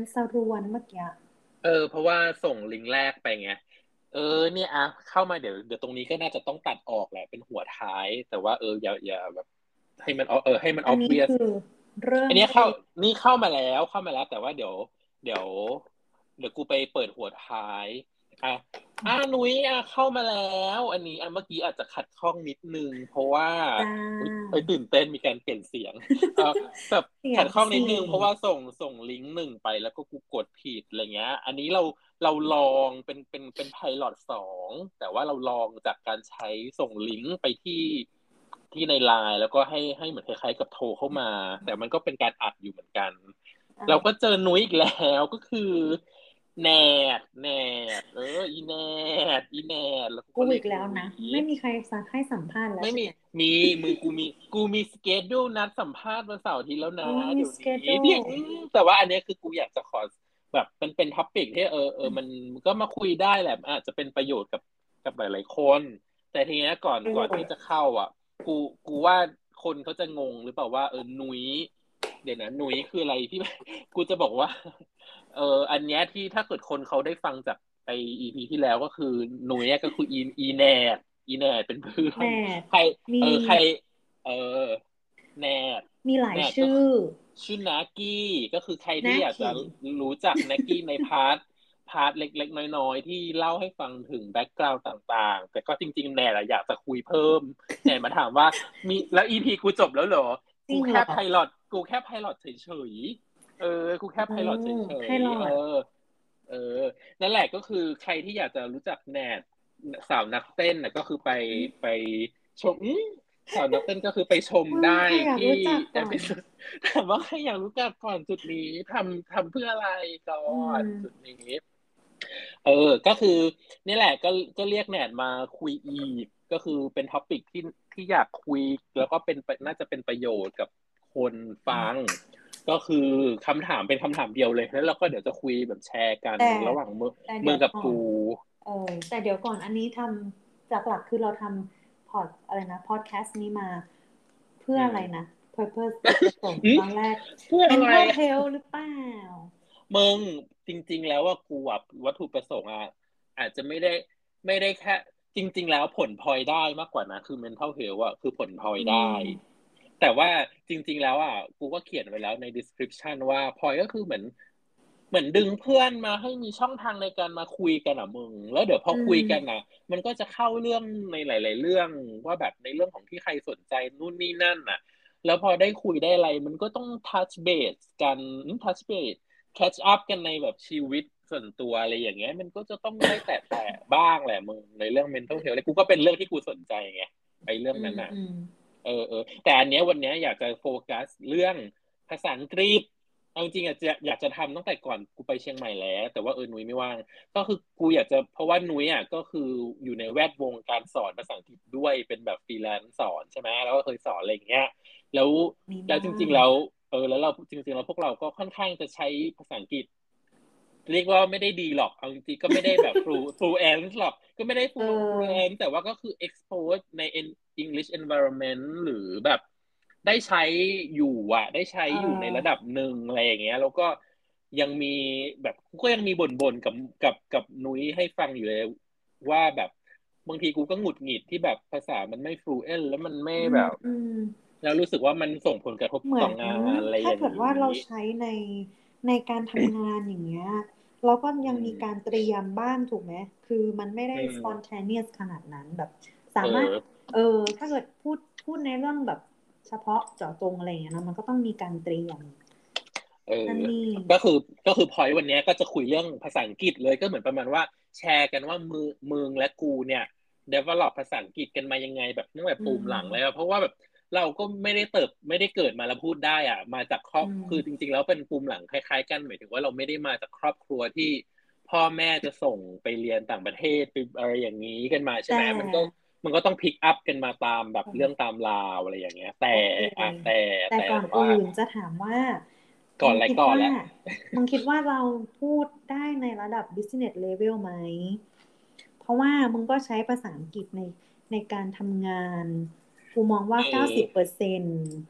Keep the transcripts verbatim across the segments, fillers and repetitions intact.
สรวนเมื่อกี้เออเพราะว่าส่งลิงก์แรกไปไงเออเนี่ยอ่ะเข้ามาเดี๋ยวเดี๋ยวตรงนี้ก็น่าจะต้องตัดออกแหละเป็นหัวท้ายแต่ว่าเอออย่าอย่าแบบให้มันเออให้มันอันนี้ obvious คือเริ่อันนี้เข้ามคุยนี่เข้ามาแล้วเข้ามาแล้วแต่ว่าเดี๋ยวเดี๋ยวเดี๋ยวกูไปเปิดหัวท้ายอ่ะอ่ะนุ้ยอ่ะเข้ามาแล้วอันนี้อันเมื่อกี้อาจจะขัดข้องนิดนึงเพราะว่าจ้าอุ๊ยเอ้ยตื่นเต้นมีการเปลี่ยนเสียงเออแบบเสียงขัดข้องนิดสี่นึงเพราะว่าส่งส่งลิงก์หนึ่งไปแล้วก็กูกดผิดอะไรเงี้ยอันนี้เราเราลองเป็นเป็นเป็นไพลอตสองแต่ว่าเราลองจากการใช้ส่งลิงก์ไปที่ที่ในไลน์แล้วก็ให้ให้เหมือนคล้ายๆกับโทรเข้ามาแต่มันก็เป็นการอัดอยู่เหมือนกันเราก็อ่าเจอนุ้ยอีกแล้วก็คือแนดแนดเอออีแนดอีแนดแล้วกูกูก็เรียกนุ้อีกแล้วนะยไม่มีใครสัให้สัมภาษณ์แล้วไม่มีใช่ไหมมีมือกูมีกูมีสเกจดูนัดสัมภาษณ์วันเสาร์อาทิตย์แล้วนะโอ้มีเดี๋ยวนี้สเกดูที่อืมแต่ว่าอันเนี้ยคือกูอยากจะขอแบบเป็นเป็นท็อปิกที่เออเออมันก็มาคุยได้แหละอาจจะเป็นประโยชน์กับกับหลายๆคนแต่ทีเนี้ยก่อนประโยก่อนที่ชน์จะเข้าอ่ะกูกูว่าคนเขาจะงงหรือเปล่าว่าเออนุ้ยเดี๋ยวนะนุ้ยคืออะไรที่กูจะบอกว่าเอออันเนี้ยที่ถ้าเกิดคนเขาได้ฟังจากไออีพีที่แล้วก็คือนุ้ยก็คืออีอีแนดอีแนดเป็นเพื่อแนนดใครมีเออใครเออแนทมีหลายแนทก็ชื่อชื่อนากี้ก็คือใครที่นาอยากจะขี่รู้จักนากี้ในพาร์ทพาร์ทเล็กๆน้อยๆที่เล่าให้ฟังถึงแบ็กกราวด์ต่างๆแต่ก็จริงๆแนทอะอยากจะคุยเพิ่มแนทมาถามว่ามีแล้วอีพีกูจบแล้วเหรอกูแค่จริงเหรอไพลอตกูแค่ไพลอตเฉยๆเออกูแค่อืไพลอตเฉมไพยๆเอลอตอเออนั่นแหละก็คือใครที่อยากจะรู้จักแนทสาวนักเต้นน่ะก็คือไปไปชม สาวนักเต้นก็คือไปชมมึงได้ใครอยากที่รู้จักก่อนเอพิโซดถามว่าใครอยากรู้จักก่อนจุดนี้ทำทำเพื่ออะไรก่ออืนมจุดนี้เออก็คือนี่แหละก็ก็เรียกแนทมาคุยอีกก็คือเป็นท็อปิกที่ที่อยากคุยแล้วก็เป็นน่าจะเป็นประโยชน์กับคนฟังก็คือคำถามเป็นคำถามเดียวเลยแล้วเราก็เดี๋ยวจะคุยแบบแชร์กันแต่ระหว่างมือแต่มืเดี๋ยวก่อนอกับกูเออแต่เดี๋ยวก่อนอันนี้ทำจากหลักคือเราทำพอดอะไรนะพอดแคสต์นี้มาเพื่ออืมอะไรนะ purpose จุดประสง ค์อืมตอนแรกเพื่ออะไร mental health หรือเปล่ามึงจริงๆแล้วว่ากูอะวัตถุประสงค์อะอาจจะไม่ได้ไม่ได้แค่จริงๆแล้วผลพลอยได้มากกว่านะคือ mental health อะคือผลพลอยอืได้มแต่ว่าจริงๆแล้วอ่ะกูก็เขียนไว้แล้วใน description ว่าพลอยก็คือเหมือนเหมือนดึงเพื่อนมาให้มีช่องทางในการมาคุยกันอ่ะมึงแล้วเดี๋ยวพออืคุยกันมอ่ะมันก็จะเข้าเรื่องในหลายๆเรื่องว่าแบบในเรื่องของที่ใครสนใจนู่นนี่นั่นอ่ะแล้วพอได้คุยได้อะไรมันก็ต้อง touch base กัน touch base catch up กันในแบบชีวิตส่วนตัวอะไรอย่างเงี้ยมันก็จะต้องได้แตะแตะบ้างแหละมึงในเรื่อง mental health เลยกูก็เป็นเรื่องที่กูสนใจไงไอ้เรื่องอืนั้นอ่ะมอืมเออเออแต่อันเนี้ยวันเนี้ยอยากจะโฟกัสเรื่องภาษาอังกฤษเอาจริงๆอ่ะจะอยากจะทำตั้งแต่ก่อนกูไปเชียงใหม่แล้วแต่ว่าเออนุ้ยไม่ว่างก็คือกูอยากจะเพราะว่านุ้ยอ่ะก็คืออยู่ในแวดวงการสอนภาษาอังกฤษด้วยเป็นแบบฟรีแลนซ์สอนใช่ไหมแล้วก็เคยสอนอะไรอย่างเงี้ยแล้วแล้วจมีบ้างริงๆแล้ว เออแล้วเราจริงๆแล้วพวกเราก็ค่อนข้างจะใช้ภาษาอังกฤษเรียกว่าไม่ได้ดีหรอกเอาจริงๆก็ไม่ได้แบบ flu- fluent หรอกก็ไม่ได้เ flu- ออ fluent แต่ว่าก็คือ expose ใน English environment หรือแบบได้ใช้อยู่อ่ะได้ใช้เออยู่ในระดับอหนึ่งอะไรอย่างเงี้ยแล้วก็ยังมีแบบก็ยังมีบ่นๆกับกับกับนุ้ยให้ฟังอยู่เลยว่าแบบบางทีกูก็หงุดหงิดที่แบบภาษามันไม่ fluent แล้วมันไม่อืมแบบอืมแล้วรู้สึกว่ามันส่งผลกระทบเหมือนต่องานอะไรถ้าอย่างนีเกิดว่าเรา้ใช้ในในการทำงานอย่างเงี้ยเราก็อืยังมีการมเตรียมบ้างถูกไหมคือมันไม่ได้อืม spontaneous ขนาดนั้นแบบเอสามารถอเออถ้าเกิดพูดพูดในเรื่องแบบเฉพาะเจาะจงอะไรอย่างเงี้ยนะมันก็ต้องมีการเตรียมเออนั่นนี่ก็คือก็คือพอยต์วันนี้ก็จะคุยเรื่องภาษาอังกฤษเลยก็เหมือนประมาณว่าแชร์กันว่ามือมึงและกูเนี่ย develop ภาษาอังกฤษกันมายังไงแบบตั้งแต่อืปูมหลังเลยอะมเพราะว่าแบบเราก็ไม่ได้เติบไม่ได้เกิดมาแล้วพูดได้อ่ะมาจากครออืบคือจมริงๆแล้วเป็นปูมหลังคล้ายๆกันหมายถึงว่าเราไม่ได้มาจากครอบครัวที่พ่อแม่จะส่งไปเรียนต่างประเทศไปอะไรอย่างนี้กันมาใช่แต่ไหมมันก็มันก็ต้องพิกอัพกันมาตามแบบเรื่องตามราวอะไรอย่างเงี้ยแต่โอเคอ่ะแต่แต่แต่ก่อนว่าอื่นจะถามว่าก่อนอะไรมึงคิดว่าก่อนแหละมึงคิดว่าเราพูดได้ในระดับ business level ไหม เพราะว่ามึงก็ใช้ภาษาอังกฤษในในการทำงานกูมองว่าเอเก้าสิบเปออร์เซ็นต์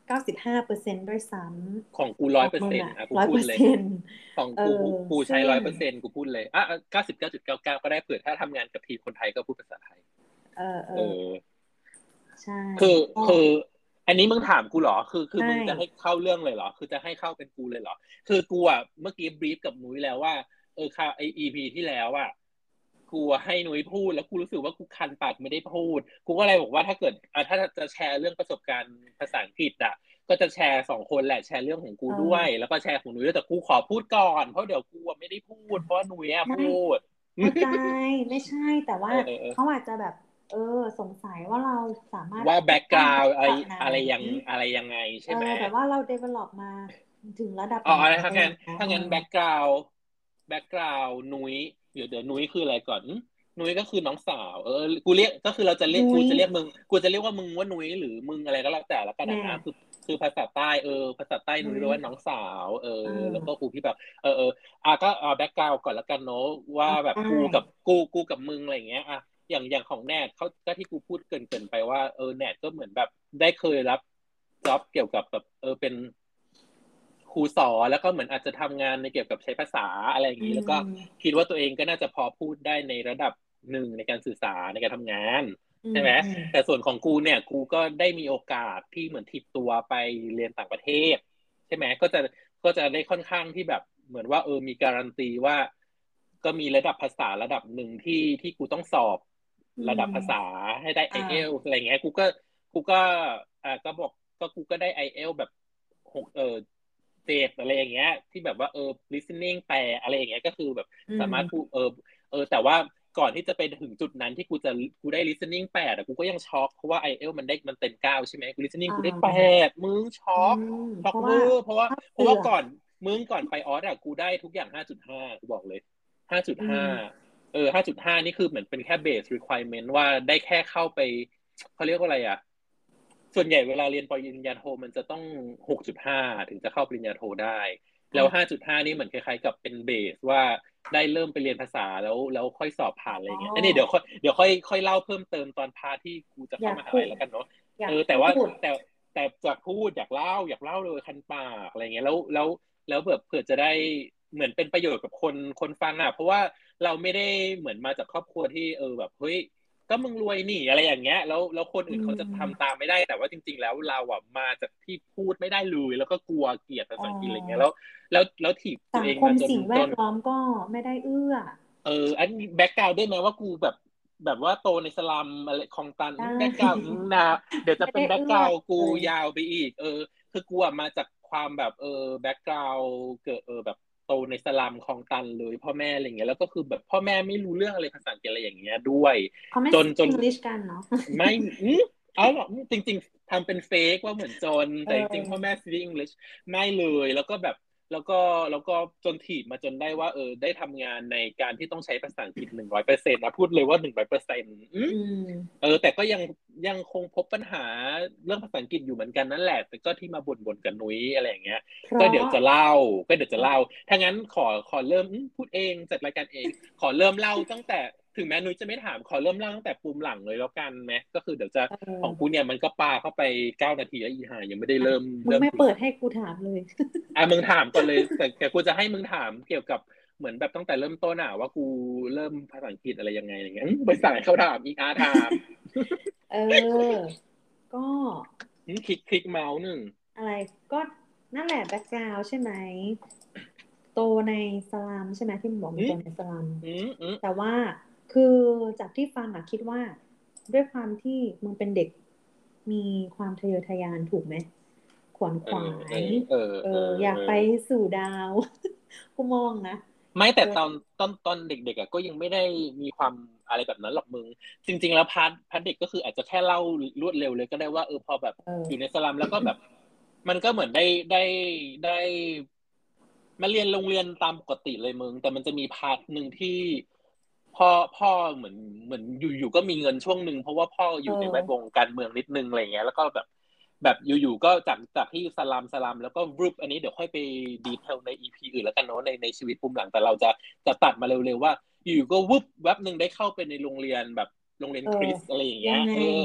เก้าสิบห้าเปอร์เซ็นต์ด้วยซ้ำของกูขร้ออย งเปอร์มึงเซ็นต์อ่ะอ่ะกูร้อยพูเปดอร์เลยเซ็นต์ของเอกูอกูใช้ซึ่งร้อยเปอร์เซ็นต์ กูพูดเลยอ่ะ เก้าสิบเก้าจุดเก้าเก้า ก็ได้เผื่อถ้าทำงานกับทีมคนไทยก็พูดภาษาไทยเออเอเอออใช่คือก็คือ อันนี้มึงถามกูเหรอ คือคือใช่มึงจะให้เข้าเรื่องเลยเหรอ คือจะให้เข้าเป็นกูเลยเหรอ คือกูอ่ะเมื่อกี้บรีฟกับนุ้ยแล้วว่าเออค่ะไอ อี พี ที่แล้วอ่ะกูให้นุ้ยพูดแล้วกูรู้สึกว่ากูคันปากไม่ได้พูดกูก็เลยบอกว่าถ้าเกิดอ่ะถ้าจะแชร์เรื่องประสบการณ์ภาษาอังกฤษอ่ะก็จะแชร์สองคนแหละแชร์เรื่องของกูด้วย แล้วก็แชร์ของนุ้ยด้วยแต่กูขอพูดก่อนเพราะเดี๋ยวกูไม่ได้พูดเพราะนุ้ยอ่ะไม่พูดเข้าใจไม่ใช่แต่ว่าเออเออเออเขาอาจจะแบบ เออสงสัยว่าเราสามารถว่าแบ็กกราวด์อะไรแบบไหนอะไรยังอะไรยังไงใช่ไหมเออแบบว่าเรา develop มาถึงระดับอ๋อไหนอะไรถ้าอะไรองั้นย่างเงี้ยถ้างั้นเออแบ็กกราวด์แบ็กกราวด์นุ้ยเดี๋ยวเดี๋ยวนุ้ยคืออะไรก่อนนุ้ยก็คือน้องสาวเออกูเรียกก็คือเราจะเรียกนุ้กูยจะเรียกมึงกูจะเรียกว่ามึงว่านุ้ยหรือมึงอะไรก็แล้วแต่ละกันแน่นะคือคือภาษาใต้เออภาษาใต้นุ้ยนุ้ยแปลว่าน้องสาวเออเออแล้วก็กูพี่แบบเออเอออ่ะก็เอาแบ็กกราวด์ก่อนละกันเนาะว่าแบบได้กูกับกูกูกับมึงอะไรอย่างเงี้ยอ่ะอย่างอย่างของแนทเขาก็ที่กูพูดเกรินๆไปว่าเออแนทก็เหมือนแบบได้เคยรับจ็อบเกี่ยวกับแบบเออเป็นครูสอนแล้วก็เหมือนอาจจะทำงานในเกี่ยวกับใช้ภาษาอะไรอย่างนี้แล้วก็คิดว่าตัวเองก็น่าจะพอพูดได้ในระดับหนึ่งในการสื่อสารในการทำงานใช่ไหมแต่ส่วนของกูเนี่ยกูก็ได้มีโอกาสที่เหมือนทิปตัวไปเรียนต่างประเทศใช่ไหมก็จะก็จะได้ค่อนข้างที่แบบเหมือนว่าเออมีการันตีว่าก็มีระดับภาษาระดับหนึ่งที่ที่กูต้องสอบระดับภาษาให้ได้ ไอ เอล อะไรเงี้ยกูก็กูก็อ่าก็บอกก็กูก็ได้ ไอ เอล แบบหกเออเจ็ดอะไรอย่างเงี้ยที่แบบว่าเออ listening แปลอะไรอย่างเงี้ยก็คือแบบสามารถพูดเออเออแต่ว่าก่อนที่จะไปถึงจุดนั้นที่กูจะกูได้ listening แปดอ่ะกูก็ยังช็อกเพราะว่า ไอ เอล มันได้มันเต็มเก้าใช่ไหมกู listening กูได้แปดมึงช็อกช็อกมือเพราะว่าเพราะว่าก่อนมึงก่อนไปออสอ่ะกูได้ทุกอย่าง ห้าจุดห้า กูบอกเลย ห้าจุดห้า เออ ห้าจุดห้า นี่คือเหมือนเป็นแค่ base requirement ว่าได้แค่เข้าไปเขาเรียกว่าอะไรอ่ะส่วนใหญ่เวลาเรียนปริญญาโทมันจะต้อง หกจุดห้า ถึงจะเข้าปริญญาโทได้แล้ว ห้าจุดห้า นี่เหมือนคล้ายๆกับเป็นเบสว่าได้เริ่มไปเรียนภาษาแล้วแล้วค่อยสอบผ่านอะไรเงี้ยอันนี้เดี๋ยวค่อยเดี๋ยวค่อยค่อยเล่าเพิ่มเติมตอนพาร์ทที่กูจะเข้ามหาลัยแล้วกันเนาะเออแต่ว่าแต่แต่จากพูดอยากเล่าอยากเล่าเลยคันปากอะไรเงี้ยแล้วแล้วแล้วแบบเผื่อจะได้เหมือนเป็นประโยชน์กับคนคนฟังอ่ะเพราะว่าเราไม่ได้เหมือนมาจากครอบครัวที่เออแบบเฮ้ยก็มึงรวยนี่อะไรอย่างเงี้ยแล้วแล้วคนอื่นเขาจะทำตามไม่ได้แต่ว่าจริงๆแล้วเราอ่ะมาจากที่พูดไม่ได้เลยแล้วก็กลัวเกลียดภาษาอังกฤษอะไรเงี้ยแล้วแล้วแล้วถีบตัวเองมาจนสิ่งแวดล้อมก็ไม่ได้เอื้อเอออันนี้แบ็กกราวด์ได้ไหมว่ากูแบบแบบว่าโตในสลัมอะไรคลองตันแบ็กกราวด์นะเดี๋ยวจะเป็นแบ็กกราวด์กูยาวไปอีกเออคือกูมาจากความแบบเออแบ็กกราวด์เกิดเออแบบโตในสลัมคลองตันเลยพ่อแม่อะไรเงี้ยแล้วก็คือแบบพ่อแม่ไม่รู้เรื่องอะไรภาษาอังกฤษอะไรอย่างเงี้ยด้วยจนจน English กันเนาะไม่เอาหรอจริงๆทำเป็นเฟกว่าเหมือนจนแต่จริงๆพ่อแม่ speak English ไม่เลยแล้วก็แบบแล้วก็แล้วก็จนถีบมาจนได้ว่าเออได้ทำงานในการที่ต้องใช้ภาษาอังกฤษหนึ่งร้อยเปอร์เซ็นต์นะพูดเลยว่าหนึ่งร้อยเปอร์เซ็นต์เออแต่ก็ยังยังคงพบปัญหาเรื่องภาษาอังกฤษอยู่เหมือนกันนั่นแหละแต่ก็ที่มาบ่นๆกับนุ้ยอะไรอย่างเงี้ยก็เดี๋ยวจะเล่าก็เดี๋ยวจะเล่าถ้างั้นขอขอเริ่มพูดเองจัดรายการเองขอเริ่มเล่าตั้งแต่ถึงแม้นุ้ยจะไม่ถามขอเริ่มเล่าตั้งแต่ปุ่มหลังเลยแล้วกันไหมก็คือเดี๋ยวจะของกูเนี่ยมันก็ปาเข้าไปเก้านาทีแล้วอีห่ายังไม่ได้เริ่มมึงไม่เปิดให้กูถามเลยอ่ะมึงถามก่อนเลยแต่แต่กูจะให้มึงถามเกี่ยวกับเหมือนแบบตั้งแต่เริ่มต้นอ่ะว่ากูเริ่มภาษาอังกฤษอะไรยังไงอย่างเงี้ยไปสั่งให้เขาถามอีกอาถามเออก็คลิกคลิกเมาส์หนึ่งอะไรก็นั่นแหละแบ็คกราวด์ใช่ไหมโตในสลัมใช่ไหมที่มึงบอกมึงโตในสลัมแต่ว่าคือจากที่ฟังอะคิดว่าด้วยความที่มึงเป็นเด็กมีความทะเยอทะยานถูกไหมขวนขวายเออเอออยากไปสู่ดาวกูมองนะไม่แต่ตอนตอนตอนเด็กๆอ่ะก็ยังไม่ได้มีความอะไรแบบนั้นหรอกมึงจริงๆแล้วพาร์ทพาร์ทเด็กก็คืออาจจะแค่เล่ารวดเร็วเลยก็ได้ว่าเออพอแบบอยู่ในสลัมแล้วก็แบบมันก็เหมือนได้ได้ได้มาเรียนโรงเรียนตามปกติเลยมึงแต่มันจะมีพาร์ทหนึ่งที่พ่อพ่อเหมือนเหมือนอยู่ๆก็มีเงินช่วงหนึ่งเพราะว่าพ่ออยู่ในแวดวงการเมืองนิดนึงอะไรเงี้ยแล้วก็แบบแบบอยู่ๆก็จากจากที่สลัมสลัมแล้วก็รูปอันนี้เดี๋ยวค่อยไปดีเทลใน อี พี อื่นแล้วกันเนาะในในชีวิตปุ่มหลังแต่เราจะจะตัดมาเร็วๆว่าอยู่ๆก็วุบแวบนึงได้เข้าไปในโรงเรียนแบบโรงเรียนคริสอะไรอย่างเงี้ยเออ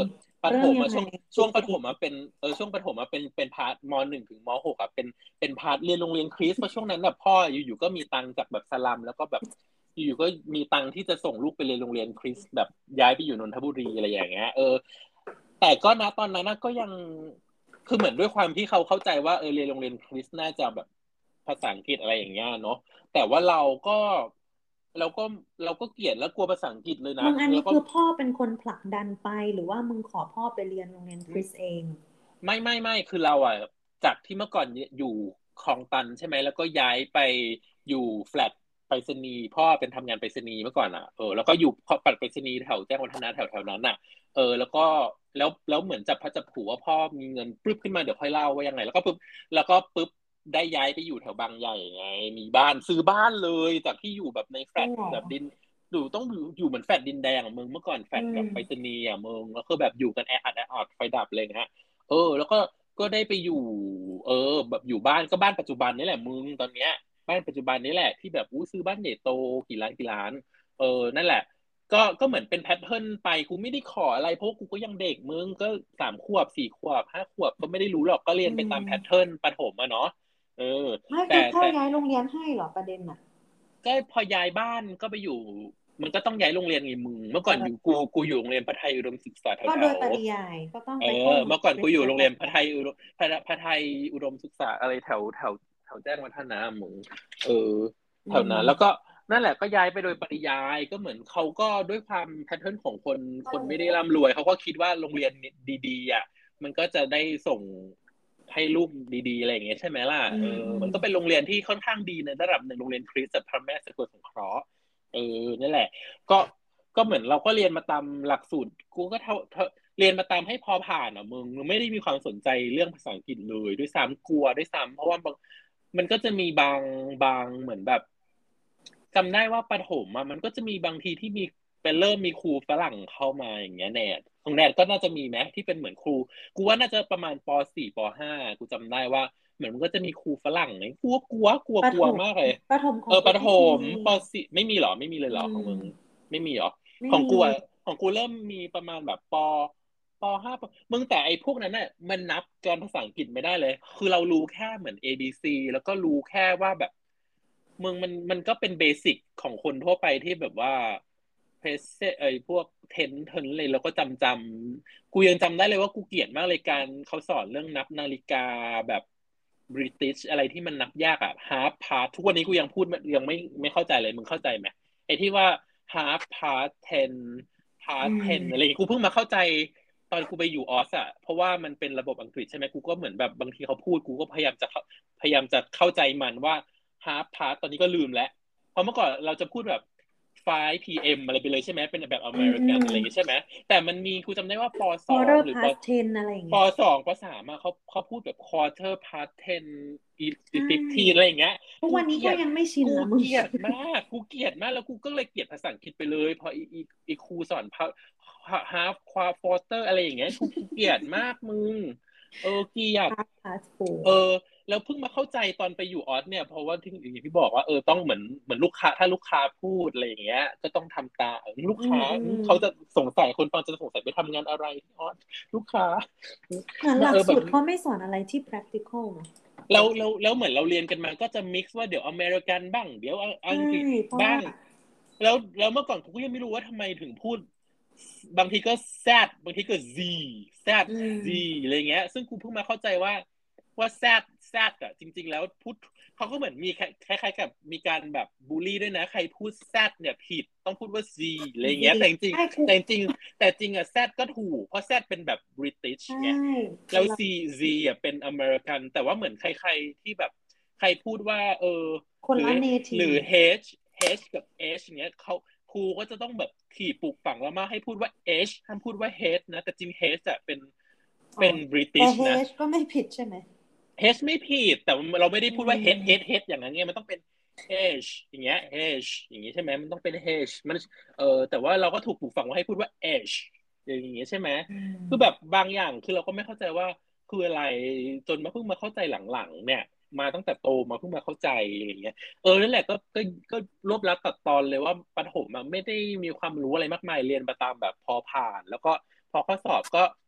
ประถมมาช่วงช่วงประถมมาเป็นเออช่วงประถมมาเป็นเป็นพาร์ทม.หนึ่งถึงม.หกอ่ะเป็นเป็นพาร์ทเรียนโรงเรียนคริสต์เพราะช่วงนั้นแบบพ่ออยู่ๆก็มีตังค์จากแบบสลัมแล้วก็แบบอยู่ๆก็มีตังค์ที่จะส่งลูกไปเรียนโรงเรียนคริสต์แบบย้ายไปอยู่นนทบุรีอะไรอย่างเงี้ยเออแต่ก็นะตอนนั้นก็ยังคือเหมือนด้วยความที่เขาเข้าใจว่าเออเรียนโรงเรียนคริสต์น่าจะแบบภาษาอังกฤษอะไรอย่างเงี้ยเนาะแต่ว่าเราก็เราก็เราก็เกลียดแล้วกลัวภาษาอังกฤษเลยนะมึงอันนี้แล้วก็คือพ่อเป็นคนผลักดันไปหรือว่ามึงขอพ่อไปเรียนโรงเรียนคริสเองไม่ไม่ไม่คือเราอ่ะจากที่เมื่อก่อนอยู่คลองตันใช่ไหมแล้วก็ย้ายไปอยู่แฟลตไปรษณีย์พ่อเป็นทำงานไปรษณีย์เมื่อก่อนอ่ะเออแล้วก็อยู่ปัดไปรษณีย์แถวแจ้งวัฒนะแถวแถวนั้นอ่ะเออแล้วก็แล้วแล้วเหมือนจับพลัดจับผลูว่าพ่อมีเงินปึ๊บขึ้นมาเดี๋ยวค่อยเล่าว่ายังไงแล้วก็ปึ๊บแล้วก็ปึ๊บได้ย้ายไปอยู่แถวบางใหญ่ไงมีบ้านซื้อบ้านเลยจากที่อยู่แบบในแฟลตแบบดินอยู่ต้องอยู่อยู่เหมือนแฟลตดินแดงอ่ะมึงเมื่อก่อนแฟลตแบบไปรษณีย์อ่ะมึงแล้วคือแบบอยู่กันแออัดแออัดไฟดับเลยนะเออแล้วก็ก็ได้ไปอยู่เออแบบอยู่บ้านก็บ้านปัจจุบันนี่แหละมึงตอนเนี้ยบ้านปัจจุบันนี่แหละที่แบบอู้ซื้อบ้านใหญ่โตกี่ล้านกี่ล้านเออนั่นแหละก็ก็เหมือนเป็นแพทเทิร์นไปกูไม่ได้ขออะไรเพราะกูก็ยังเด็กมึงก็สามขวบสี่ขวบห้าขวบก็ไม่ได้รู้หรอกก็เรียอืนไปตามแพทมเทิร์นประถมอะเนาะเออไม่แต่คือพ่อแต่ย้ายโรงเรียนให้เหรอประเด็นอ่ะก็พอย้ายบ้านก็ไปอยู่มันก็ต้องย้ายโรงเรียนไงมึงเมื่อเก่อนอยู่ออกูกูอยู่โรงเรียนพระไทยอุดมศึกษาแถวแถวก็โดยปริยายก็ต้องเอไปเข้าอโรงเรียนเมื่อก่อนคริสต์กูอยู่โรงเรียนพระประจำไทยอุดมพระพระไทยอุดมศึกษาอะไรแถวแถวแถวแจ้งวัฒนะมึงเอออืแถวนั้นแล้วก็มนั่นแหละก็ย้ายไปโดยปริยายก็เหมือนเขาก็ด้วยความแพทเทิร์นของคนคนไม่ได้ร่ำรวยเขาก็คิดว่าโรงเรียนดีๆอ่ะมันก็จะได้ส่งให้ลูกดีๆอะไรอย่างเงี้ยใช่ไหมล่ะอืเอมอืมอมันก็เป็นโรงเรียนที่ค่อนข้างดีในระดับหนึ่งโรงเรียนคริสต์พระแม่สกลสงเคราะห์เออนั่นแหละก็ก็เหมือนเราก็เรียนมาตามหลักสูตรกูก็เท่าเท่า เรียนมาตามให้พอผ่านอ่ะมึงไม่ได้มีความสนใจเรื่องภาษาอังกฤษเลยด้วยซ้ำกลัวด้วยซ้ำเพราะว่าบางมันก็จะมีบางบางเหมือนแบบจำได้ว่าประถมอ่ะมันก็จะมีบางทีที่มีเป็นเริ่มมีครูฝรั่งเข้ามาอย่างเงี้ยแนทของแนทก็น่าจะมีไหมที่เป็นเหมือนครูกูว่าน่าจะประมาณปสี่ปห้ากูจำได้ว่าเหมือนมันก็จะมีครูฝรั่งไงกลัวกลัวกลัวประถมกลัวมากเลยประถมขเออประถองกูไม่มีมปสี่ไม่มีหรอไม่มีเลยอืหรอของมึงมไม่มีหรอไม่มีของกูอะของกูเริ่มมีประมาณแบบป ปห้าปมึงแต่ไอ้พวกนั้นน่ะมันนับการภาษาอังกฤษไม่ได้เลย คือเรารู้แค่เหมือน เอ บี ซี แล้วก็รู้แค่ว่าแบบมึงมันมันก็เป็นเบสิกของคนทั่วไปที่แบบว่าเพรสไอ้พวกเทนเทนเลยแล้วก็จำจำกูยังจำได้เลยว่ากูเกลียดมากเลยการเขาสอนเรื่องนับนาฬิกาแบบบริติชอะไรที่มันนับยากอะ half past ทุกวันนี้กูยังพูดยังไม่ไม่เข้าใจเลยมึงเข้าใจไหมไอ้ที่ว่า half past ten อื past ten อะไรมอย่างเงี้ยกูเพิ่งมาเข้าใจ ตอนกูไปอยู่ออสอะเพราะว่ามันเป็นระบบอังกฤษใช่ไหมกูก็เหมือนแบบบางทีเขาพูดกูก็พยายามจะพยายามจะเข้าใจมันว่า half past ตอนนี้ก็ลืมแล้วเพราะเมื่อก่อนเราจะพูดแบบ ไฟว์ พี เอ็ม อะไรไปเลยใช่ไหมเป็นแบบออืมอืเมริกันมอะไรอย่างงี้ใช่ไหมแต่มันมีกูจำได้ว่าปสอง quarter หรือป past ten อะไรอย่างปเงี้ยสองปสามอะเขาเขาพูดแบบ quarter past ten อีใช่ฟิฟทีอะไรอย่างเงี้ยทุกวันนี้กูเกลียดก็ยังไม่ชินกูนะมึงเกลียดมากกูเกลียดมากแล้วกูก็เลยเกลียดภาษาอังกฤษไปเลยพออีอีอีครูสอนฮาฟควาฟอเตอร์อะไรอย่างเงี้ยกูเกลียดมากมึงเออเกลียด half past four เออแล้วเพิ่งมาเข้าใจตอนไปอยู่ออสเนี่ยเพราะว่าที่อย่างที่บอกว่าเออต้องเหมือนเหมือนลูกค้าถ้าลูกค้าพูดอะไรอย่างเงี้ยก็ต้องทำตามลูกค้าอืมอืมเขาจะสงสัยคนฟังจะสงสัยไปทำงานอะไรที่ออสลูกค้าเหมือนหลักมาเออแบบสูตรเขาไม่สอนอะไรที่ practical เนอะแล้วแล้วแล้วเหมือนเราเรียนกันมาก็จะมิกซ์ว่าเดี๋ยวอเมริกันบ้างเดี๋ยวใช่อังกฤษเพราะว่าบ้างแล้วแล้วเมื่อก่อนกูก็ยังไม่รู้ว่าทำไมถึงพูดบางทีก็ Z บางทีก็ Z Z อื Z มอะไรเงี้ยซึ่งกูเพิ่งมาเข้าใจว่าว่า Z Z อ่ะจริงๆแล้วพูดเขาก็เหมือนมีคล้ายๆกับมีการแบบบูลลี่ด้วยนะใครพูด Z เนี่ยผิดต้องพูดว่า Z อะไรเงี้ยดีแต่จริงใช่กูๆแต่จริงๆแต่จริงอ่ะ Z ก็ถูกเพราะ Z เป็นแบบ British ใช่ไง แล้วเรา C Z อ่ะเป็นอเมริกันแต่ว่าเหมือนใครๆที่แบบใครพูดว่าเออหรือคนละหรือ native H H กับ H เงี้ยเขาครูก็จะต้องแบบขี่ปลูกฝังแล้วมาให้พูดว่า H ห้ามพูดว่า H นะแต่จริง H อะเป็นอ๋อเป็นแต่ British นะ H ก็ไม่ผิดใช่ไหม H ไม่ผิดแต่เราไม่ได้อืพูดว่า H H ม H อย่างนั้นไงมันต้องเป็น H อย่างเงี้ย H อย่างงี้ใช่ไหมมันต้องเป็น H มันเออแต่ว่าเราก็ถูกปลูกฝังว่าให้พูดว่า H อย่างเงี้ยใช่ไหมอืคือแบบมบางอย่างคือเราก็ไม่เข้าใจว่าคืออะไรจนมาเพิ่งมาเข้าใจหลังๆเนี่ยมาตั้งแต่โตมาเพิ่งมาเข้าใจอย่างเงี้ยเออนั่นแหละก็ก็ก็รวบลัดตัดตอนเลยว่าประถมอะไม่ได้มีความรู้อะไรมากมายเรียนไปตามแบบพอผ่านแล้วก็พอข้อสอบก็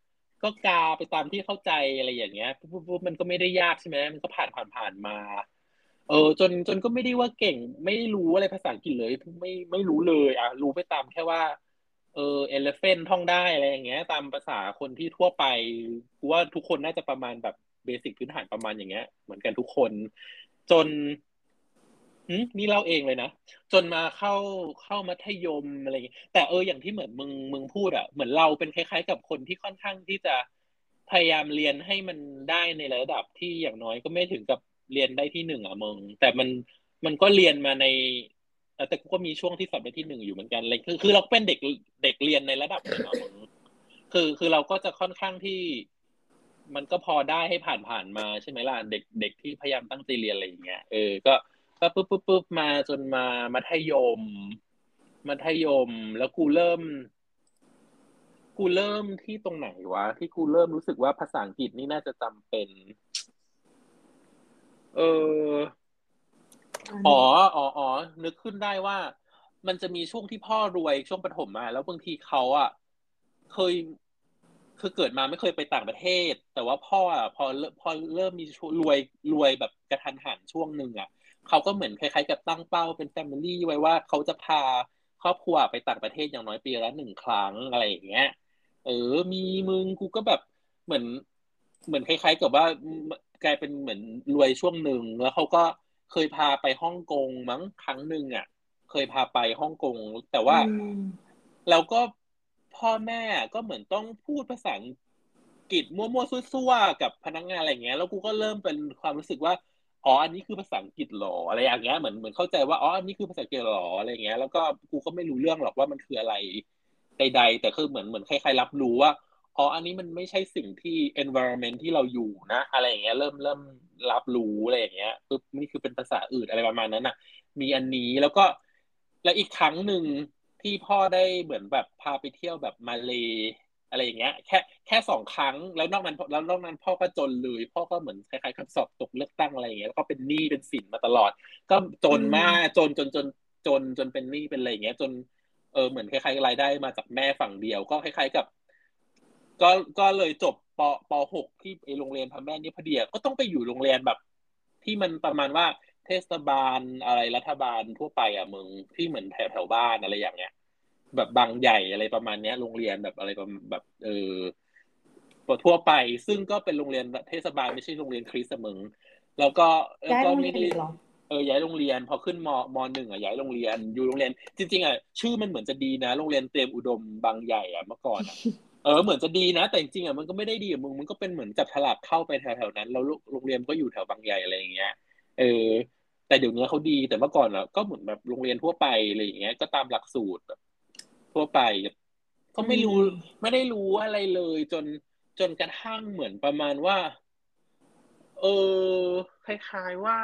ก็กาไปตามที่เข้าใจอะไรอย่างเงี้ยปุ๊บปุ๊บมันก็ไม่ได้ยากใช่ไหมมันก็ผ่านผ่านผ่านมาเออจนจนก็ไม่ได้ว่าเก่งไม่รู้อะไรภาษาอังกฤษเลยไม่ไม่รู้เลยอ่ะรู้ไปตามแค่ว่าเออ elephant ท่องได้อะไรอย่างเงี้ยตามภาษาคนที่ทั่วไปกูว่าทุกคนน่าจะประมาณแบบเบสิกพื้นฐานประมาณอย่างเงี้ยเหมือนกันทุกคนจนนี่เล่าเองเลยนะจนมาเข้าเข้ามัธยมอะไรอย่างเงี้ยแต่เอออย่างที่เหมือนมึงมึงพูดอ่ะเหมือนเราเป็นคล้ายๆกับคนที่ค่อนข้างที่จะพยายามเรียนให้มันได้ในระดับที่อย่างน้อยก็ไม่ถึงกับเรียนได้ที่หนึ่งอ่ะมึงแต่มันมันก็เรียนมาในแต่กูก็มีช่วงที่สอบได้ที่หนึ่งอยู่เหมือนกันเลยคือคือเราเป็นเด็กเด็กเรียนในระดับหนึ่งอ่ะมึงคือคือเราก็จะค่อนข้างที่มันก็พอได้ให้ผ่านผ่านมาใช่ไหมล่ะเด็กเด็กที่พยายามตั้งใจเรียนอะไรอย่างเงี้ยเออก็ ก็ปุ๊บปุ๊บปุ๊บมาจนมามัธยมมัธยมแล้วกูเริ่มกูเริ่มที่ตรงไหนวะที่กูเริ่มรู้สึกว่าภาษาอังกฤษนี่น่าจะจำเป็นเอออ๋ออ๋ออ๋อนึกขึ้นได้ว่ามันจะมีช่วงที่พ่อรวยช่วงประถมมาแล้วบางทีเขาอ่ะเคยคือเกิดมาไม่เคยไปต่างประเทศแต่ว่าพ่ออ่ะพอพอเริ่มมีช่วงรวยรวยแบบกระทันหันช่วงหนึ่งอ่ะ เขาก็เหมือนคล้ายๆกับตั้งเป้าเป็นแฟมิลี่ไว้ว่าเขาจะพาครอบครัวไปต่างประเทศอย่างน้อยปีละหนึ่งครั้งอะไรอย่างเงี้ยเออมีมึงกูก็แบบเหมือนเหมือนคล้ายๆกับว่ากลายเป็นเหมือนรวยช่วงหนึ่งแล้วเขาก็เคยพาไปฮ่องกงมั้งครั้งหนึ่งอ่ะเคยพาไปฮ่องกงแต่ว่าเราก็พ่อแม่ก็เหมือนต้องพูดภาษาอังกฤษมั่วๆซั่วๆกับพนักงานอะไรเงี้ยแล้วกูก็เริ่มเป็นความรู้สึกว่า อ๋ออันนี้คือภาษาอังกฤษหรออะไรอย่างเงี้ยเหมือนเหมือนเข้าใจว่าอ๋ออันนี้คือภาษาอังกฤษหรออะไรเงี้ยแล้วก็กูก็ไม่รู้เรื่องหรอกว่ามันคืออะไรใดๆแต่คือเหมือนเหมือนใครๆรับรู้ว่าอ๋ออันนี้มันไม่ใช่สิ่งที่ environment ที่เราอยู่นะอะไรอย่างเงี้ยเริ่มเริ่มรับรู้อะไรอย่างเงี้ยปุ๊บนี่คือเป็นภาษาอื่นอะไรประมาณนั้นน่ะมีอันนี้แล้วก็แล้วอีกครั้งหนึ่งที่พ่อได้เหมือนแบบพาไปเที่ยวแบบมาเลอะไรอย่างเงี้ยแค่แค่สองครั้งแล้วนอกนั้นแล้วนอกนั้นพ่อก็จนเลยพ่อก็เหมือนคล้ายๆกับสอบตกเลือกตั้งอะไรอย่างเงี้ยแล้วก็เป็นหนี้เป็นสินมาตลอดก็จนมากจนจนจนจนจนเป็นหนี้เป็นอะไรอย่างเงี้ยจนเออเหมือนคล้ายๆรายได้มาจากแม่ฝั่งเดียวก็คล้ายๆกับก็ก็เลยจบปปหกที่ไอโรงเรียนพระแม่นี่พอดีก็ต้องไปอยู่โรงเรียนแบบที่มันประมาณว่าเทศบาลอะไรรัฐบาลทั่วไปอ่ะมึงที่เหมือนแถวแถวบ้านอะไรอย่างเงี้ย แบบบางใหญ่อะไรประมาณเนี้ยโรงเรียนแบบอะไรแบบเออทั่วไปซึ่งก็เป็นโรงเรียนเทศบาลไม่ใช่โรงเรียนคริสต์มึงแล้วก็แล้วย้ายโรงก็ไม่ได้เรียนอีกเหรอเออย้ายโรงเรียนพอขึ้นมมหนึ่งอ่ะย้ายโรงเรียนอยู่โรงเรียนจริงๆอ่ะชื่อมันเหมือนจะดีนะโรงเรียนเตรียมอุดมบางใหญ่อ่ะเมื่อก่อนอ่ะเออเหมือนจะดีนะแต่จริงๆอ่ะมันก็ไม่ได้ดีอ่ะมึงมันก็เป็นเหมือนจับฉลากเข้าไปแถวๆนั้นแล้วโรงเรียนก็อยู่แถวบางใหญ่อะไรอย่างเงี้ยเออแต่เดี๋ยวนี้เขาดีแต่เมื่อก่อนอ่ะก็เหมือนแบบโรงเรียนทั่วไปอะไรอย่างเงี้ยก็ตามหลักสูตรแบบทั่วไป ก็อืไม่รู้มไม่ได้รู้อะไรเลยจนจนกระทั่งเหมือนประมาณว่าเออคล้ายๆว่า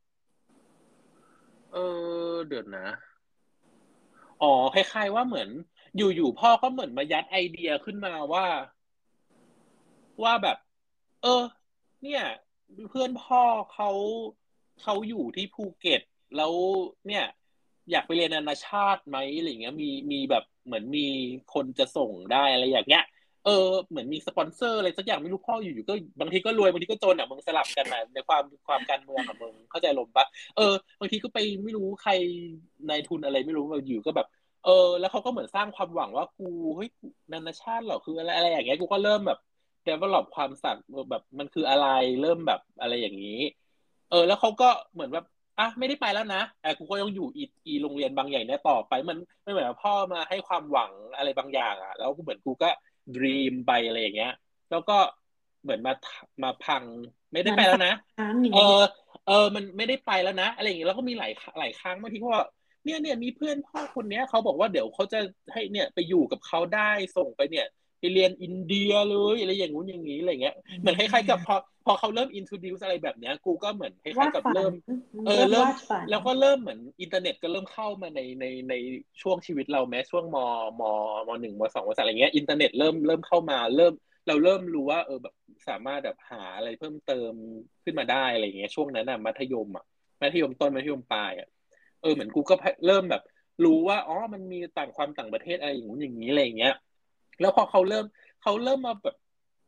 เออเดี๋ยวนะอ๋อคล้ายๆว่าเหมือนอยู่ๆพ่อก็เหมือนมายัดไอเดียขึ้นมาว่าว่าแบบเออเนี่ยเพื่อนพ่อเขาเขาอยู่ที่ภูเก็ตแล้วเนี่ยอยากไปเรียนนานาชาติไหมอะไรเงี้ยมีมีแบบเหมือนมีคนจะส่งได้อะไรอย่างเงี้ย เออเหมือนมีสปอนเซอร์อะไรสักอย่างไม่รู้พ่ออยู่ๆก็บางทีก็รวยบางทีก็จนอ่ะมึงสลับกันอ่ะในความความการเมืองอ่ะมึงเข้าใจลมปะเออบางทีก็ไปไม่รู้ใครนายทุนอะไรไม่รู้มาอยู่ก็แบบเออแล้วเขาก็เหมือนสร้างความหวังว่ากูเฮ้ยนานาชาติเหรอคืออะไรอะไรอย่างเงี้ยกูก็เริ่มแบบ develop ความสักแบบมันคืออะไรเริ่มแบบอะไรอย่างนี้เออแล้วเขาก็เหมือนแบบอ่ะไม่ได้ไปแล้วนะแต่กูก็ยังอยู่อีอีโรงเรียนบางอย่างเนี่ยต่อไปมันไม่เหมือนพ่อมาให้ความหวังอะไรบางอย่างอ่ะแล้วกูเหมือนกูก็ ดรีมไปอะไรอย่างเงี้ยแล้วก็เหมือนมามาพังไม่เหมือนฝันได้ไปแล้วนะค้างอย่าเอองนี้เออมันไม่ได้ไปแล้วนะอะไรอย่างเงี้ยแล้วก็มีหลายหลายครั้งบางทีก็ว่าเนี่ยเนี่ยมีเพื่อนพ่อคนเนี้ยเขาบอกว่าเดี๋ยวเขาจะให้เนี่ยไปอยู่กับเขาได้ส่งไปเนี่ยไปเรียนอินเดียเลยอะไรอย่างงู้นอย่างนี้อะไรเงี้ยเหมือนคล้ายๆกับพอพอเขาเริ่ม introduce อะไรแบบเนี้ยกูก็เหมือนคล้ายๆกับวาดฝันเริ่มเออเริ่มเริ่มวาดฝันแล้วก็เริ่มเหมือนอินเทอร์เน็ตก็เริ่มเข้ามาในในในช่วงชีวิตเราแม้ช่วงมมมหนึ่งมสองมสามอะไรเงี้ยอินเทอร์เน็ตเริ่มเริ่มเข้ามาเริ่ม เราเริ่มรู้ว่าเออแบบสามารถแบบหาอะไรเพิ่มเติมขึ้นมาได้อะไรเงี้ยช่วงนั้นอ่ะมัธยมอ่ะมัธยมต้นมัธยมปลายอ่ะเออเหมือนกูก็เริ่มแบบรู้ว่าอ๋อมันมีต่างความต่างประเทศอะไรอย่างงู้นอย่างนี้อะไรเงี้ยแล้วพอเขาเริ่มเขาเริ่มมาแบบ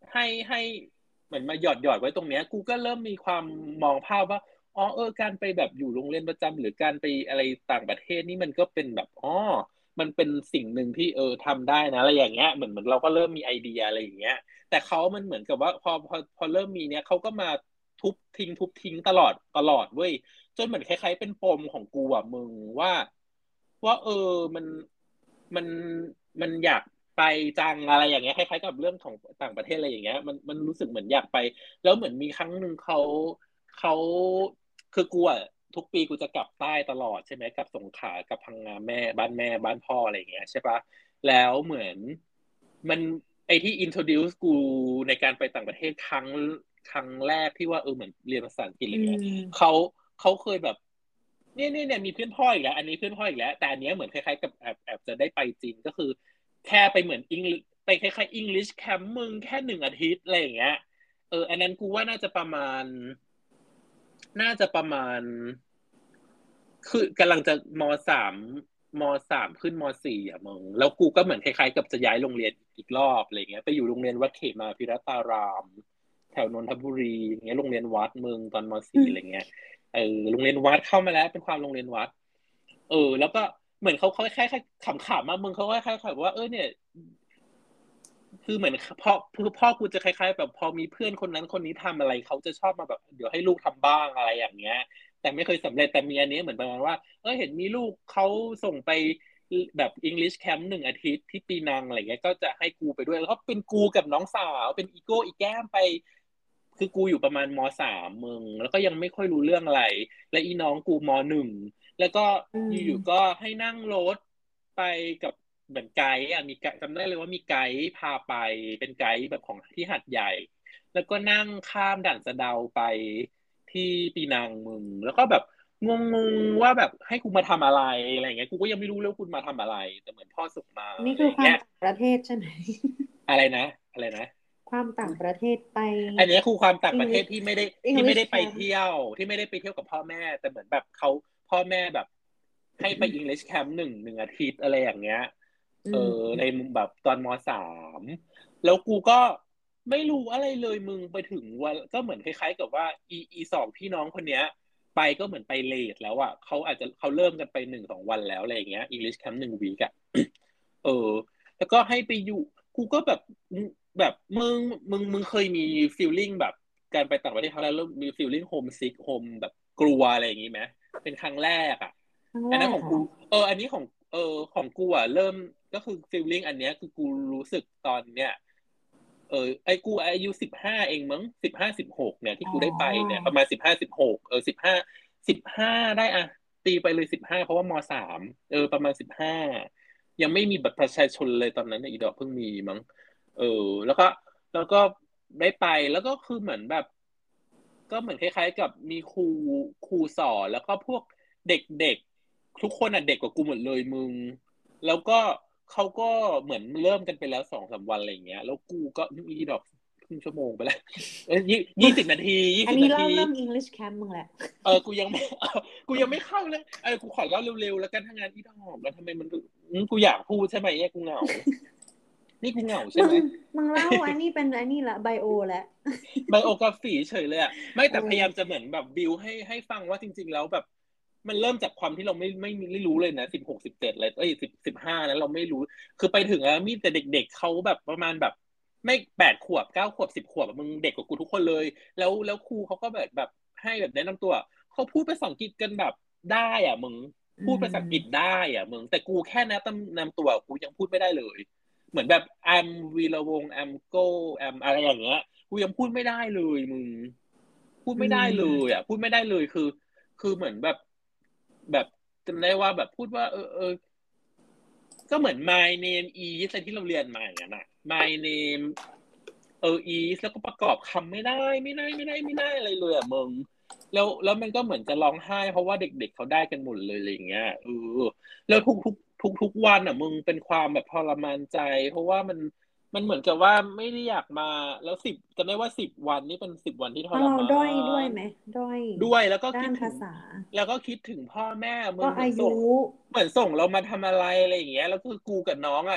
ให้ให้เหมือนมาหยอดหยอดไว้ตรงเนี้ยกูก็เริ่มมีความมองภาพว่าอ๋อเออการไปแบบอยู่โรงเรียนประจำหรือการไปอะไรต่างประเทศนี่มันก็เป็นแบบอ๋อมันเป็นสิ่งหนึ่งที่เออทำได้นะอะไรอย่างเงี้ยเหมือนเหมือนเราก็เริ่มมีไอเดียอะไรอย่างเงี้ยแต่เขามันเหมือนกับว่าพอพอพอเริ่มมีเนี้ยเขาก็มาทุบทิ้งทุบทิ้งตลอดตลอดเว้ยจนเหมือนคล้ายๆเป็นปมของกูอ่ะมึงว่าว่าเออมันมันมันอยากไปจังอะไรอย่างเงี้ยคล้ายๆกับเรื่องของต่างประเทศอะไรอย่างเงี้ยมันมันรู้สึกเหมือนอยากไปแล้วเหมือนมีครั้งหนึ่งเขาเขาคือกูอ่ะทุกปีกูจะกลับใต้ตลอดใช่ไหมกลับสงขลากับพังงาแม่บ้านแม่บ้านพ่ออะไรอย่างเงี้ยใช่ปะแล้วเหมือนมันไอที่ introduce กูในการไปต่างประเทศครั้งครั้งแรกที่ว่าเออเหมือนเรียนภาษาอังกฤษอะไรเงี้ยเขาเขาเคยแบบเนี่ยเนี่ยเนี่ยมีเพื่อนพ่ออีกแล้วอันนี้เพื่อนพ่ออีกแล้วแต่อันเนี้ยเหมือนคล้ายๆกับแอบแอบจะได้ไปจริงก็คือแค่ไปเหมือนอังไปคล้ายๆ English Camp มึงแค่หนึ่งอาทิตย์อะไรอย่างเงี้ยเอออันนั้นกูว่าน่าจะประมาณน่าจะประมาณคือกำลังจะมสามมสามขึ้นมสี่อ่ะมึงแล้วกูก็เหมือนคล้ายๆกับจะย้ายโรงเรียนอีกรอบอะไรเงี้ยไปอยู่โรงเรียนวัดเขมาพิรัตารามแถวนนทบุรีอย่างเงี้ยโรงเรียนวัดมึงตอนมสี่อะไรเงี้ยเออโรงเรียนวัดเข้ามาแล้วเป็นความโรงเรียนวัดเออแล้วก็เหมือนเขาเขาแค่แค่ขำๆมามึงเขาแค่แค่แบบว่าเออเนี่ยคือเหมือนพ่อคือพ่อกูจะคล้ายๆแบบพอมีเพื่อนคนนั้นคนนี้ทำอะไรเขาจะชอบมาแบบเดี๋ยวให้ลูกทำบ้างอะไรอย่างเงี้ยแต่ไม่เคยสำเร็จแต่มีอันนี้เหมือนประมาณว่าเออเห็นมีลูกเขาส่งไปแบบ English Camp หนึ่งอาทิตย์ที่ปีนังอะไรเงี้ยก็จะให้กูไปด้วยแล้วก็เป็นกูกับน้องสาวเป็นอีโก้อีแก้มไปคือกูอยู่ประมาณมสามมึงแล้วก็ยังไม่ค่อยรู้เรื่องอะไรและอีน้องกูมหนึ่งแล้วก็อยู่ๆก็ให้นั่งรถไปกับเหมือนไกด์อ่ะมีไกด์จำได้เลยว่ามีไกด์พาไปเป็นไกด์แบบของที่หาดใหญ่แล้วก็นั่งข้ามด่านสะเดาไปที่ปีนังมึงแล้วก็แบบงงๆว่าแบบให้กูมาทำอะไรอะไรเงี้ยกูก็ยังไม่รู้เลยคุณมาทำอะไรแต่เหมือนพ่อส่งมานี่อะไรคือความเงี้ยต่างประเทศใช่ไหมอะไรนะอะไรนะความต่างประเทศไปอันนี้คือความต่างประเทศ English ที่ไม่ได้ที่ไม่ English ได้ไป Camp เที่ยวที่ไม่ได้ไปเที่ยวกับพ่อแม่แต่เหมือนแบบเขาพ่อแม่แบบให้ไป English Camp หนึ่งหนึ่งอาทิตย์อะไรอย่างเงี้ยเออในแบบตอนมสามแล้วกูก็ไม่รู้อะไรเลยมึงไปถึงวันก็เหมือนคล้ายๆกับว่าอีอีสองพี่น้องคนเนี้ยไปก็เหมือนไปเลทแล้วอ่ะเขาอาจจะเขาเริ่มกันไปหนึ่งสองวันแล้วอะไรอย่างเงี้ย English Camp หนึ่งวีกอ่ะเออแล้วก็ให้ไปอยู่กูก็แบบ แบบมึงมึงมึงเคยมีฟีลลิ่งแบบการไปต่างประเทศครั้งแรกแล้วมีฟีลลิ่งโฮมซิกโฮมแบบกลัวอะไรอย่างนี้ไหมเป็นครั้งแรกอ่ะครั้งอันนั้นของกูแรกเหรอเอออันนี้ของเออของกูอ่ะเริ่มก็คือฟีลลิ่งอันเนี้ยคือกูรู้สึกตอนเนี้ยเออไอ้กูอายุสิบห้าเองมั้งสิบห้าสิบหกเนี่ยที่อ๋กูได้ไปเนี่ยประอมาณสิบห้าสิบหกเออสิบห้าสิบห้าได้อะตีไปเลยสิบห้าเพราะว่ามสามเออประมาณสิบห้ายังไม่มีบัตรประชาชนเลยตอนนั้นเนี่ยอีดอกเพิ่งมีมั้ง เออแล้วก็แล้วก็ได้ไปแล้วก็คือเหมือนแบบก็เหมือนคล้ายๆกับมีครูครูสอนแล้วก็พวกเด็กๆทุกคนอ่ะเด็กกว่ากูหมดเลยมึงแล้วก็เขาก็เหมือนเริ่มกันไปแล้วสองสามวันอะไรอย่างเงี้ยแล้วกูก็นี่ดอกครึ่งชั่วโมงไปแล้วเอ้ยยี่ยี่สิบนาทียี่อันนี้สิบนาทีเริ่มเริ่ม English Camp มึงแหละเออกูยังไม่เออกูยังไม่เข้าเลยเออกูขอเล่าเร็วๆแล้วกันทางานที่ดอกแล้วทำไมมันอืมกูอยากพูดใช่ไหมเนี่ยกูเหงานี่กูเหงาใช่มึงไหมมึงเล่าอันนี้เป็นอันนี้ละไบโอแล้วไบโอกราฟีเฉยเลยอะไม่เอแต่พยายามอจะเหมือนแบบบิวให้ให้ฟังว่าจริงๆแล้วแบบมันเริ่มจากความที่เราไม่ไม่ไม่รู้เลยนะสิบหกสิบเจ็ดอะไรเอ้ยสิบสิบห้านั้นเราไม่รู้คือไปถึงแล้วมีแต่เด็กๆเขาแบบประมาณแบบไม่แปดขวบเก้าขวบสิบขวบมึงเด็กกว่ากูทุกคนเลยแล้วแล้วครูเขาก็แบบแบบให้แบบแนะนำตัวเขาพูดภาษาอังกฤษกันแบบได้อ่ะมึงอืพูดภาษาอังกฤษมได้อ่ะมึงแต่กูแค่แนะนำตัวกูยังพูดไม่ได้เลยเหมือนแบบ I'm วีระวง I'm go I'm อะไรอย่างเงี้ย กูยังพูดไม่ได้เลยมึงพูดอืไม่ได้เลยมอ่ะพูดไม่ได้เลยคือคือเหมือนแบบแบบจำได้ว่าแบบพูดว่าเออเออก็เหมือน my name is อะไรที่เราเรียนมาอย่างนั้นอ่ะ my name เออ is แล้วก็ประกอบคำไม่ได้ไม่ได้ไม่ได้ไม่ได้อะไรเลยอ่ะมึงแล้วแล้วมันก็เหมือนจะร้องไห้เพราะว่าเด็กๆเขาได้กันหมดเลยอะไรอย่างเงี้ยเออแล้วทุกทุกทุกทุกวันอ่ะมึงเป็นความแบบทรมานใจเพราะว่ามัน มันเหมือนกับว่าไม่ได้อยากมาแล้วสิบจำได้ว่าสิบวันนี่เป็นสิบวันที่เพราะเราทรมาด้อยด้วยนไหมด้อยด้วยแล้วก็ด้าคิดถึงนภาษาแล้วก็คิดถึงพ่อแม่มึก็อายุงเหมือนส่งเหมือนส่งเรามาทำอะไรอะไรอย่างเงี้ยแล้วคือกูกับน้องอ่ะ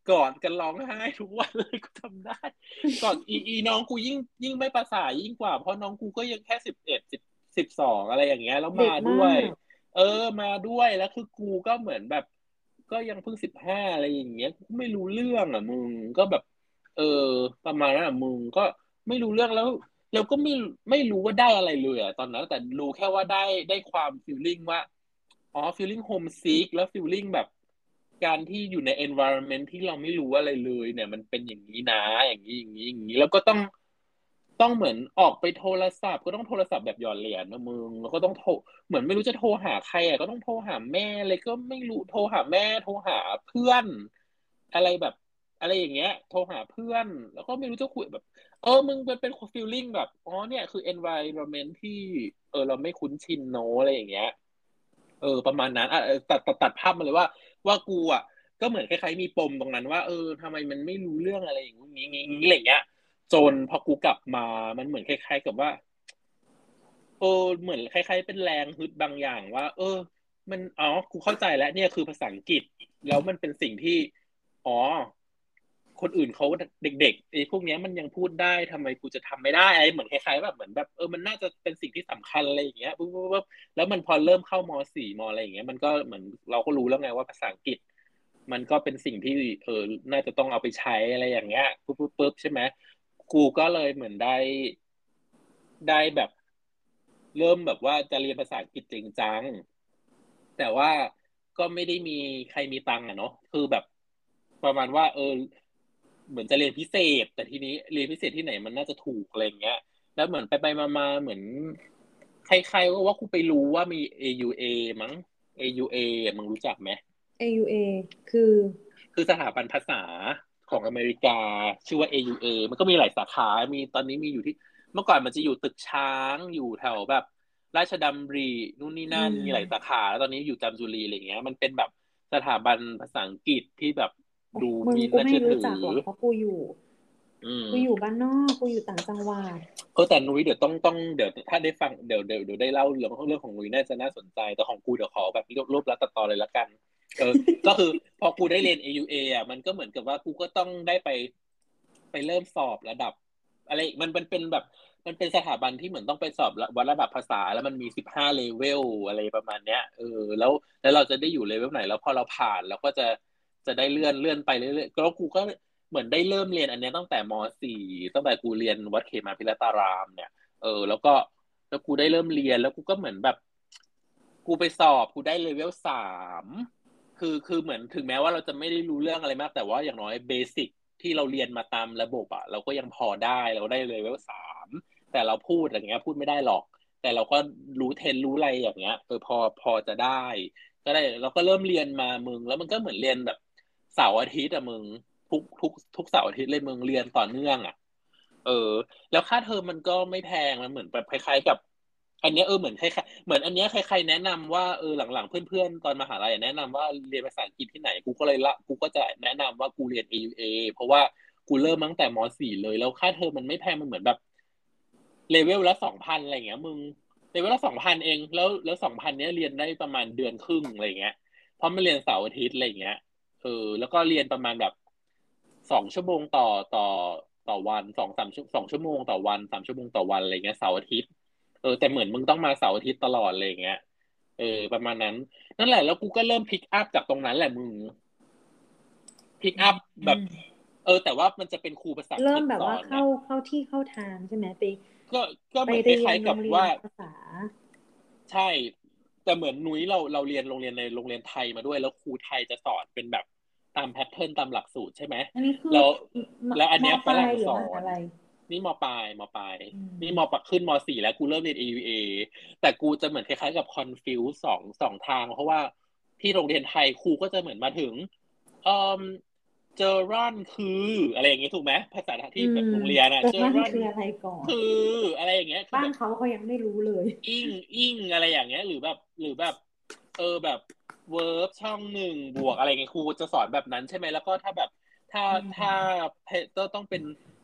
กอดกันร้องไห้ทุกวันเลยกูทำได้กอดอีอีน้องกูยิ่งยิ่งไม่ประสายิ่งกว่าเพราะน้องกูก็ยังแค่สิบเอ็ดสิบสิบสองอะไรอย่างเงี้ยแล้วมาด้วยเออมาด้วยแล้วคือกูก็เหมือนแบบก็ยังเพิ่งสิบห้าอะไรอย่างเงี้ยกูไม่รู้เรื่องอ่ะมึงก็แบบเออประมาณนั้นอ่ะมึงก็ไม่รู้เรื่องแล้วเราก็ไม่ไม่รู้ว่าได้อะไรเลยอ่ะตอนนั้นแต่รู้แค่ว่าได้ได้ความฟีลลิ่งว่าอ๋อฟีลลิ่งโฮมซิกแล้วฟีลลิ่งแบบการที่อยู่ใน environment ที่เราไม่รู้อะไรเลยเนี่ยมันเป็นอย่างนี้นะอย่างนี้อย่างนี้อย่างนี้แล้วก็ต้องต้องเหมือนออกไปโทรศัพท์ก็ต้องโทรศัพท์แบบหยอดเหรียญนะมึงแล้วก็ต้องโทรเหมือนไม่รู้จะโทรหาใครอ่ะก็ต้องโทรหาแม่เลยก็ไม่รู้โทรหาแม่โทรหาเพื่อนอะไรแบบอะไรอย่างเงี้ยโทรหาเพื่อนแล้วก็ไม่รู้จะคุยแบบ เออมึงมันเป็นฟีลลิ่งแบบอ๋อเนี่ยคือ environment ที่เออเราไม่คุ้นชินโนอะไรอย่างเงี้ยเออประมาณนั้นอ่ะตัดตัดตัดภาพมาเลยว่าว่ากูอ่ะก็เหมือนคล้ายๆมีปมตรงนั้นว่าเออทำไมมันไม่รู้เรื่องอะไรอย่างงี้งี้งี้อะไรเงี้ยจนพอกูกลับมามันเหมือนคล้ายๆกับว่าเออเหมือนคล้ายๆเป็นแรงฮึดบางอย่างว่าเออมันอ๋อกูเข้าใจแล้วเนี่ยคือภาษาอังกฤษแล้วมันเป็นสิ่งที่อ๋อ คนอื่นเขาเด็กๆไอ้พวกนี้มันยังพูดได้ทำไมกูจะทำไม่ได้อะไรเหมือนคล้ายๆแบบเหมือนแบบเออมันน่าจะเป็นสิ่งที่สำคัญอะไรอย่างเงี้ยปุ๊บปุ๊บปุ๊บแล้วมันพอเริ่มเข้ามสี่มอะไรอย่างเงี้ยมันก็เหมือนเราก็รู้แล้วไงว่าภาษาอังกฤษมันก็เป็นสิ่งที่เออน่าจะต้องเอาไปใช้อะไรอย่างเงี้ยปุ๊บปุ๊บปุ๊บใช่ไหมกูก็เลยเหมือนได้ได้แบบเริ่มแบบว่าจะเรียนภาษาอังกฤษจริงจังแต่ว่าก็ไม่ได้มีใครมีตังค์อะเนาะคือแบบประมาณว่าเออ เหมือนจะเรียนพิเศษแต่ทีนี้เรียนพิเศษที่ไหนมันน่าจะถูกอะไรเงี้ยแล้วเหมือนไปไปมาๆเหมือนใครๆก็ว่ากูไปรู้ว่ามี เอ ยู เอ มั้ง เอ ยู เอ มึงรู้จักไหมเอ ยู เอ คือคือสถาบันภาษาของอเมริกาชื่อว่า เอ ยู เอ มันก็มีหลายสาขามีตอนนี้มีอยู่ที่เมื่อก่อนมันจะอยู่ตึกช้างอยู่แถวแบบราชดำรินู่นนี่อืนั่นมีหลายสามขาแล้วตอนนี้อยู่จามจุรีอะไรเงี้ยมันเป็นแบบสถาบันภาษาอังกฤษที่แบบดูมึงมีกูไม่น่าเชื่อถือรู้จักหรอกเพราะกูอยู่อืมกูอยู่บ้านนอกกูอยู่ต่างจังหวัดเออแต่นุ้ยเดี๋ยวต้องต้องเดี๋ยวถ้าได้ฟังเดี๋ยวเดี๋ยวเดี๋ยวได้เล่าเรื่องเรื่องของนุ้ยน่าจะน่าสนใจแต่ของกูเดี๋ยวขอแบบรวบรวบรัดตัดตอนเลยละกันเออก็คือพอกูได้เรียน เอ ยู เอ อยูเออ่ะมันก็เหมือนกับว่ากูก็ต้องได้ไปไปเริ่มสอบระดับอะไรมันมันเป็นแบบมันเป็นสถาบันที่เหมือนต้องไปสอบวัดระดับภาษาแล้วมันมีสิบห้าเลเวลอะไรประมาณเนี้ยเออแล้วแล้วเราจะได้อยู่เลเวลไหนแล้วพอเราผ่านเราก็จะจะได้เลื่อนเลื่อนไปเรื่อยๆแล้วกูก็ เหมือนได้เริ่มเรียนอันนี้ตั้งแต่ม .สี่ ตั้งแต่กูเรียนวัดเขมาพิรัตารามเนี่ยเออแล้วก็แล้วกูได้เริ่มเรียนแล้วกูก็เหมือนแบบกูไปสอบกูได้เลเวลสามคือคือเหมือนถึงแม้ว่าเราจะไม่ได้รู้เรื่องอะไรมากแต่ว่าอย่างน้อยเบสิกที่เราเรียนมาตามระบบอะเราก็ยังพอได้เราได้เลเวลสามแต่เราพูดอย่างเงี้ยพูดไม่ได้หรอกแต่เราก็รู้เทรนรู้อะไรอย่างเงี้ยเออพอพอจะได้ก็ได้เราก็เริ่มเรียนมามึงแล้วมันก็เหมือนเรียนแบบเสาร์อาทิตย์อะมึง ทุกทุกทุกเสาร์อาทิตย์เลยมึงเรียนต่อเนื่องอ่ะเออแล้วค่าเทอมมันก็ไม่แพงมันเหมือนแบบคล้ายๆกับอันเนี้ยเออเหมือนคล้ายๆเหมือนอันเนี้ยใครๆแนะนำว่าเออหลังๆเพื่อนๆตอนมหาลัยแนะนำว่าเรียนภาษาอังกฤษที่ไหนกูก็เลยละกูก็จะแนะนำว่ากูเรียน เอ ยู เอ เพราะว่ากูเริ่มตั้งแต่ม .สี่ เลยแล้วค่าเทอมมันไม่แพงมันเหมือนแบบเลเวลละสองพันอะไรเงี้ยมึงเลเวลละสองพันเองแล้วแล้วสองพันเนี้ยเรียนได้ประมาณเดือนครึ่งอะไรเงี้ยเพราะมันเรียนเสาร์อาทิตย์อะไรเงี้ย เออแล้วก็เรียนประมาณแบบสองชั่วโมงต่อต่อต่อวันสองสามชั่วสองชั่วโมงต่อวันสามชั่วโมงต่อวันอะไรเงี้ยเสาร์อาทิตย์เออแต่เหมือนมึงต้องมาเสาร์อาทิตย์ตลอดอะไรเงี้ยเออประมาณนั้นนั่นแหละแล้วกูก็เริ่มพิกอัพจากตรงนั้นแหละมึงพิกอัพแบบเออแต่ว่ามันจะเป็นครูภาษาอังเริ่กฤษมแบบว่าสอนไงเข้าเข้าที่เข้าทางใช่ไหมไปก็ก็ไปเหมือนคเรียล้ายๆนโรงเรียนกับว่าภาษาใช่แต่เหมือนนุ้ยเราเราเรียนโรงเรียนในโรงเรียนไทยมาด้วยแล้วครูไทยจะสอนเป็นแบบตามแพทเทิร์นตามหลักสูตรใช่ไหมอันนี้คือแล้วมแล้วอันมเนี้ยฝรั่งปลายหรือสอนมหาลัยนี่มปลายมปลายอืนี่มปมขึ้นมสี่แล้วกูเริ่มเรียน เอ ยู เอ แต่กูจะเหมือนคล้ายๆกับคอนฟิวสองสองทางเพราะว่าที่โรงเรียนไทยครูก็จะเหมือนมาถึงเอ่อเจอรันคืออะไรอย่างเงี้ยถูกไหมภาษาอืที่แบบมโรงเรียนอะแต่เจอรันนั่นคืออะไรก่อนคืออะไรอย่างเงี้ยคือบ้านแบบเขาเขายังไม่รู้เลยอิงอิงอะไรอย่างเงี้ยหรือแบบหรือแบบเออแบบเวิร์บช่องหนึ่งบวกอะไรเงี้ยครูจะสอนแบบนั้นใช่ไหมแล้วก็ถ้าแบบถ้าอืถ้ามเพต้องต้องเป็น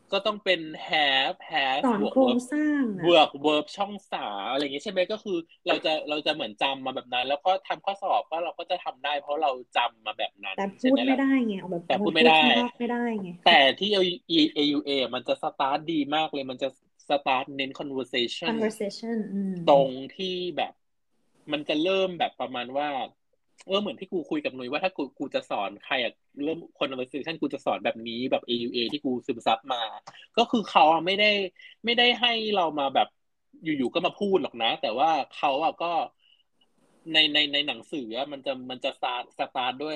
ก็ต้องเป็น have ส have อนบวกโครง verb สร้างบอ่ะวก verb ช่องสามอะไรอย่างเงี้ยใช่ไหมก็คือเราจะเราจะเหมือนจำมาแบบนั้นแล้วก็ทำข้อสอบก็เราก็จะทำได้เพราะเราจำมาแบบนั้นแต่ใช่พูไหมล่ะดไม่ได้ไงเอาแบบแต่เอามาพูดไม่ได้พูดข้างนอกไม่ได้ไงแต่ที่ เอ ยู เอ มันจะสตาร์ทดีมากเลยมันจะสตาร์ทเน้น conversation conversation อืมตรงที่แบบมันจะเริ่มแบบประมาณว่าเออเหมือนที่กูคุยกับหนุ่ยว่าถ้ากูกูจะสอนใครอะเริ่ม conversation กูจะสอนแบบนี้แบบ เอ ยู เอ ที่กูซึมซับมาก็คือเขาอะไม่ได้ไม่ได้ให้เรามาแบบอยู่ๆก็มาพูดหรอกนะแต่ว่าเขาอะก็ในในในหนังสืออะมันจะมันจะสตาร์ทสตาร์ทด้วย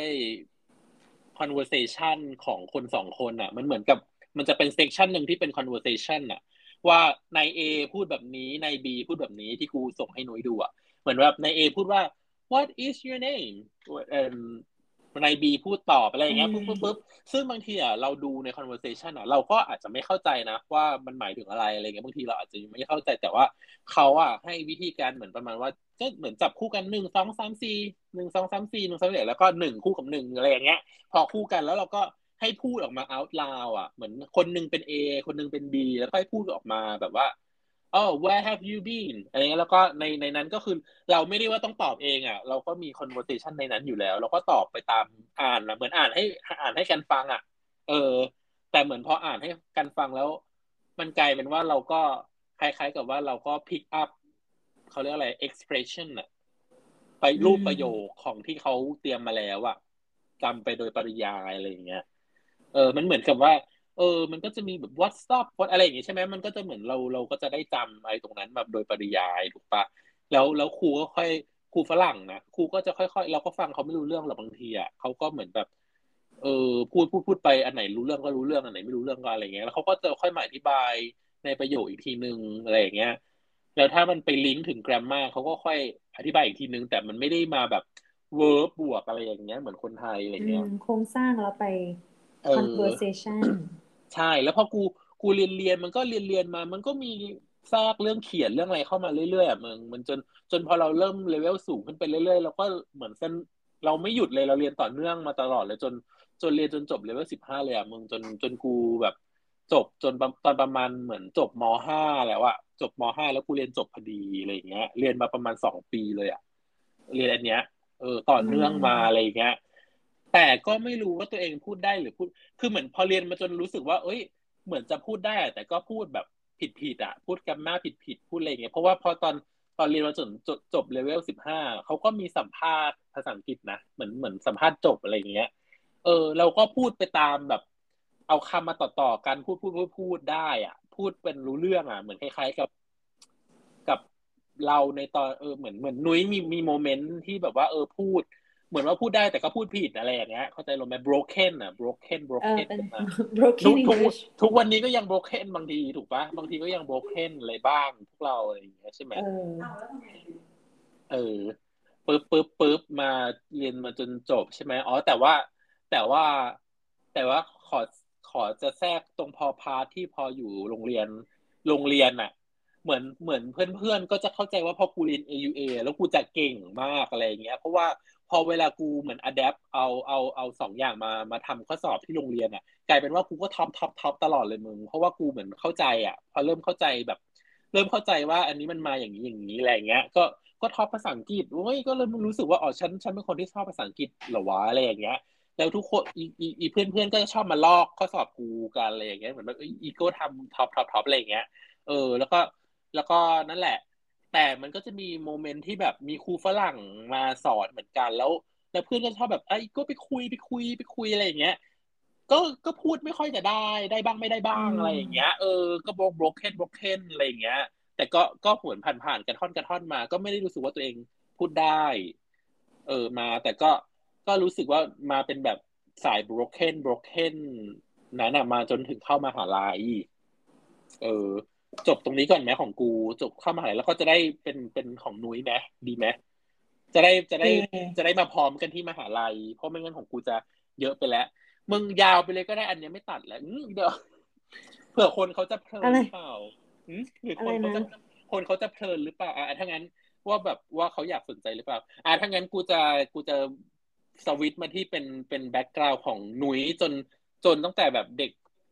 conversation ของคนสองคนอ่ะมันเหมือนกับมันจะเป็น section หนึ่งที่เป็น conversation อ่ะว่านาย A พูดแบบนี้นาย B พูดแบบนี้ที่กูส่งให้นุ้ยดูอ่ะเหมือนแบบนาย A พูดว่า what is your name เอ่อนาย B พูดตอบอะไรอย่างเงี้ยปุ๊บปุ๊บปุ๊บซึ่งบางทีอ่ะเราดูใน conversation อ่ะเราก็อาจจะไม่เข้าใจนะว่ามันหมายถึงอะไรอะไรเงี้ยบางทีเราอาจจะไม่เข้าใจแต่ว่าเขาอ่ะให้วิธีการเหมือนประมาณว่าก็เหมือนจับคู่กันหนึ่งสองสามสี่หนึ่งสองสามสี่หนึ่งสองสามแล้วก็หนึ่งคู่กับหนึ่งอะไรอย่างเงี้ยพอคู่กันแล้วเราก็ให้พูดออกมา out loud อ่ะเหมือนคนหนึ่งเป็น A คนหนึ่งเป็น B แล้วก็ให้พูดออกมาแบบว่าoh where have you been อะไรเงี้ยแล้วก็ในในนั้นก็คือเราไม่ได้ว่าต้องตอบเองอ่ะเราก็มี conversation ในนั้นอยู่แล้วเราก็ตอบไปตามอ่านนะเหมือนอ่านให้อ่านให้กันฟังอ่ะเออแต่เหมือนพออ่านให้กันฟังแล้วมันกลายเป็นว่าเราก็คล้ายๆกับว่าเราก็ pick up เขาเรียกอะไร expression อ่ะไปรูปประโยคของที่เขาเตรียมมาแล้วอ่ะจำไปโดยปริยายอะไรอย่างเงี้ยเออมันเหมือนกับว่าเออมันก็จะมีแบบ what's up what อะไรอย่างงี้ใช่ไหมมันก็จะเหมือนเราเราก็จะได้จำอะไรตรงนั้นแบบโดยปริยายถูกปะแล้วแล้วครูก็ค่อยครูฝรั่งนะครูก็จะค่อยๆเราก็ฟังเขาไม่รู้เรื่องหรอกบางทีอ่ะเขาก็เหมือนแบบเออพูดพูดพูดไปอันไหนรู้เรื่องก็รู้เรื่องอันไหนไม่รู้เรื่องก็อะไรเงี้ยแล้วเขาก็จะค่อยมาอธิบายในประโยคอีกทีนึงอะไรอย่างเงี้ยแล้วถ้ามันไปลิงก์ถึง grammar เขาก็ค่อยอธิบายอีกทีนึงแต่มันไม่ได้มาแบบ verb บวกอะไรอย่างเงี้ยเหมือนคนไทยอะไรอืมเงี้ยโครงสร้างแล้วไปเออ conversation ใช่แล้วพอกูกูเรียนเรียนมันก็เรียนเรียนมามันก็มีแทรกเรื่องเขียนเรื่องอะไรเข้ามาเรื่อยๆอ่ะมึงมันจนจนพอเราเริ่มเลเวลสูงขึ้นไปเรื่อยๆเราก็เหมือนเส้นเราไม่หยุดเลยเราเรียนต่อเนื่องมาตลอดเลยจนจนเรียนจนจบเลเวลสิบห้าเลยอ่ะมึงจนจนกูแบบจบจนตอนประมาณเหมือนจบมห้าแล้วอ่ะจบมห้าแล้วกูเรียนจบพอดีอะไรอย่างเงี้ยเรียนมาประมาณสองปีเลยอ่ะเรียนอันเนี้ยเออต่ออืเนื่องมาอะไรมอย่างเงี้ยแต่ก็ไม่รู้ว่าตัวเองพูดได้หรือพูด คือเหมือนพอเรียนมาจนรู้สึกว่าเอ้ยเหมือนจะพูดได้แต่ก็พูดแบบผิดผิดอ่ะพูดกรรมมาผิดผิดพูดอะไรเงี้ยเพราะว่าพอตอนตอนเรียนมาจนจบจบเลเวลสิบห้าเขาก็มีสัมภาษณ์ภาษาอังกฤษนะเหมือนเหมือนสัมภาษณ์จบอะไรเงี้ยเออเราก็พูดไปตามแบบเอาคำมาต่อต่อกันพูดพูดพูดพูดได้อ่ะพูดเป็นรู้เรื่องอ่ะเหมือนคล้ายๆกับกับเราในตอนเออเหมือนเหมือนนุ้ยมีมีโมเมนต์ที่แบบว่าเออพูดเหมือนว่าพูดได้แต่ก็พูดผิดอะไรอย่างเงี้ยเข้าใจลงไหม broken อ่ะ broken เออ broken เป็นขึ้นมา ทุ broken กทุก English ทุกวันนี้ก็ยัง broken บางทีถูกปะบางทีก็ยัง broken อะไรบ้างพวกเราอะไรอย่างเงี้ยใช่ไหมเออเออปึ๊บปึ๊บปึ๊บมาเรียนมาจนจบใช่ไหมอ๋อแต่ว่าแต่ว่าแต่ว่าขอขอจะแทรกตรงพอพาร์ทที่พออยู่โรงเรียนโรงเรียนอ่ะเหมือนเหมือนเพื่อนๆก็จะเข้าใจว่าพอกูเรียน เอ ยู เอ แล้วกูจะเก่งมากอะไรอย่างเงี้ยเพราะว่าพอเวลากูเหมือน adapt เอาเอาเอาสองอย่างมามาทำข้อสอบที่โรงเรียนอ่ะ กลายเป็นว่ากูก็ท็อปท็อปท็อปตลอดเลยมึงเพราะว่ากูเหมือนเข้าใจอ่ะพอเริ่มเข้าใจแบบเริ่มเข้าใจว่าอันนี้มันมาอย่างนี้อย่างนี้อะไรเงี้ยก็ก็ท็อปภาษาอังกฤษโอ้ยก็เลยรู้สึกว่าอ๋อฉันฉันเป็นคนที่ชอบภาษาอังกฤษเหรอวะอะไรอย่างเงี้ยแล้วทุกคนอีอีอีเพื่อนเพื่อนก็จะชอบมาลอกข้อสอบกูกันอะไรอย่างเงี้ยเหมือนแบบอีโก้ทำท็อปท็อปท็อปอะไรอย่างเงี้ยเออแล้วก็แล้วก็นั่นแหละแต่มันก็จะมีโมเมนต์ที่แบบมีครูฝรั่งมาสอนเหมือนกันแล้วแล้วเพื่อนก็ชอบแบบไอ้ก็ไปคุยไปคุยไปคุยอะไรอย่างเงี้ย ก็ก็พูดไม่ค่อยจะได้ได้บ้างไม่ได้อืบ้างอะไรอย่างเงี้ยมเออก็ broke broken broken อะไรอย่างเงี้ยแต่ก็ก็ผวนผ่านๆกระท่อนกระท่อนมาก็ไม่ได้รู้สึกว่าตัวเองพูดได้เออมาแต่ก็ก็รู้สึกว่ามาเป็นแบบสาย broken broken นั้นอะมาจนถึงเข้ามหาลัยเออจบตรงนี้ก่อนไหมของกูจบเข้ามหาลัยแล้วก็จะได้เป็นเป็นของนุ้ยไหมดีไหมจะได้จะเได้จะอได้มาพร้อมกันที่มหาลัยเพราะไม่งั้นของกูจะเยอะไปแล้ว มึงยาวไปเลยก็ได้อันนี้ไม่ตัดแล้วอืมเดี๋ยวเผื่อคนเขาจะเพลิอะไรนหรือเปล่าอืมหรืออะไรนะคนเขาจะคนเขาจะเพลินหรือเปล่าอ่ะถ้างั้นว่าแบบว่าเขาอยากสนใจหรือเปล่าอ่ะถ้างั้นกูจะกูจะสวิตช์มาที่เป็นเป็นแบ็กกราวด์ของหนุยจนจนตั้งแต่แบบเด็กป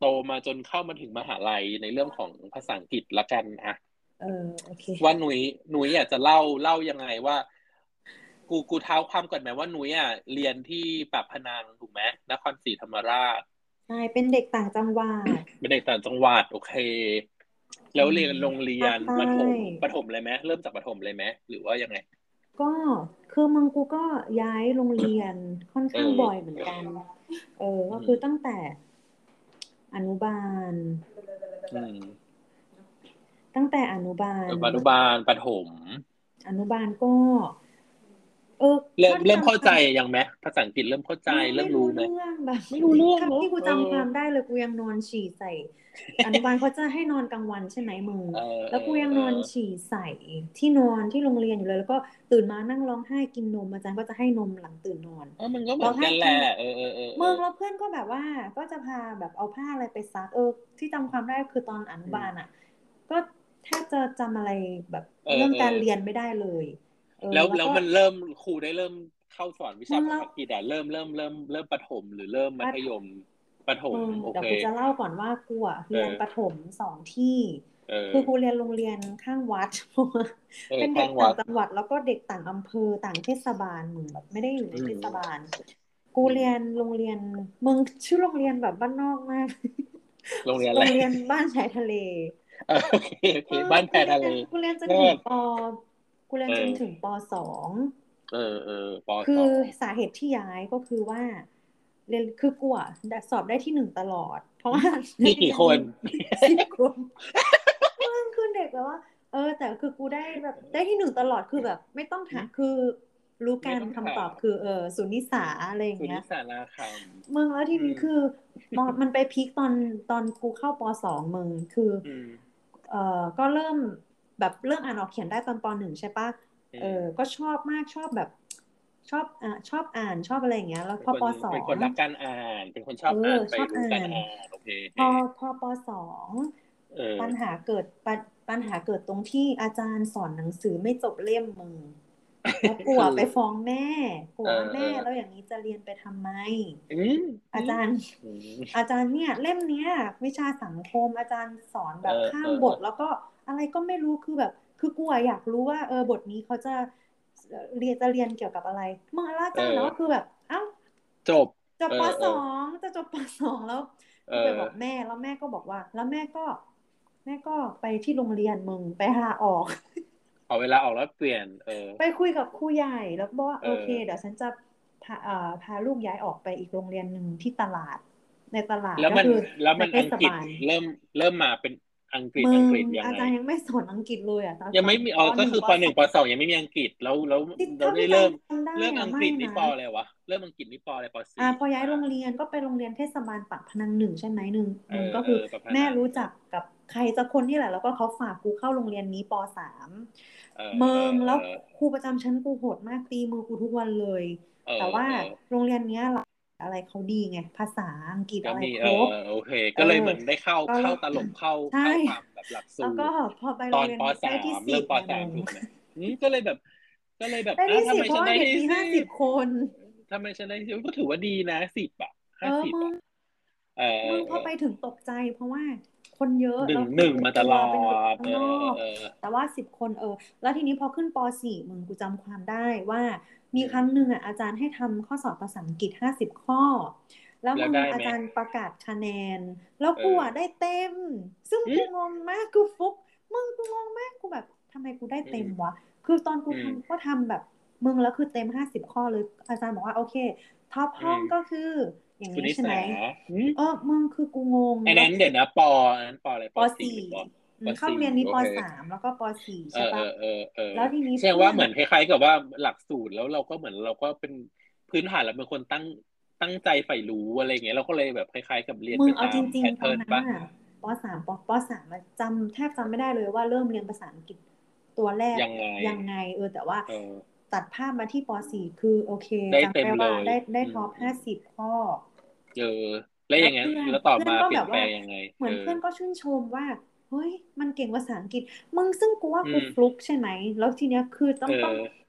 โตมาจนเข้ามาถึงมหาลัยในเรื่องของภาษาอังกฤษละกันอะเออโอเคว่าหนุยหนุยอยากจะเล่าเล่ายังไงว่ากูกูเท้าความก่อนไหมว่าหนุยอ่ะเรียนที่ปากพนังถูกไหมนครศรีธรรมราชใช่เป็นเด็กต่างจังหวัดเป็นเด็กต่างจังหวัดโอเคแล้อืวเรียนมโรงเรียนภาคใต้ประถมประถมเลยไหมเริ่มจากประถมเลยไหมหรือว่ายังไงก็คือมึงกูก็ย้ายโรงเรียนค่อนเอข้างบ่อยเหมืออนกันเอออืก็คือตั้มงแต่อนุบาลอืมตั้งแต่อนุบาลเอออนุบาลประถมอนุบาลก็เออเริ่มเท่าที่เริ่มเข้าใจจำความยังไหมภาษาอังกฤษเริ่มเข้าใจมึงเริ่ไม่รู้มรู้ไหมเรื่องแบบไม่รู้เรื่องเท่าเนอะที่กูเออจำความได้เลยกูยังนอนฉี่ใส่อนุบาลเขาจะให้นอนกลางวันใช่ไหมมึงเออเอแล้วกูอเออยังนอนฉี่ใส่ที่นอนที่โรงเรียนอยู่เลยแล้วก็ตื่นมานั่งร้องไห้กินนมอาจารย์ก็จะให้นมหลังตื่นนอนเออมันก็เหร้มือนกันแหละองไห้กินเออเออเออเออเมืองแล้วเพื่อนก็แบบว่าก็จะพาแบบเอาผ้าอะไรไปซักเออที่จำความได้คือตอนอนุอืมบาลอ่ะก็แทบจะจำอะไรแบบเออเออเรื่องการเรียนไม่ได้เลยเออแล้วแล้วแล้วก็มันเริ่มครูได้เริ่มเข้าสอนวิชามึงแล้วภาษาอังกฤษอะเริ่มเริ่มเริ่มเริ่มประถมหรือเริ่มมัธยมประถมมึงโอเคเดี๋ยวกูจะเล่าก่อนว่ากูอะเอเรียนประอถมสองที่เอคือกูอเรียนโรงเรียนข้างวัดเพราะว่าเออเป็นเด็กข้างวัดต่างจังหวัดแล้วก็เด็กต่างอำเภอต่างเทศบาลมึงแบบไม่ได้อยู่ในอืเทศบามลกูอืมเรียนโรงเรียนมึงชื่อโรงเรียนแบบบ้านนอกมากโรงเรียนโรอะไรงเรียนบ้านชายทะเลเออโอเคโอเคเออบ้านแพกูเรียทะเลนกูเรียนจนเลิศถึงปกูเรียเอนจนถึงอปสองเออเออปคือสองสาเหตุที่ย้ายก็คือว่าเรียนคือกูอะสอบได้ที่หนึ่งตลอดเพราะว่านัมีกเรียนมีกี่คนสิบคน มันคือเด็กแบบว่าเออแต่คือกูได้แบบได้ที่หนึ่งตลอดคือแบบไม่ต้องอืมถามคือรู้ไม่การคำตอบต้องถามคือเออสุนิสาอืมอะไรอย่างเงี้ยสุนิสาราคมึงแล้วำอืมทีนี้คือมอมันไปพีคตอนตอนกูเข้าปสองมึงคืออืมเออก็เริ่มแบบเริ่มอ่านออกเขียนได้ตอนปหนึ่งใช่ปะเอออืมก็ชอบมากชอบแบบชอบอ่ะชอบอ่านชอบอะไรอย่างเงี้ยแล้วเป็นคนพอปสองเป็นคนรักการอ่านเป็นคนชเอออบอ่านไปชอบอ่ารู้การนอ่านโอเคโอเคพอพอปสองเออปัญหาเกิดปัญปัญหาเกิดตรงที่อาจารย์สอนหนังสือไม่จบเล่มมึงแล้วกลัคือวไปฟ้องแม่กลัเออวว่าเออแม่แล้วอย่างนี้จะเรียนไปทำไมอืมอืมอาจารย์อืมอาจารย์เนี่ยเล่มเนี้ยวิชาสังคมอาจารย์สอนเออแบบข้าเออมบทแล้วก็อะไรก็ไม่รู้คือแบบคือกลัวอยากรู้ว่าเออบทนี้เขาจะเรียนจะเรียนเกี่ยวกับอะไรมึงแล้วอาเอจารย์แล้วก็คืออแบบเอ้าจบจบเออเออปสองจะจบปสองแล้วเอกูไปอบอกแม่แล้วแม่ก็บอกว่าแล้วแม่ก็แม่ก็ไปที่โรงเรียนมึงไปลาออกเอาเวลาออกแล้วเปลี่ยนเออไปคุยกับครูใหญ่แล้วก็บอกว่าเอโอเคเดี๋ยวอฉันจะพาเอ่อพาลูกย้ายออกไปอีกโรงเรียนหนึ่งที่ตลาดในตลาดแล้วมันก็คือแล้วมันในเทอังกฤษศบาลเริ่มเริ่มมาเป็นอังกฤษมึงอังกฤษยังไงอาจารย์ยังไม่สอนอังกฤษเลยอ่ะตอนยังไม่ตอนปมีอ๋อก็หนึ่งปคือปหนึ่งปสองสองยังไม่มีอังกฤษแล้วแล้วที่เราเท่าที่ได้เริ่มจำจำได้เริ่มอัอ่ะไม่งกฤษนี่นะปออะไรวะเริ่มอังกฤษนี่ปออะไรปอ่าสี่พอย้ายอ่าโรงเรียนก็ไปโรงเรียนเทศบาลปากพนังหนึ่งใช่ไหมหนึ่งเออเอมึงก็คืออประพแม่นังเออรู้จักกับใครสักคนนี่แหละแล้วก็เขาฝากกูเข้าโรงเรียนนี้ปสามเออมึเออเอองแล้วครูประจำชั้นกูโหดมากตีมือกูทุกวันเลยเออแต่ว่าเออโรงเรียนเนี้ยอะไรเขาดีไงภาษาอังกฤษอะไรครก็มีเออบโอเคเออก็เลยเหมือนได้เข้าก็เข้าตลบเข้าใช่เข้าตามแบบหลักแล้วก็สูตรพอไปตอนโรงเรียนนี้ปสาได้ที่มเริ่มปสิบไงมึงสามถูกไหมอืมก็เลยแบบก็เลยแบบได้ที่อ้าวทำไมสิบเพราะว่าฉันได้ที่เด็กมีห้าสิบสิบคนทำไมฉันได้ที่สิบก็ถือว่าดีนะสิบอ่ะเออห้าสิบมึงอ่ะเออเอมึงพออเออไปถึงตกใจเพราะว่าคนเยอะหนึ่งแล้วคือหนึ่งมาตลอตัวเป็นเด็กดเออข้างนอกเออเออแต่ว่าสิบคนเออแล้วทีนี้พอขึ้นป .สี่ มึงกูจำความได้ว่าอืมีครั้งหมนึ่งอ่ะอาจารย์ให้ทำข้อสอบภาษาอังกฤษห้าสิบข้อแล้วมึงแล้วได้ไหมอาจารย์ประกาศคะแนนแล้วเอกูออ่ะได้เต็มซึ่งอืมกูงงมากกูฟุกมึงกูงงมากกูแบบทำไมกูได้อืมเต็มวะคือตอนกูอืมทำก็ทำแบบมึงแล้วคือเต็มห้าสิบข้อเลยอาจารย์บอกว่าโอเคท็อปห้องอืมก็คืออย่างคุณนิสานี้ใช่ไหมอืมเออมึงคือกูงงอันแล้วนั้นเดี๋ยวนะปออันนั้นปออะไรปปอสี่สี่หรือปออืมเข้าปอสี่เรียนนี้ปโอเคสามแล้วก็ปสี่เอใช่ปะอเออเออเออแล้วทีนี้แสดงเพื่อนอ่ะว่าเหมือนคล้ายๆกับว่าหลักสูตรแล้วเราก็เหมือนเราก็เป็นพื้นฐานเราเป็นคนตั้งตั้งใจใฝ่รู้อะไรเงี้ยเราก็เลยแบบคล้ายๆกับเรียนมึไปงเอาจริตามแพงๆตอนทเทิร์นปะนั้นอ่ะปสามปปสามอะจำแทบจำไม่ได้เลยว่าเริ่มเรียนภาษาอังกฤษตัวแรกยังไงยังไงเออแต่ว่าเออตัดภาพมาที่ปสี่คือโอเคได้จำได้เต็มเลยว่าได้ได้อืท็อปมอืมห้าสิบข้อเออแล้วอย่างงั้นแล้วเพื่อนแล้วต่อเพื่อนมาเปลี่ยนก็แบบว่าแปลงยังไงเหมืเอออนเพื่อนก็ชื่นชมว่าเฮ้ยมันเก่งภาษาอังกฤษมึงซึ่งกูว่าอืมกูฟลุกใช่ไหมแล้วทีเนี้ยคือต้อเองต้องอ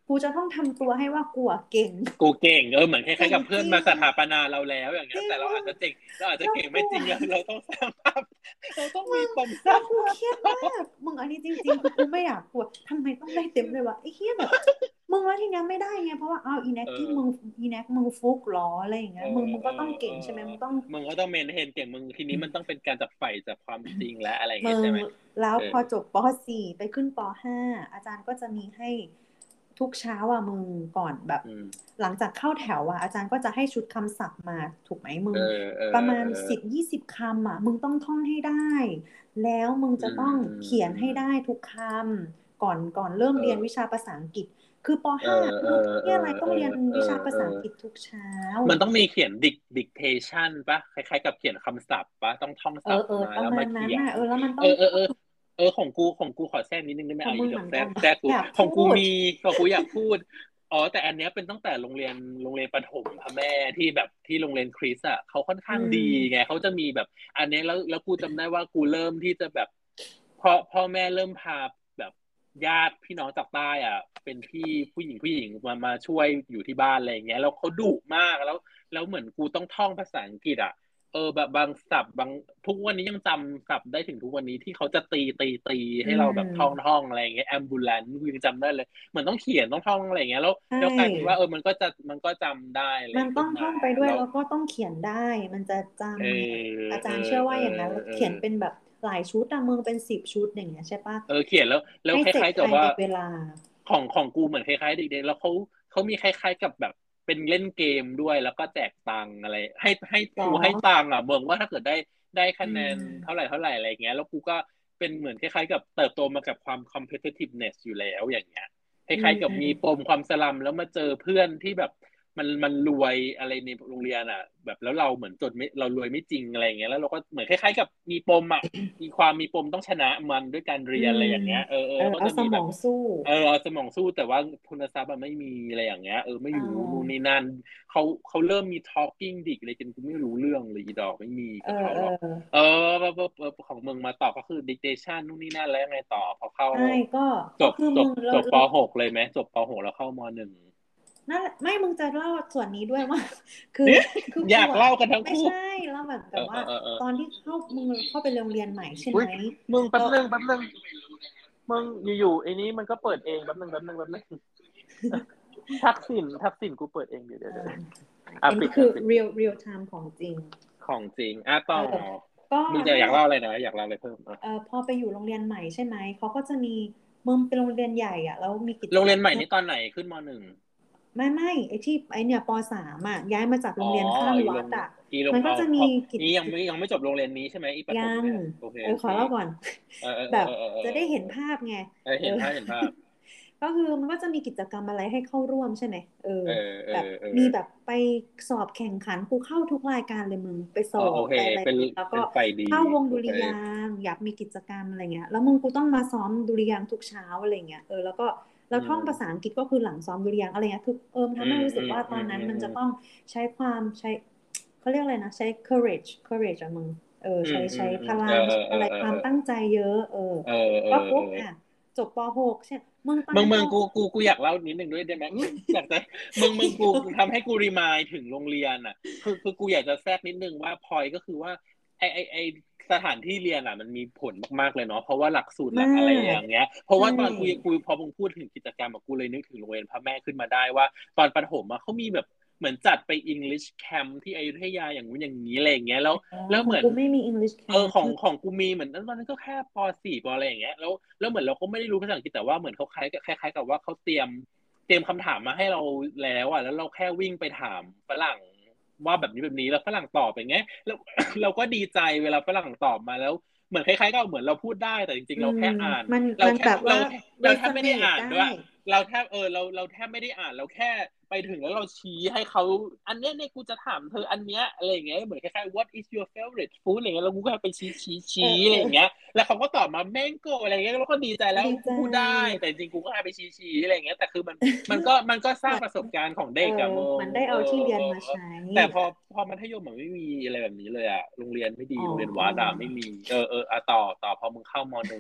กูจะต้องทำตัวให้ว่ากูเก่งกูเก่งเออเหมือนคล้ายๆกับเพื่อนมาสถาปนาเราแล้วอย่างเงี้จริงยแต่เราอาจจะเก่งเราอาจจะเก่งไม่จริงเราเราต้องสร้างภาพเราต้องมีปมสแล้วร้างกูเครียดมากมึงอันนี้จริงๆคือกูไม่อยากกลัวทำไมต้องได้เต็มเลยวะไอ้เหี้ยแบบมึงแล้วทีนี้ไม่ได้ไงเพราะว่าเอาอีแน็กเอกี้อมึงอีแน็กมึงฟุกหรออะไรอย่างเงี้เอยมึงอเอมึงก็ต้องอเอเก่งใช่ไหมอมึงต้องมึงก็ต้องเมนเทนเก่งมึงทีนี้มันต้องเป็นการจับไฟจากความจริงและอะไรอย่างมึงเงี้ยใช่ไหมแล้วเออพอจบป .สี่ ไปขึ้นป .ห้า อาจารย์ก็จะมีให้ทุกเช้าอ่ะมึงก่อนแบบอืมหลังจากเข้าแถวอ่ะอาจารย์ก็จะให้ชุดคำศัพท์มาถูกไหมมึเองอเออประมาณเออสิบยี่สิบคำอ่ะมึงต้องท่องให้ได้แล้วมึงอืมจะต้องอืมเขียอืมนให้ได้ทุกคำก่อนก่อนเริ่มเอเรียนวิอชาภาษาอังกฤษคือปเออ .ห้าเอมึงอเออเนี่ยอะไรต้เออองเรียนเออวิชาภาเออษาอังกฤษทุกเช้ามันต้องมีเขียนดิกดิกเทชันปะคล้ายๆกับเขียนคำศัพท์ปะต้องท่องศัพท์เออเออประมาแล้วมามาณนั้นเขียนน่ะเออแล้วมันต้องท่องเออเออเออเออของกูของกูขอแทรกนิดนึงได้ไหมของเอาอีดอกแทรมึงเหมือนกันกแทรกกูอยากพูของกูดมีของกูอยากพูดอ๋อแต่อันเนี้ยเป็นตั้งแต่โรงเรียนโรงเรียนประถมพ่อแม่ที่แบบที่โรงเรียนคริสอ่ะเขาค่อนอืข้างดีไงมเขาจะมีแบบอันเนี้ยแล้วแล้วกูจำได้ว่ากูเริ่มที่จะแบบพ่อพ่อแม่เริ่มพาแบบญาติพี่น้องจากใต้อ่ะเป็นพี่ผู้หญิงผู้หญิงมามาช่วยอยู่ที่บ้านอะไรอย่างเงี้ยแล้วเขาดุมากแล้วแล้วเหมือนกูต้องท่องภาษาอังกฤษอ่ะ เออแบบบางศัพท์บางทุกวันนี้ยังจำศัพท์ได้ถึงทุกวันนี้ที่เขาจะตีตีตีอืให้เราแบบท่องมท่องอะไรอย่างเงี้ย ambulance กูยังจำได้เลยเหมือนต้องเขียนต้องท่องอะไรอย่างเงี้ยแล้วใช่แล้วกลายเป็นว่าเออมันก็จะมันก็จำได้อะไรมันต้องท่ขึ้นมาองไปด้วยแล้วแล้วก็ต้องเขียนได้ มันจะเอจำไงออาเออจารย์เชื่อเออว่าอย่างนั้นแล้วเออเขียนเป็นแบบหลายชุดอะมึงเป็นสิบชุดอย่างเงี้ยใช่ปะเออเขียนแล้วแล้วให้คเสร็จภายล้ายๆกับว่าในเวลาของของกูเหมือนคล้ายๆเด็กๆแล้วเขาเขามีคล้ายๆกับแบบเป็นเล่นเกมด้วยแล้วก็แจกตังค์อะไรให้ให้หรอครูให้ตังค์อ่ะเมืองว่าถ้าเกิดได้ได้อืคะแนนเท่าไหร่มเท่าไหร่อะไรอย่างเงี้ยแล้วกูก็เป็นเหมือนคล้ายๆกับเติบโตมากับความ competitiveness อยู่แล้วอย่างเงี้ยคอืล้ายๆกับมีปมมความสลัมแล้วมาเจอเพื่อนที่แบบมันมันรวยอะไรในโรงเรียนอ่ะแบบแล้วเราเหมือนจนไม่เรารวยไม่จริงอะไรอย่างเงี้ยแล้วเราก็เหมือนคล้ายๆกับมีปมอ่ะมีความมีปมต้องชนะมันด้วยการอืเรียนอะไรมอย่างเงี้ยเออเออเออแล้วก็เอาสจะมีแบบมองสู้เออเอาสมองสู้แต่ว่าทุนทรัพย์อะไม่มีอะไรอย่างเงี้ยเออไม่เรู้นู่นนี่ออนั่นเขาเขาเริ่มมี talking ดิกอะไรกันกูไม่รู้เรื่องเลยอีดอกไม่มีเออกับเขาเออหรอกเออของมึงมาต่อก็คือ dictation นู่นนี่นั่นแล้วยังไงต่อพอเข้าใช่ก็จบก็คือจบมึงเราจบปเราหกเลยไหมจบปหกแล้วเข้ามหนึ่งนั่นแหละไม่มึงจะเล่าส่วนนี้ด้วยว่าคือเนี่ยคือกูอะอยากเล่ากันทั้งคู่ไม่ใช่เล่าแบบเอกับว่าอเออเออเออตอนที่เข้ามึงเข้าไปโรงเรียนใหม่ใช่ไหมอุ้ยมึงแป๊เราบนึงแป๊บนึงมึงอยู่ๆไอ้นี้มันก็เปิดเองแป๊บนึงแป๊บนึงแป๊บนึงทักษิณทักษิณกูเปิดเองเดี๋ยวเดี๋ยวเอออ่ะอันนี้คือปิดอ่ะปิด real real time ของจริงของจริงอ่ะต่อเออก็มึงจะอยากนั่นแหละเล่าอะไรนะอยากเล่าอะไรเพิ่มอ่ะเออพอไปอยู่โรงเรียนใหม่ใช่ไหมเขาก็จะมีมึงเป็นโรงเรียนใหญ่อ่ะแล้วมีกิโรงเรียนใหม่จกรรมนี่ตอนไหนขึ้นมหนึ่งไม่ไม่ไอ้ที่ไอ้เนี่ยปสามอ่ะย้ายมาจากโรอ๋องเรียนข้างอีโรงวัดอ่ะอีโรงเอามันก็จะมีพอกิจนี้ยังไม่ยังไม่จบโรงเรียนนี้ใช่ไหมอีประยังถมเนี่ยโอเคเออโอเคขอเล่าก่อนเออเออแบบเออเออเออจะได้เห็นภาพไงเออเออเห็นภาพเห็นภาพก็คือมันก็จะมีกิจกรรมอะไรให้เข้าร่วมใช่ไหมเออเออเอแบบอเออมีแบบไปสอบแข่งขันกูเข้าทุกรายการเลยมึงไปสออ๋อโอเคบไปอะไรเป็นแล้วก็เป็นฝ่ายดีเข้าวงโอเคดุริยางค์อยากมีกิจกรรมอะไรเงี้ยแล้วมึงกูต้องมาซ้อมดุริยางค์ทุกเช้าอะไรเงี้ยเออแล้วก็อืแล้วท่องภาษามอังกฤษก็คือหลังซ้อมดุริยางค์อะไรเงี้ยคือเออมันอืทำให้มอืมรู้สึกว่าตอืมอนนั้นอืมอืมมันจะต้องใช้ความใช้เขาเรียกอะไรนะใช้ courage courage อะมึงเอออืมอืใช้ใช้มอืมเออพลังเออเอออะไรเออความตั้งใจเยอะเออเออเออก็เออปุ๊บอ่ะจบป .หก ใช่มึงตอนนั้นปมึงมึงกูกูกูอยากเล่านิดหนึ่งด้วยได้ไหมอืมอยากจะมึงมึงกูทำให้กูรีมายถึงโรงเรียนอ่ะคือคือกูอยากจะแทรกนิดนึงว่าพอยก็คือว่าไอไอไอสถานที่เรียนอ่ะมันมีผลมากๆเลยเนาะเพราะว่าหลักสูตรหมาลักอะไรกอย่างเงี้ยเพราะใช่ว่าตอนกูกูพอมึงพูดถึงกิจกรรมอะกูเลยนึกถึงโรงเรียนพระแม่ขึ้นมาได้ว่าตอนประถมอะเขามีแบบเหมือนจัดไป English Camp ที่อยุธยาอย่างนู้นอย่างนี้อะไรอย่างเงี้ยแล้วอ๋อแล้วเหมือนของกูไม่มี English เออ Camp ของของกูมีเหมือนตอนนั้นก็แค่ปสี่ปอะไรอย่างเงี้ยแล้ว แล้วเหมือนเราก็ไม่ได้รู้ภาษาอังกฤษแต่ว่าเหมือนเขาคล้ายคล้ายๆกับว่าเขาเตรียมเตรียมคำถามมาให้เราแล้วอ่ะแล้วเราแค่วิ่งไปถามฝรั่งว่าแบบนี้แบบนี้แล้วฝรั่งตอบอย่างเงี้ยแล้วเราก็ดีใจเวลาฝรั่งตอบมาแล้วเหมือนคล้ายๆกับเหมือนเราพูดได้แต่จริงๆเราอืมแค่อ่านมันเราแค่มันแบบว่าเราแค่เราแทบไม่ได้ resonate ได้อ่านด้วยเราแทบเออเราเราแทบไม่ได้อ่านเราแค่ไปถึงแล้วเราชี้ให้เขาอันเนี้ยเนี่ยกูจะถามเธออันเนี้ยอะไรอย่างเงี้ยเหมือนคล้ายๆ what is your favorite food อะไรเงี้ยแล้วกูก็ไปชี้ชี้เออชี้เอออะไรอย่างเงี้ย แล้วเขาก็ตอบมาแมงโกอะไรเงี้ยแล้วก็ดีใจแล้วดีใจกูพูดได้แต่จริงกูก็ให้ไปชี้ๆอะไรเงี้ยแต่คือมันมันก็มันก็สร้างเหมือนประสบการณ์ของเอเด็กอะอมึงมันได้เออเอาที่เรียเออนมาใช้แต่พอพอมัธยมมันไม่มีอะไรแบบนี้เลยอะโรงเรียนไม่ดีอ๋อโรงเรียนวัดอะไม่มีเออเอออะต่อต่อพอมึงเข้ามหนึ่ง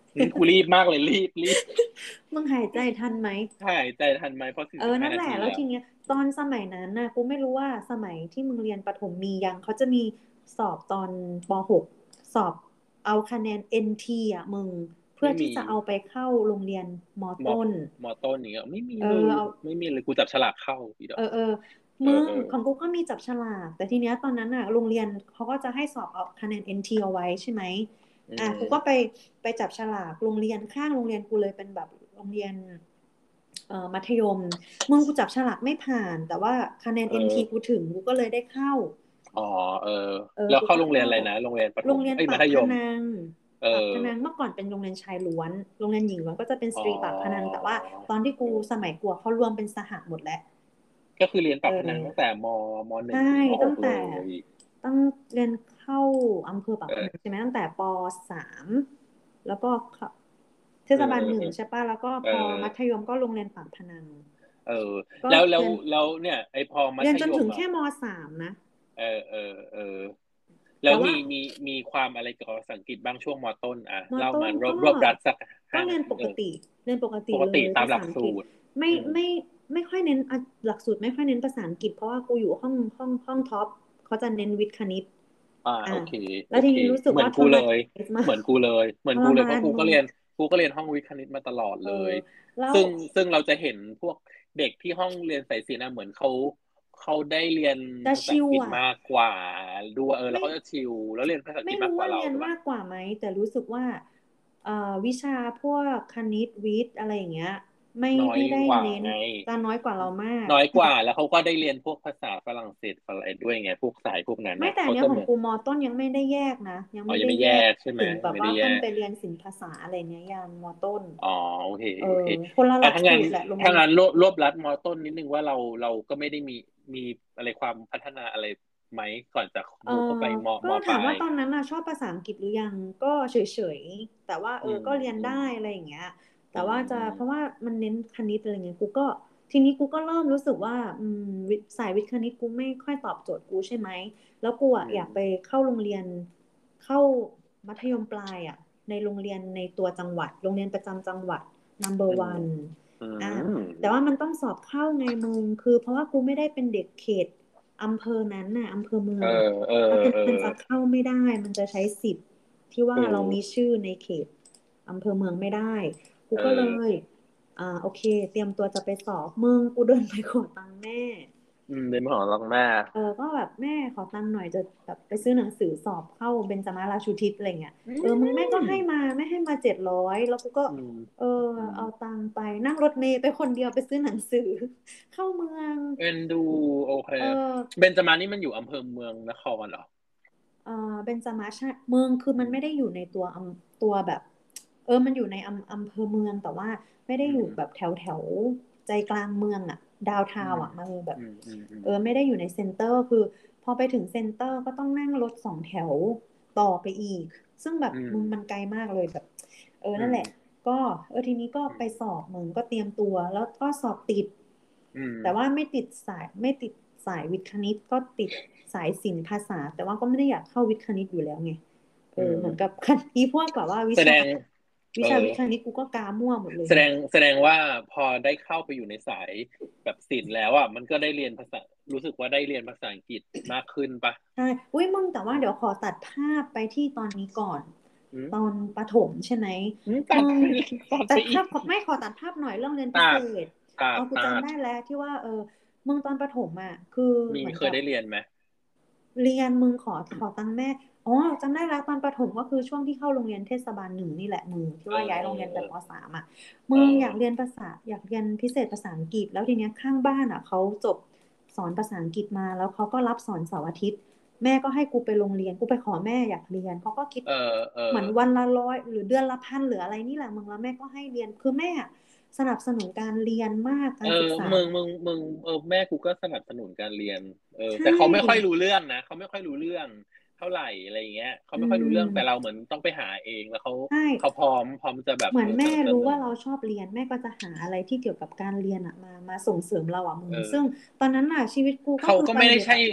กูรีบมากเลยรีบรีบมึงหายใจทันไหมหายใจทันไหมเพราะสี่เอสิบห้าอนั่นแหละนาทีแล้วแล้วทีเนี้ยตอนสมัยนั้นน่ะกูไม่รู้ว่าสมัยที่มึงเรียนประถมมียังเขาจะมีสอบตอนป .หก สอบเอาคะแนน เอ็น ที อ่ะมึงเพื่อไม่มีที่จะเอาไปเข้าโรงเรียนมมอต้นมอต้นอย่างเงี้ยไม่มีเออเลยเอาไม่มีเลยกูจับฉลากเข้าอีดอกเออเออมึงเออเออของกูก็มีจับฉลากแต่ทีเนี้ยตอนนั้นอ่ะโรงเรียนเขาก็จะให้สอบเอาคะแนน เอ็น ที เอาไว้ใช่ไหมอือ่ะกูก็ไปมไปจับฉลากโรงเรียนข้างโรงเรียนกูเลยเป็นแบบโรงเรียน เอ่อมัธยมมึงกูจับฉลากไม่ผ่านแต่ว่าคะแนนเอเอ็น ทีอกูถึงกูก็เลยได้เข้าอ๋อเออเออแล้วเข้ากูก็เข้าโรงเรียนอะไรนะโรงเรียนประถโรงเรียนมเอ้ยปากพมัธยมนังเอปากพอนังเมื่อก่อนเป็นโรงเรียนชายล้วนโรงเรียนหญิงล้วนก็จะเป็นสอ๋อตรีปากพนังแต่ว่าตอนที่กูเออสมัยกูเขารวมเป็นสหหมดแล้วก็คือเรียนปเรับพนังตั้งแต่ออมมหนึ่ใช่งถึงมหกเลตั้งแต่ยตั้งเรียนเข้าอำเภอปากเออพนังใช่ไหมตั้งแต่ปสามแล้วก็เข้าเทเอศบาลหนึ่อเออเอองใช่ป่ะแล้วก็เอพอมัธอยมก็โรงเรียนปากพนังเออก็แล้วแล้วเรียนแล้วเนี่ยไอพอมัเรียนจนธยมอ่ะถึงแค่มสามนะเออเออเออแล้วแต่ว่ามีมีมีความอะไรเกี่ยวกับภาษาอังกฤษบ้างช่วงมต้นอ่ะมอต้นเล่ามารวบก็รวบรัดสักก็เรียนห้านาทีเออปกติเรียนปกติปกเลยติตามหลัภาษาอังกฤษกสูตรไม่อืมไม่ไม่ค่อยเน้นอ่ะหลักสูตรไม่ค่อยเน้นภาษาอังกฤษเพราะว่ากูอยู่ห้องห้องห้องท็อปเขาจะเน้นวิทย์คณิตอ่าอ่ะโอเคแล้วทีโอเคนี้รู้สึกเหมือนว่าทรมานกูเลยมากเหมือนกูเลยเหมืทรอนกูเลยเพมานมึงราะกูก็เรียนกูก็เรียนห้องวิทย์คณิตมาตลอดเออเลยแล้วซึ่งซึ่งเราจะเห็นพวกเด็กที่ห้องเรียนสายศิลป์นะเหมือนเขาเขาได้เรียนจะภาษาชิวอ่ะอังกฤษมากกว่าด้วยเออแล้วไม่เขาจะชิลแล้วเรียนภาษาอังกไม่ฤษมากกว่ารู้ว่าเรียนเราหรือเปล่ามากกว่าไหมแต่รู้สึกว่าเอ่อวิชาพวกคณิตวิทย์อะไรอย่างเงี้ยไม่น้อยไม่ได้กว่าเน้นไงจะน้อยกว่าเรามากน้อยแต่กว่าแล้วเขาก็ได้เรียนพวกภาษาฝรั่งเศสอะไรด้วยไงพวกสายพวกนั้นไม่อ่ะแต่อันเนี้ยเขาจะเหมือนของกูมอต้นยังไม่ได้แยกนะยังอ๋อยังไม่แยไม่ได้แยกกใช่ไหมถึงแบบไม่ได้แยกว่าขึ้นไปเรียนศิลปภาษาอะไรเนี้ยยังมอต้นอ๋อโอเคเออโอเคคนละหลักอ่ะถ้างั้นสูตรแหละโรงเรียนถ้างั้นรวบรวบรัดมอต้นนิดนึงว่าเราเราก็ไม่ได้มีมีอะไรความพัฒนาอะไรไหมก่อนจะเออมูเข้าไปมก็มปลายถามว่าตอนนั้นน่ะชอบภาษาอังกฤษหรือยังก็เฉยๆแต่ว่าเออืมอก็เรียนได้อืมอะไรอย่างเงี้ยแต่อืว่าจะเพราะมว่ามันเน้นคณิตอะไรเงี้ยกูก็ทีนี้กูก็เริ่มรู้สึกว่าอืมวิทย์สายวิทย์คณิตกูไม่ค่อยตอบโจทย์กูใช่ไหมแล้วกูอ่ะอืมอยากไปเข้าโรงเรียนเข้ามัธยมปลายอ่ะในโรงเรียนในตัวจังหวัดโรงเรียนประจำจังหวัด number อืม one อือ่ะมแต่ว่ามันต้องสอบเข้าไงมึงคือเพราะว่ากูไม่ได้เป็นเด็กเขต อำเภอนั้นน่ะอำเภอเมืเออองอ่ะเออเพราะฉะเออนั้นมันจะเข้าไม่ได้มันจะใช้สิทธิ์ที่เอว่าเรามีอชื่อในเขตอำเภอเมืองไม่ได้กูเอก็เลอยอ่าโอเคเตรียมตัวจะไปสอบมึงกูเดินไปขอตังค์แม่อืมเรียนมหาลัยแม่เออก็แบบแม่ขอตังค์หน่อยจะแบบไปซื้อหนังสือสอบเข้าเบญจมาราชูทิศอะไรเงี้ยอืเออมึงแม่ก็มให้มาแม่ให้มาเจ็ดร้อยแล้วกูก็อืมเอออืมเอาตังค์ไปนั่งรถเมล์ไปคนเดียวไปซื้อหนังสือเข้าเมืองเอ็นดูโอเคเออเบญจมานี่มันอยู่อำเภอเมืองนครเหรอเออเบญจมาศใช่เมืองคืออืมมันไม่ได้อยู่ในตัวอำตัวแบบเออมันอยู่ในอำอำเภอเมืองแต่ว่าไม่ได้อือยู่แบบมแถวแถวใจกลางเมืองอะดาวน์ทาอืมวน์อะมันแบบอืมอืมอืมเออไม่ได้อยู่ในเซ็นเตอร์คือพอไปถึงเซ็นเตอร์ก็ต้องนั่งรถสองแถวต่อไปอีกซึ่งแบบอืมมึงมันไกลมากเลยแบบเอออืมนั่นแหละก็เออทีนี้ก็อืมไปสอบมึงก็เตรียมตัวแล้วก็สอบติดอืมแต่ว่าไม่ติดสายไม่ติดสายวิทย์คณิตก็ติดสายศิลป์ภาษาแต่ว่าก็ไม่ได้อยากเข้าวิทย์คณิตอยู่แล้วไง เออือเหมือนกับมอีพวกแบบว่าวิชาแสดงวิเออชาวิทย์คณิตกูก็กามั่วหมดเลยไงแสดงแสดงว่าพอได้เข้าไปอยู่ในสายแบบศิลป์แล้วอ่ะมันก็ได้เรียนภาษารู้สึกว่าได้เรียนภาษาอังกฤษมากขึ้นปะใช่อุ้ยมึงแต่ว่าอืมเดี๋ยวขอตัดภาพไปที่ตอนนี้ก่อนอืมตอนประถมใช่ไหมอืมตัดมึงไปตัดไปอีกตัดภาพขอไม่ขอตัดภาพหน่อยเรื่องเรียนพิเศตัดษตัดเอากูตัดจำได้แล้วที่ว่าเออมึงตอนประถมอ่ะคือมีเคยเหมือนกับได้เรียนไหมเรียนมึงขอขอตังค์แม่อ๋อจำได้แล้วตอนประถมก็คือช่วงที่เข้าโรงเรียนเทศบาลหนึ่งนี่แหละมึงที่เอว่าย้ายอเออโรงเรียนไปเออปสามอ่ะเอมึงอยากเรียอนภาษาอยากเรียนพิเศษภาษาอังกฤษแล้วทีเนี้ยข้างบ้านอ่ะเขาจบสอนภาษาอังกฤษมาแล้วเขาก็รับสอนเสาร์อาทิตย์แม่ก็ให้กูไปโรงเรียนกูไปขอแม่อยากเรียนเขาก็คิดเออเออเหมือนวันละร้อยหรือเดือนละพันหรืออะไรนี่แหละมึงแล้วแม่ก็ให้เรียนคือแม่สนับสนุนการเรียนมากเออการศึกษามึงมึงมึงเออแม่กูก็สนับสนุนการเรียนเออใช่แต่เขาไม่ค่อยรู้เรื่องนะเขาไม่ค่อยรู้เรื่องเท่าไหร่อะไรอย่างเงี้ยเขาอืไม่ค่อยรู้เรื่องแต่เรามเหมือนต้องไปหาเองแล้วเขาใช่เขาพร้อมพร้อมจะแบบเหมือนแม่เออสนับสนุนรู้ว่าเราชอบเรียนแม่ก็จะหาอะไรที่เกี่ยวกับการเรียนอะมามาส่งเสริมเราอะมึเอองซึ่งตอนนั้นอะชีวิตกูก็เขาคือก็ไม่ได้ใช่วัยเด็กอะ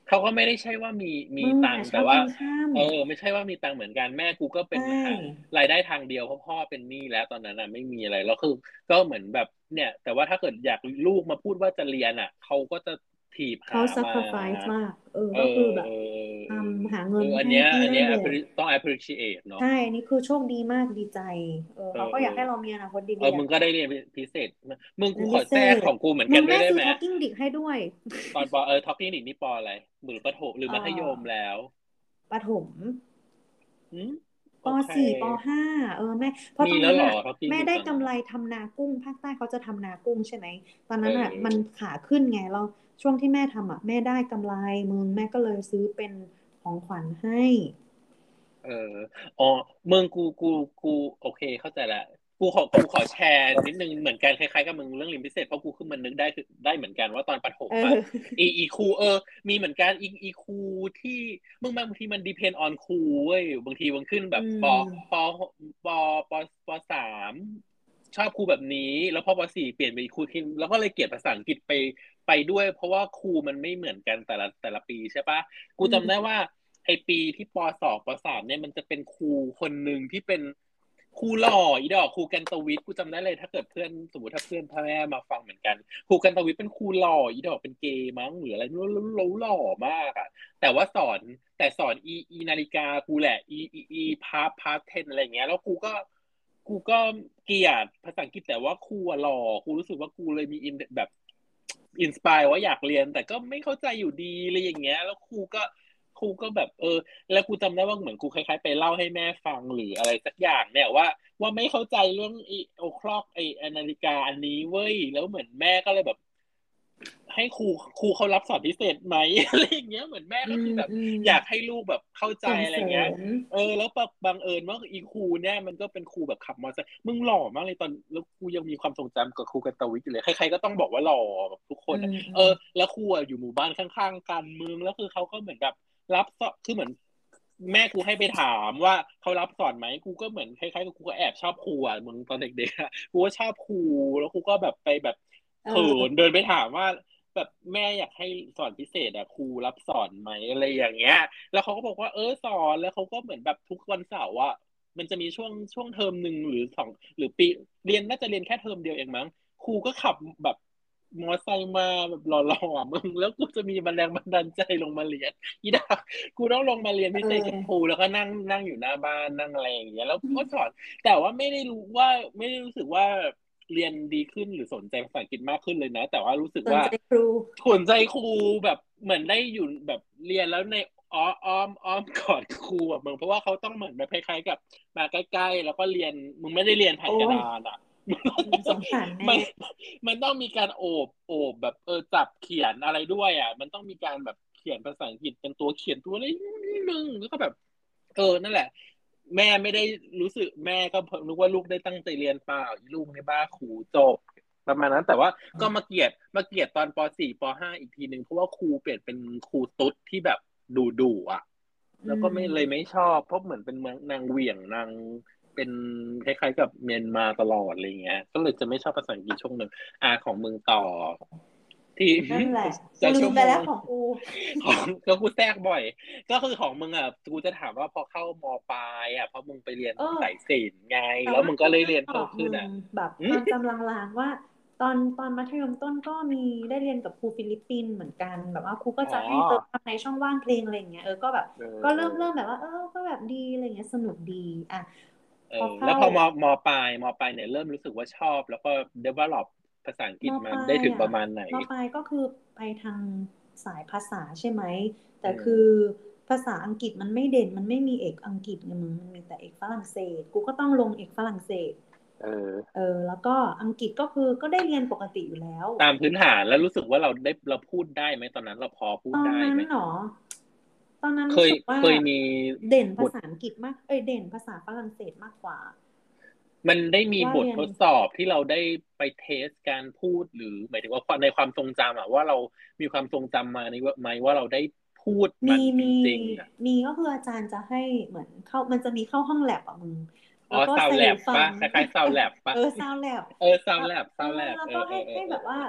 เขาก็ไม่ได้ใช่ว่ามีมีมึงตังอ่ะค์แต่ว่าชอบกินข้ามเออไม่ใช่ว่ามีตังค์เหมือนกันแม่กูก็ใชเป็นหา่รายได้ทางเดียวเพราะพ่อเป็นหนี้แล้วตอนนั้นอ่ะไม่มีอะไรแล้วคือก็เหมือนแบบเนี่ยแต่ว่าถ้าเกิดอยากลูกมาพูดว่าจะเรียนอ่ะเขาก็จะถีบเขาหามา sacrifice มากเออเอก็คืออแบบเออทำหาเอเงินให้ออันเนี้ยพี่อันเนี้ยได้เรียน appre- ต้อง appreciate เนาะใช่อันนี้คือโชคดีมากดีใจเออเออเขาก็อยากให้เรามีอนาคตเออดีๆอะมึงก็ได้เรียนพิเศษมึงกูขอเรียนพิเศษแทรกของกูเหมือนมึงแม่ซื้อกันด้วยได้ไหม talking dick ให้ด้วยตอนปอเออ talking นี่ปออะไรหรือประถมหรือเอมัธยมอแล้วประถมอืมปโอเคสี่ปห้าเออแม่เพราะมีแล้วเหรอตอนนั้นอ่ะ talking แม่นี่ตอนนั้นได้กำไรทำนากุ้งภาคใต้เขาจะทำนากุ้งใช่ไหมตอนเอนั้นอ่ะมันอขาขึ้นไงแล้วช่วงที่แม่ทำอ่ะแม่ได้กำไรมึงแม่ก็เลยซื้อเป็นของขวัญให้เอออ๋อเมืองกูกูกูโอเคเข้าใจแล้วกูขอกูขอแชร์นิดนึงเหมือนกันคล้ายๆกับมึงเรื่องเรียนพิเศษเพราะกูขึ้นมันนึกได้คือได้เหมือนกันว่าตอนประถเมอ่ะอออีอีครูเออมีเหมือนกันอีอีครูที่มึงบางทีมัน depend on ครูเว้ยบางทีมันขึ้นแบอืบปปมปปปสามชอบครูแบบนี้แล้วพอปสี่เปลี่ยนไปอีกครูที่แล้วก็เลยเกลียดภาษาอังกฤษไปไปด้วยเพราะว่าครูมันไม่เหมือนกันแต่ละแต่ละปีใช่ปะ กูอืจำได้มว่าไอปีที่ปสองปสามเนี่ยมันจะเป็นครูคนหนึ่งที่เป็นครูหล่ออีดอกครูกันตวิทย์กูจำได้เลยถ้าเกิดเพื่อนสมมติถ้าเพื่อนพ่อแม่มาฟังเหมือนกันครูกันตวิทย์เป็นครูหล่ออีดอกเป็นเกย์มั้งหรืออะไรไม่รู้แล้วหล่อมากอ่ะแต่ว่าสอนแต่สอนอีอีนาฬิกากูแหละอีอีอีพาร์ทพาร์ทเทนอะไรเงี้ยแล้วกูก็กูก็เกลียดภาษาอังกฤษแต่ว่าครูอะหล่อกูรู้สึกว่ากูเลยมีอินแบบอินสปายว่าอยากเรียนแต่ก็ไม่เข้าใจอยู่ดีอะไรอย่างเงี้ยแล้วครูก็ ครูก็แบบเออแล้วครูจำได้ว่าเหมือนครูคล้ายๆไปเล่าให้แม่ฟังหรืออะไรสักอย่างเนี่ยว่าว่าไม่เข้าใจเรื่องไอโอคลอกไอนาฬิกาอันนี้เว้ยแล้วเหมือนแม่ก็เลยแบบให้ครูครูเขารับสอนพิเศษไหมอะไรอย่างเงี้ยเหมือนแม่อืมก็คือแบบอืมอยากให้ลูกแบบเข้าใจส่งเสริอะไรเงี้ยมเออแล้วบังเอิญว่าอีครูเนี่ยมันก็เป็นครูแบบขับมอเตอร์ไซค์มึงหล่อมากเลยตอนแล้วกูยังมีความทรงจำกับครูกันตวิทย์อยู่เลยใครๆก็ต้องบอกว่าหล่อแบบทุกคอืนอะมอืมเออแล้วครูอะอยู่หมู่บ้านข้างๆกันเมืองแล้วคือเขาก็เหมือนแบบ รับสอนคือเหมือนแม่กูให้ไปถามว่าเขารับสอนไหมกูก็เหมือนคล้ายๆกับกูก็แอบชอบครูอ่ะมึงตอนเด็กๆอะกูก็ชอบครูแล้วครูก็แบบไปแบบเอเขินอเดินไปถามว่าแบบแม่อยากให้สอนพิเศษอ่ะครูรับสอนไหมอะไรอย่างเงี้ยแล้วเขาก็บอกว่าเออสอนแล้วเขาก็เหมือนแบบทุกวันเสาร์อ่ะมันจะมีช่วงช่วงเทอมหนึ่งหรือสองหรือปีเรียนน่าจะเรียนแค่เทอมเดียวเองมั้งครูก็ขับแบบมอไซค์มาแบบหล่อๆอ่ะมึงแล้วกูจะมีแรงบันดาลใจลงมาเรียนอีดา กูต้องลงมาเรียนเพิเศษกับครูออแล้วก็นั่งนั่งอยู่หน้าบ้านนั่งอะไรอย่างเงี้ยแล้วก็สอนแต่ว่าไม่ได้รู้ว่าไม่ได้รู้สึกว่าเรียนดีขึ้นหรือสนใจภาษาอังกฤษมากขึ้นเลยนะแต่ว่ารู้สึกว่าสนใจครูสนใจครูแบบเหมือนได้อยู่แบบเรียนแล้วในอ้อมอ้อมอ้อมกอดครูอ่ะมึงเพราะว่าเขาต้องเหมือนแบบคล้ายๆกับมาใกล้ๆแล้วก็เรียนมึงไม่ได้เรียนผ่านโอ้กระยดานอ่ะอืมสงสารแม่มันมันต้องมีการโอบโอบแบบเออจับเขียนอะไรด้วยอ่ะมันต้องมีการแบบเขียนภาษาอังกฤษเป็นตัวเขียนตัวอะไรนิดนึงแล้วก็แบบเออนั่นแหละแม่ไม่ได้รู้สึกแม่ก็นึกว่าลูกได้ตั้งใจเรียนเปล่าอีลูกในบ้าครูจบประมาณนั้นแต่ว่าก็มาเกลียดมาเกลียดตอนป .สี่ ป .ห้า อีกทีหนึ่งเพราะว่าครูเปลี่ยนเป็นครูตุ๊ดที่แบบดุดุอ่ะอืแล้วก็ไม่เลยมไม่ชอบเพราะเหมือนเป็นเมืองนางเหวี่ยงนางเป็นคล้ายๆกับเมียนมาตลอดอะไรเงี้ยก็เลยจะไม่ชอบภาษาอังกฤษช่วงหนึ่งอ่าของมึงต่อที่นั่นแหละ กูจะลืมไปชั่วโมงแล้วของกูของก็กูแทรกบ่อยก็คือของมึงอ่ะกูจะถามว่าพอเข้ามปลายอ่ะเพราะมึงไปเรียนเออสายศิลป์ไงแต่แล้วมึงก็ว่าต้องนึกเลยเรียนเพิ่ออกมึงมขึ้นอ่ะแบบอืมความจำลางๆว่าตอนตอนมัธยมต้นก็มีได้เรียนกับครูฟิลิปปินส์เหมือนกันแบบว่าครูก็อ๋อจะให้เติมคำในช่องว่างเพลงอะไรอย่างเงี้ยเออก็แบบเออก็เออเริ่มเริ่มแบบว่าเออก็แบบดีอะไรเงี้ยสนุกดีอ่ะเออพอเข้าแล้วพอมมปลายมปลายเนี่ยเริ่มรู้สึกว่าชอบแล้วก็ develop ภาษาอังกฤษมามปลาได้ถึงปยอ่ะระมาณไหนมปลายก็คือไปทางสายภาษาใช่ไหมแต่อืมคือภาษาอังกฤษมันไม่เด่นมันไม่มีเอกอังกฤษไงมึงมันมีแต่เอกฝรั่งเศสกูก็ต้องลงเอกฝรั่งเศสเออเออแล้วก็อังกฤษก็คือก็ได้เรียนปกติอยู่แล้วตามพื้นฐานแล้วรู้สึกว่าเราได้เราพูดได้ไหมตอนนั้นเราพอพูตอนดได้ไหมนั้นเหรอตอนนั้นเคยรู้สึกว่าเคยมีเด่นบทภาษาอังกฤษมากเอ้ยเด่นภาษาฝรั่งเศสมากกว่ามันได้มีบทว่าเรียนทดสอบที่เราได้ไปเทสการพูดหรือหมายถึงว่าในความทรงจำอะว่าเรามีความทรงจำมาในว่าไหมว่าเราได้พูดมีมันจมีริงๆอะมีก็คืออาจารย์จะให้เหมือนเข้ามันจะมีเข้าห้องแลบอ่ะมึงอ๋อแล้วก็ใส่ซาวแลบหูฟังปะคล้ายๆซาวแลบเอปะอซาวแลบเออซาวแล้วแลบเออซาวแลบแล้วเอก็ให้อเออเออให้แบบว่าเออ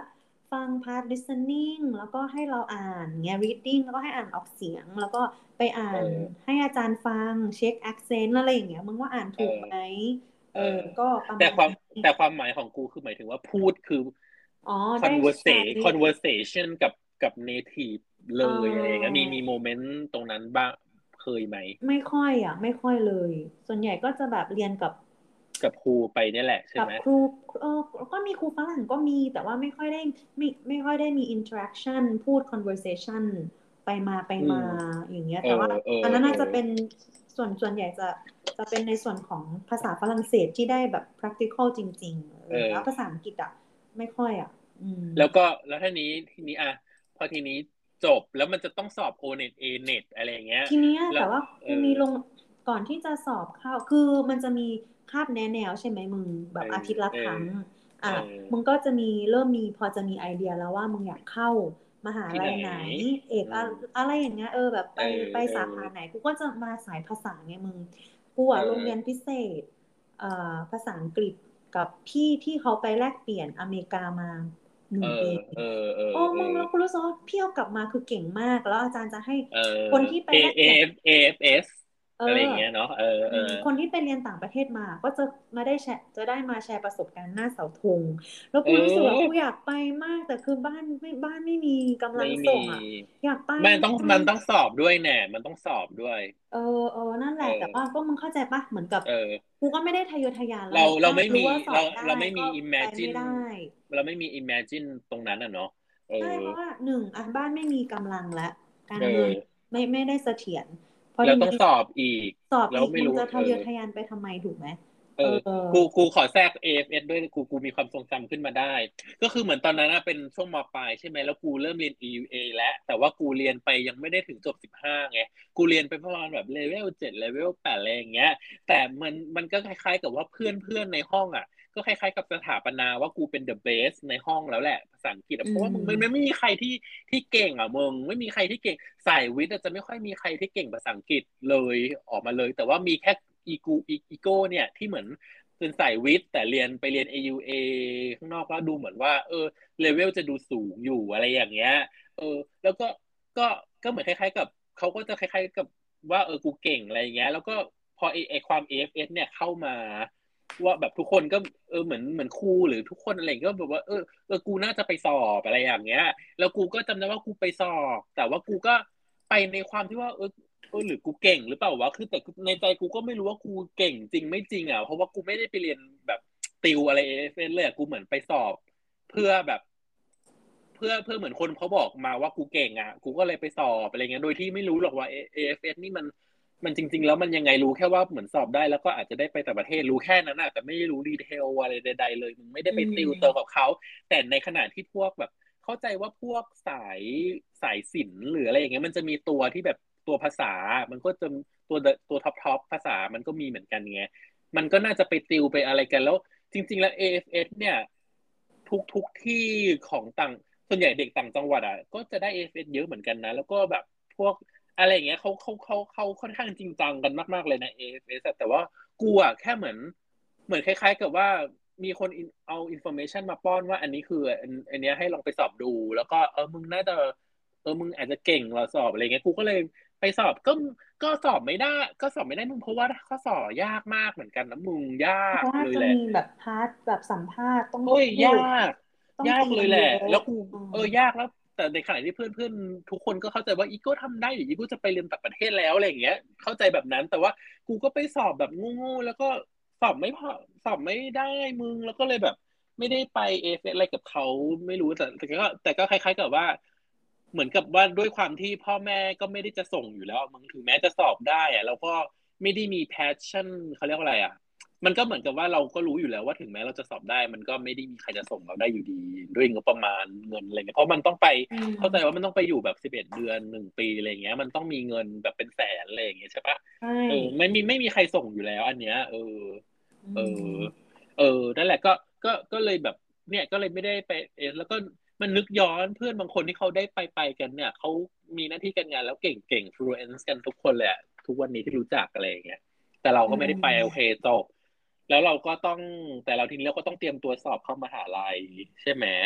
ฟังพาร์ท listening แล้วก็ให้เราอ่านเงี้ย reading แล้วก็ให้อ่านออกเสียงแล้วก็ไปอ่านให้อาจารย์ฟังเช็ค accent อะไรอย่างเงี้ยมึงว่าอ่านถูกไหมเออก็ประแต่มาณความนี้แต่ความหมายของกูคือหมายถึงว่าพูดคืออ๋อได้ใช้ conversation conversation กับกับ native เลเยอะไรอย่างเงี้ยมีออมีโมเมนต์ตรงนั้นบ้างเคยไหมไม่ค่อยอ่ะไม่ค่อยเลยส่วนใหญ่ก็จะแบบเรียนกับกับครูไปเนี่ยแหละใช่ไหมกับครูเออก็มีครูฝรั่งก็มีแต่ว่าไม่ค่อยได้ไม่ไม่ค่อยได้มี interaction พูด conversation ไปมาไปอืมามอย่างเงี้ยเออแต่ว่าเอออันนั้นเออน่าจะเป็นส่วนส่วนใหญ่จะจะเป็นในส่วนของภาษาฝรั่งเศสที่ได้แบบ practical จริงๆเอเอออแล้วภาษาอังกฤษอ่ะไม่ค่อยอ่ะอืมแล้วก็แล้วทีนี้ทีนี้อ่ะพอทีนี้จบแล้วมันจะต้องสอบ โอ เน็ต เอ เน็ต อะไรอย่างเงี้ยทีเนี้ยแล้วแต่ว่าเออกูมีลงก่อนที่จะสอบเข้าคือมันจะมีคาบแนะแนวใช่ไหมมึงแบเออบอาทิตย์ละเออครั้งเออ่ะอมึงก็จะมีเริ่มมีพอจะมีไอเดียแล้วว่ามึงอยากเข้ามหาที่ไหนลัยไหนเอกอะอืมอะไรอย่างเงี้ยเออแบบไปเออไปเออสาขาไหนกูก็จะมาสายภาษาไงมึงกูเออะโรงเรียนอพิเศษเอ่อภาษาอังกฤษกับพี่ที่เขาไปแลกเปลี่ยนอเมริกามาหเอนึ่งปีอเออเออโอ้เออมึงแล้วกูรู้สึกว่าพี่เอากลับมาคือเก่งมากแล้วอาจารย์จะให้เออคนที่ไปเอเอแลกเปลี่ยนฟเอฟเอสเอออะไรอย่างเงี้ยเนาะเออเอออืมคนที่ไปเรียนต่างประเทศมาก็จะมาได้แชร์จะได้มาแชร์ประสบการณ์หน้าเสาธงแล้วเกูรู้สึกว่ากูอออยากไปมากแต่คือบ้านไม่บ้านไม่มีกำลังไม่มีส่งอ่ะอยากไปมันต้องไปมันต้องสอบด้วยแน่มันต้องสอบด้วยเออเออนั่นแหเอละแต่ว่าอก็มึงเข้าใจปะเหมือนกับเออกูก็ไม่ได้ทะเยอทะยานแล้วเราไงถ้ารู้เราไม่มีเราว่าสอบได้เราไม่มีก็ไปไม่ imagine ได้เราไม่มี imagine ตรงนั้นอ่ะเนาะเออใช่เพราะว่าหนึ่งอ่ะบ้านไม่มีกำลังและการเอเงินอไม่ไม่ได้เสถียรพอทีนี้แล้วต้องสอบอีกสอบแล้วไม่รู้อีกมึงจะเออทะเยอทะยานไปทำไมถูกไหมเอเอออกูกูขอแทรก เอ เอฟ เอส ด้วยกูกูมีความทรงจำขึ้นมาได้ ก็คือเหมือนตอนนั้นเป็นช่วงมปลายใช่ไหมแล้วกูเริ่มเรียน อี ยู เอ แล้วแต่ว่ากูเรียนไปยังไม่ได้ถึงจบสิบห้าไงกูเรียนไปประมาณแบบเลเวลเจ็ดเลเวลแปดอะไรอย่างเงี้ยแต่มันมันก็คล้ายๆกับว่าเพื่อนเพื่อนในห้องอ่ะก็คล้ายๆกับสถาปนาว่ากูเป็น the best ในห้องแล้วแหละภาษาอังกฤษอะอืเพราะว่ามึงไม่ไม่มไม่มีใครที่ที่เก่งอ่ะมึงไม่มีใครที่เก่งสายวิทย์อะจะไม่ค่อยมีใครที่เก่งภาษาอังกฤษเลยออกมาเลยแต่ว่ามีแค่อีกูอีโก้เนี่ยที่เหมือน เป็นสายวิทย์แต่เรียนไปเรียน เอ ยู เอ ข้างนอกแล้วดูเหมือนว่าเออเลเวลจะดูสูงอยู่อะไรอย่างเงี้ยเออแล้วก็ก็ก็เหมือนคล้ายๆกับเขาก็จะคล้ายๆกับว่าเออกูเก่งอะไรอย่างเงี้ยแล้วก็พอไอไอความ เอ เอฟ เอส เนี่ยเข้ามาว่าแบบทุกคนก็เออเหมือนเหมือนครูหรือทุกคนอะไรก็แบบว่าเออเออกูน่าจะไปสอบอะไรอย่างเงี้ยแล้วกูก็จำได้ว่ากูไปสอบแต่ว่ากูก็ไปในความที่ว่าเออ เออหรือกูเก่งหรือเปล่าวะคือแต่ในใจกูก็ไม่รู้ว่ากูเก่งจริงไม่จริงอ่ะเพราะว่ากูไม่ได้ไปเรียนแบบติวอะไรเอเอฟเอสเลยกูเหมือนไปสอบเพื่อแบบเพื่อเพื่อเหมือนคนเขาบอกมาว่ากูเก่งอ่ะกูก็เลยไปสอบอะไรเงี้ยโดยที่ไม่รู้หรอกว่าเอฟเอสนี่มันมันจริงๆแล้วมันยังไงรู้แค่ว่าเหมือนสอบได้แล้วก็อาจจะได้ไปต่างประเทศรู้แค่นั้นอ่ะแต่ไม่รู้ดีเทลอะไรใดๆเลยมึงไม่ได้อืไปติวเตอร์กับมเขาแต่ในขณะที่พวกแบบ เข้าใจว่าพวกสายสายศิลป์หรืออะไรอย่างเงี้ยมันจะมีตัวที่แบบตัวภาษา มันก็จะตัวตัวท็อปท็อปภาษามันก็มีเหมือนกันไงมันก็น่าจะไปติวไปอะไรกันแล้วจริงๆแล้ว เอ เอฟ เอส เนี่ยทุกทุกที่ของต่างส่วนใหญ่เด็กต่างจังหวัดอ่ะก็จะได้ เอ เอฟ เอส เอฟเอสเยอะเหมือนกันนะแล้วก็แบบพวกอะไรอย่างเงี้ยเขาเขาเขาเขาค่อนข้างจริงจังกันมากๆเลยนะ เอ เอฟ เอส แต่ว่ากูอ่ะแค่เหมือนเหมือนคล้ายๆกับว่ามีคนเอาอินโฟเมชันมาป้อนว่าอันนี้คืออันอันนี้ให้ลองไปสอบดูแล้วก็เออมึงน่าจะเออมึงอาจจะเก่งเราสอบอะไรเงี้ยกูก็เลยไปสอบก็ก็สอบไม่ได้ก็สอบไม่ได้มึงเพราะว่าข้อสอบยากมากเหมือนกันนะมึงยากเพราะว่าเลยแหละจะมีแบบพาร์ทแบบสัมภาษณ์ต้องเฮ้ยพูยาดกยาต้องเตรียกเลยแหละมเยอะแล้วกูอืมเออยากแล้วแต่ในขณะที่เพื่อนเพื่อนทุกคนก็เข้าใจว่าอีโก้ทำได้อยู่อีโก้จะไปเรียนต่างประเทศแล้วอะไรอย่างเงี้ยเข้าใจแบบนั้นแต่ว่ากูก็ไปสอบแบบงูๆแล้วก็สอบไม่พอสอบไม่ได้มึงแล้วก็เลยแบบ ไม่ได้ไปเอฟอะไรกับเขาไม่รู้แต่แต่ก็แต่ก็คล้ายๆกับว่าเหมือนกับว่าด้วยความที่พ่อแม่ก็ไม่ได้จะส่งอยู่แล้วมึงถึงแม้จะสอบได้อะเราก็ไม่ได้มี passion เขาเรียกว่าอะไรอ่ะมันก็เหมือนกับว่าเราก็รู้อยู่แล้วว่าถึงแม้เราจะสอบได้มันก็ไม่ได้มีใครจะส่งเราได้อยู่ดีด้วยงบประมาณเงินอะไรเงี้ยเพราะมันต้องไปอืเข้าใจว่ามมันต้องไปอยู่แบบสิบเอ็ดเดือนหนึ่งปีอะไรเงี้ยมันต้องมีเงินแบบเป็นแสนอะไรอย่างเงี้ยใช่ปะใช่เออไม่มีไม่มีใครส่งอยู่แล้วอันเนี้ยเอออืเออมเออนั่นแหละก็ก็ก็เลยแบบเนี่ยก็เลยไม่ได้ไปเออแล้วก็มันนึกย้อนเพื่อนบางคนที่เขาได้ไปไปกันเนี่ยเขามีหน้าที่การงานแล้วเก่งเก่ง fluence กันทุกคนเลยอะทุกวันนี้ที่รู้จักอะไรอย่างเงี้ยแต่เราอืก็ไม่ได้ไปโอเคมจบแล้วเราก็ต้องแต่เราทีนี้เราก็ต้องเตรียมตัวสอบเข้ามหาลัยใช่ไหม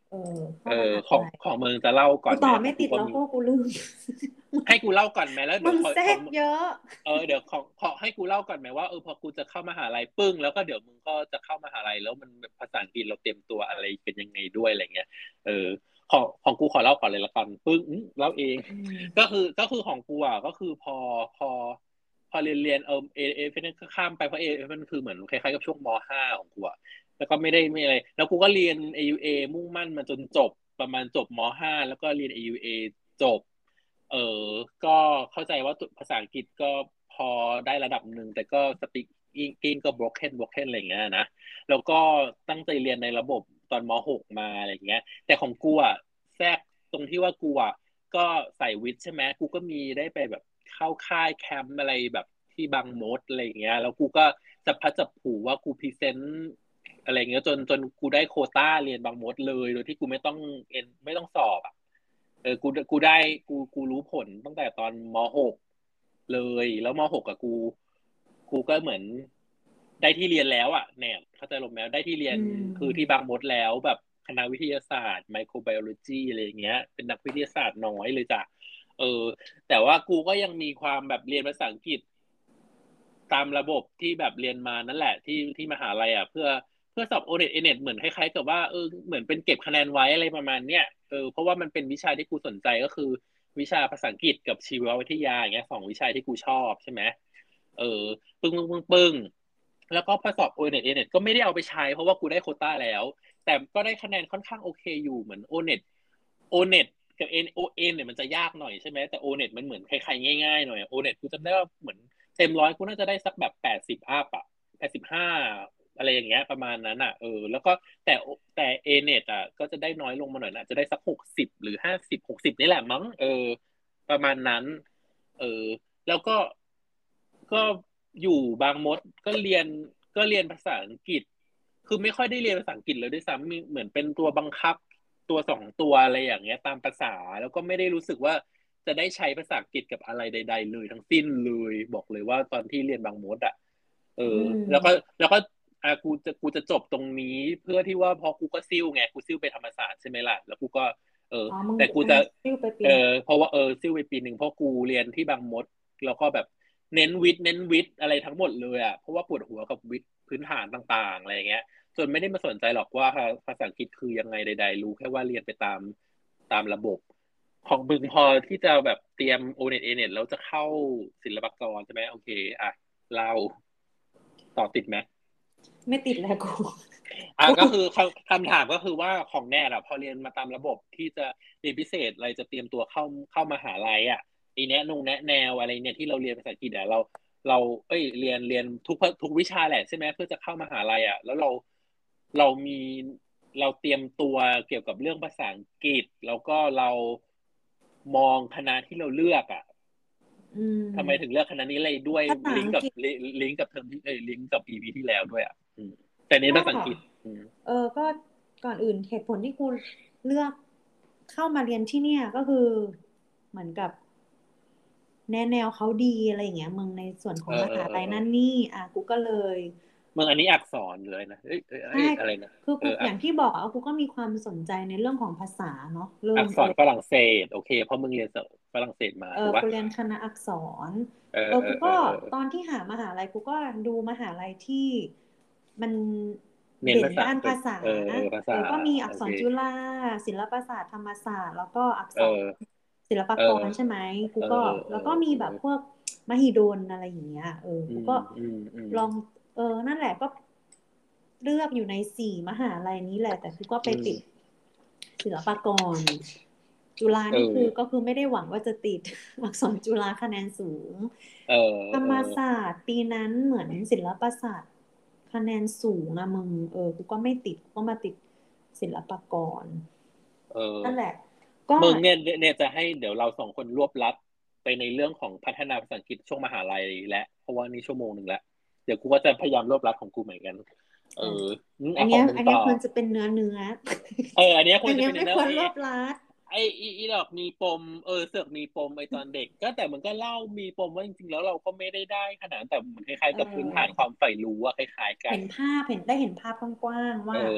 เออเข้าเออมหาของลัยของมึงจะเล่าก่กูอนไหมต่อไม่ติดของกูก็มีแล้วก็กูลืมให้กูเล่าก่อนไหมแล้วมึเดี๋ยวงแทรกขอของเยอะเออเดี๋ยวของขอให้กูเล่าก่อนไหมว่าเออพอกูจะเข้ามหาลัยปึ้งแล้วก็เดี๋ยวมึงก็จะเข้ามหาลัยแล้วมันแบบภาษาอังกฤษเราเตรียมตัวอะไรเป็นยังไงด้วยอะไรเงี้ยเออของของกูขอเล่าก่อนเลยละกันปึ้งอื้อเล่าเองอืมก็คือก็คือของกูอ่ะก็คือพอพอพอเรียนเรียนเออเอเอฟนั่นก็ข้ามไปเพราะเอเอฟมันคือเหมือนคล้ายๆกับช่วงมห้าของกูอ่ะแล้วก็ไม่ได้ไม่อะไรแล้วกูก็เรียน เอ ยู เอ มุ่งมั่นมาจนจบประมาณจบมห้าแล้วก็เรียน เอ ยู เอ จบ เออก็เข้าใจว่าภาษาอังกฤษก็พอได้ระดับหนึ่งแต่ก็สปีกกิ้งก็ broken broken อะไรอย่างเงี้ยนะแล้วก็ตั้งใจเรียนในระบบตอนม .หก มาอะไรอย่างเงี้ยแต่ของกูอ่ะแทรกตรงที่ว่ากูอ่ะก็ใส่วิทย์ใช่ไหมกูก็มีได้ไปแบบเข้าค่ายแคมป์อะไรแบบที่บางมดอะไรอย่างเงี้ยแล้วกูก็จับพลัดจับผลูว่ากูพรีเซนต์อะไรเงี้ยจนจนกูได้โควต้าเรียนบางมดเลยโดยที่กูไม่ต้องเอ็นไม่ต้องสอบอ่ะ เออกูกูได้กูกูรู้ผลตั้งแต่ตอนม .หก เลยแล้วม .หก กับกูกูก็เหมือนได้ที่เรียนแล้วอ่ะเนี่ยเข้าใจลงแล้วได้ที่เรียอืนคือที่มบางมดแล้วแบบคณะวิทยาศาสตร์ไมโครไบโอโลจีอะไรอย่างเงี้ยเป็นนักวิทยาศาสตร์น้อยเลยจ้ะเออแต่ว่ากูก็ยังมีความแบบเรียนภาษาอังกฤษตามระบบที่แบบเรียนมานั่นแหละที่ที่มหาลัยอ่ะเพื่อเพื่อสอบโอเน็ตเอเน็ตเหมือนคล้ายๆกับว่าเออเหมือนเป็นเก็บคะแนนไว้อะไรประมาณเนี้ยเออเพราะว่ามันเป็นวิชาที่กูสนใจก็คือวิชาภาษาอังกฤษกับชีววิทยาอย่างเงี้ยสองวิชาที่กูชอบใช่ไหมเออปึ้งปึ้งปึ้งปึ้งแล้วก็พอสอบโอเน็ตเอเน็ตก็ไม่ได้เอาไปใช้เพราะว่ากูได้โควต้าแล้วแต่ก็ได้คะแนนค่อนข้างโอเคอยู่เหมือนโอเน็ตโอเน็ตกับเอ็นโอเอ็นเนี่ยมันจะยากหน่อยใช่ไหมแต่โอเน็ตมันเหมือนคล้ายๆง่ายๆหน่อยโอเน็ตกูจำได้ว่าเหมือน เต็มร้อยกูน่าจะได้สักแบบแปดสิบอัพอะแปดสิบห้าอะไรอย่างเงี้ยประมาณนั้นอ่ะเออแล้วก็แต่แต่เอเน็ตอ่ะก็จะได้น้อยลงมาหน่อยนะจะได้สักหกสิบหรือห้าสิบหกสิบนี่แหละมั้งเออประมาณนั้นเออแล้วก็ก็อยู่บางมดก็เรียนก็เรียนภาษาอังกฤษคือไม่ค่อยได้เรียนภาษาอังกฤษเลยด้วยซ้ำมีเหมือนเป็นตัวบังคับตัวสองตัวอะไรอย่างเงี้ยตามภาษาแล้วก็ไม่ได้รู้สึกว่า จะได้ใช้ภาษาอังกฤษกับอะไรใดๆเลยทั้งสิ้นเลยบอกเลยว่าตอนที่เรียนบางมดอ่ะเออือแล้วก็มแล้วก็อ่ะกูจะกูจะจบตรงนี้เพื่อที่ว่าพอกูก็ซิ่วไงกูซิ่วไปธรรมศาสตร์ใช่ไหมล่ะแล้วกูก็เอออ๋อมึงแต่กูอ่าจะซิ่วไปปีเอหนึ่งอเพราะว่าเออซิ่วไปปีหนึ่งเพราะกูเรียนที่บางมดแล้วก็แบบเน้นวิทย์เน้นวิทย์อะไรทั้งหมดเลยอ่ะเพราะว่าปวดหัวกับวิทย์พื้นฐานต่างๆอะไรอย่างเงี้ยจนไม่ได้มาสนใจหรอกว่าภาษาอังกฤษคือยังไงใดๆรู้แค่ว่าเรียนไปตามตามระบบ ของบึงพอที่จะแบบเตรียมโอเน็ตเอเน็ตแล้วจะเข้าศิลปากรใช่ไหมโอเคอ่ะเราต่อติดไหมไม่ติดแล้วกูอ่ะกูก็คือคำคำถามก็คือว่าของแน่อะพอเรียนมาตามระบบที่จะเรียนพิเศษอะไรจะเตรียมตัวเข้าเข้ามหาลัยอ่ะอีแนะนงแนะแนวอะไรเนี่ยที่เราเรียนภาษาอังกฤษอ่ะเราเราเอ้ยเรียนเรียนทุกทุกวิชาแหละใช่ไหมเพื่อจะเข้ามหาลัยอ่ะแล้วเราเรามีเราเตรียมตัวเกี่ยวกับเรื่องภาษาอังกฤษแล้วก็เรามองคณะที่เราเลือกอ่ะอืทำไมถึงมเลือกคณะนี้เลยด้วยภาษาลิงก์กับอังกฤษลิงก์กับเทอมที่เอ้ยลิงก์กับอีพีที่แล้วด้วยอ่ะอืมแต่นี้ก็ภาษาอังกฤษอืมเออก็ก่อนอื่นเหตุผลที่กูเลือกเข้ามาเรียนที่เนี่ยก็คือเหมือนกับแนวแนวเขาดีอะไรอย่างเงี้ยมึงในส่วนขอเอองมหาเออเออเออลัยนั่นนี่อ่ะกูก็เลยมึงอันนี้อักษรเลยนะเอ้ยเอ้ยใช่เอ้ยอะไรนะคือกูเอออักอย่างที่บอกอ่ะกูก็มีความสนใจในเรื่องของภาษาเนาะเริ่อักษมอะไรรฝรั่งเศสโอเคเพราะมึงเรียนฝรั่งเศสมาเออถูกปะกูเรียนคณะอักษรเออเอเออกูก็อเออเออตอนที่หามหาลัยกูก็ดูมหาลัยที่มันเน้นเด่นภาษาด้านภาษาเออภาษาเออก็มีอัโอเคกษรจุฬาศิลปศาสตร์ธรรมศาสตร์แล้วก็อักเอษรอศิลปาเออกรใช่ไหมกูเออก็เออเออแล้วก็มีเออแบบพวกมหิดลอะไรอย่างเงี้ยเอออืมกูก็อืมอืมลองเออนั่นแหละก็เลือกอยู่ในสี่มหาลัยนี้แหละแต่กูก็ไปอืมติดศิลปากรจุฬาเอนี่คือก็อคือไม่ได้หวังว่าจะติดอักษรจุฬาคะแนนสูงเออธรรเออมศาสตร์ปีนั้นเหมือนศิลปศาสตร์คะแนนสูงอะมึงเออกูก็ไม่ติดกูก็มาติดศิลปากรเออนั่นแหละก็มึงเนี่ยเนี่ยจะให้เดี๋ยวเราสองคนรวบลัดไปในเรื่องของพัฒนาภาษาอังกฤษช่วงมหาลัยและเพราะว่านี่ชั่วโมงหนึ่งแล้วเดี๋ยวกูก็จะพยายามรวบลัดของกูเหมือนกันเออ่ะออืมอันอ่ะขเนี้ยอันเนี้ยองมึงต่อควรจะเป็นเนื้อเนื้อเอออันเนี้ย ควรจะอันเนี้ยเป็นในเรื่องไอ้ไม่ควรรวบลัดไอ้อีอีดอกมีปมเออเสือกมีปมไอ้ตอนเด็กก็แต่มันก็เล่ามีปมว่าจริงๆแล้วเราก็ไม่ได้ได้ขนาดนั้นแต่เหมือนคล้ายเอๆกับพื้นฐานคอวามใฝ่รู้อะคล้ายๆกันเห็นภาพเห็นได้เห็นภาพกว้างๆเอว่าอ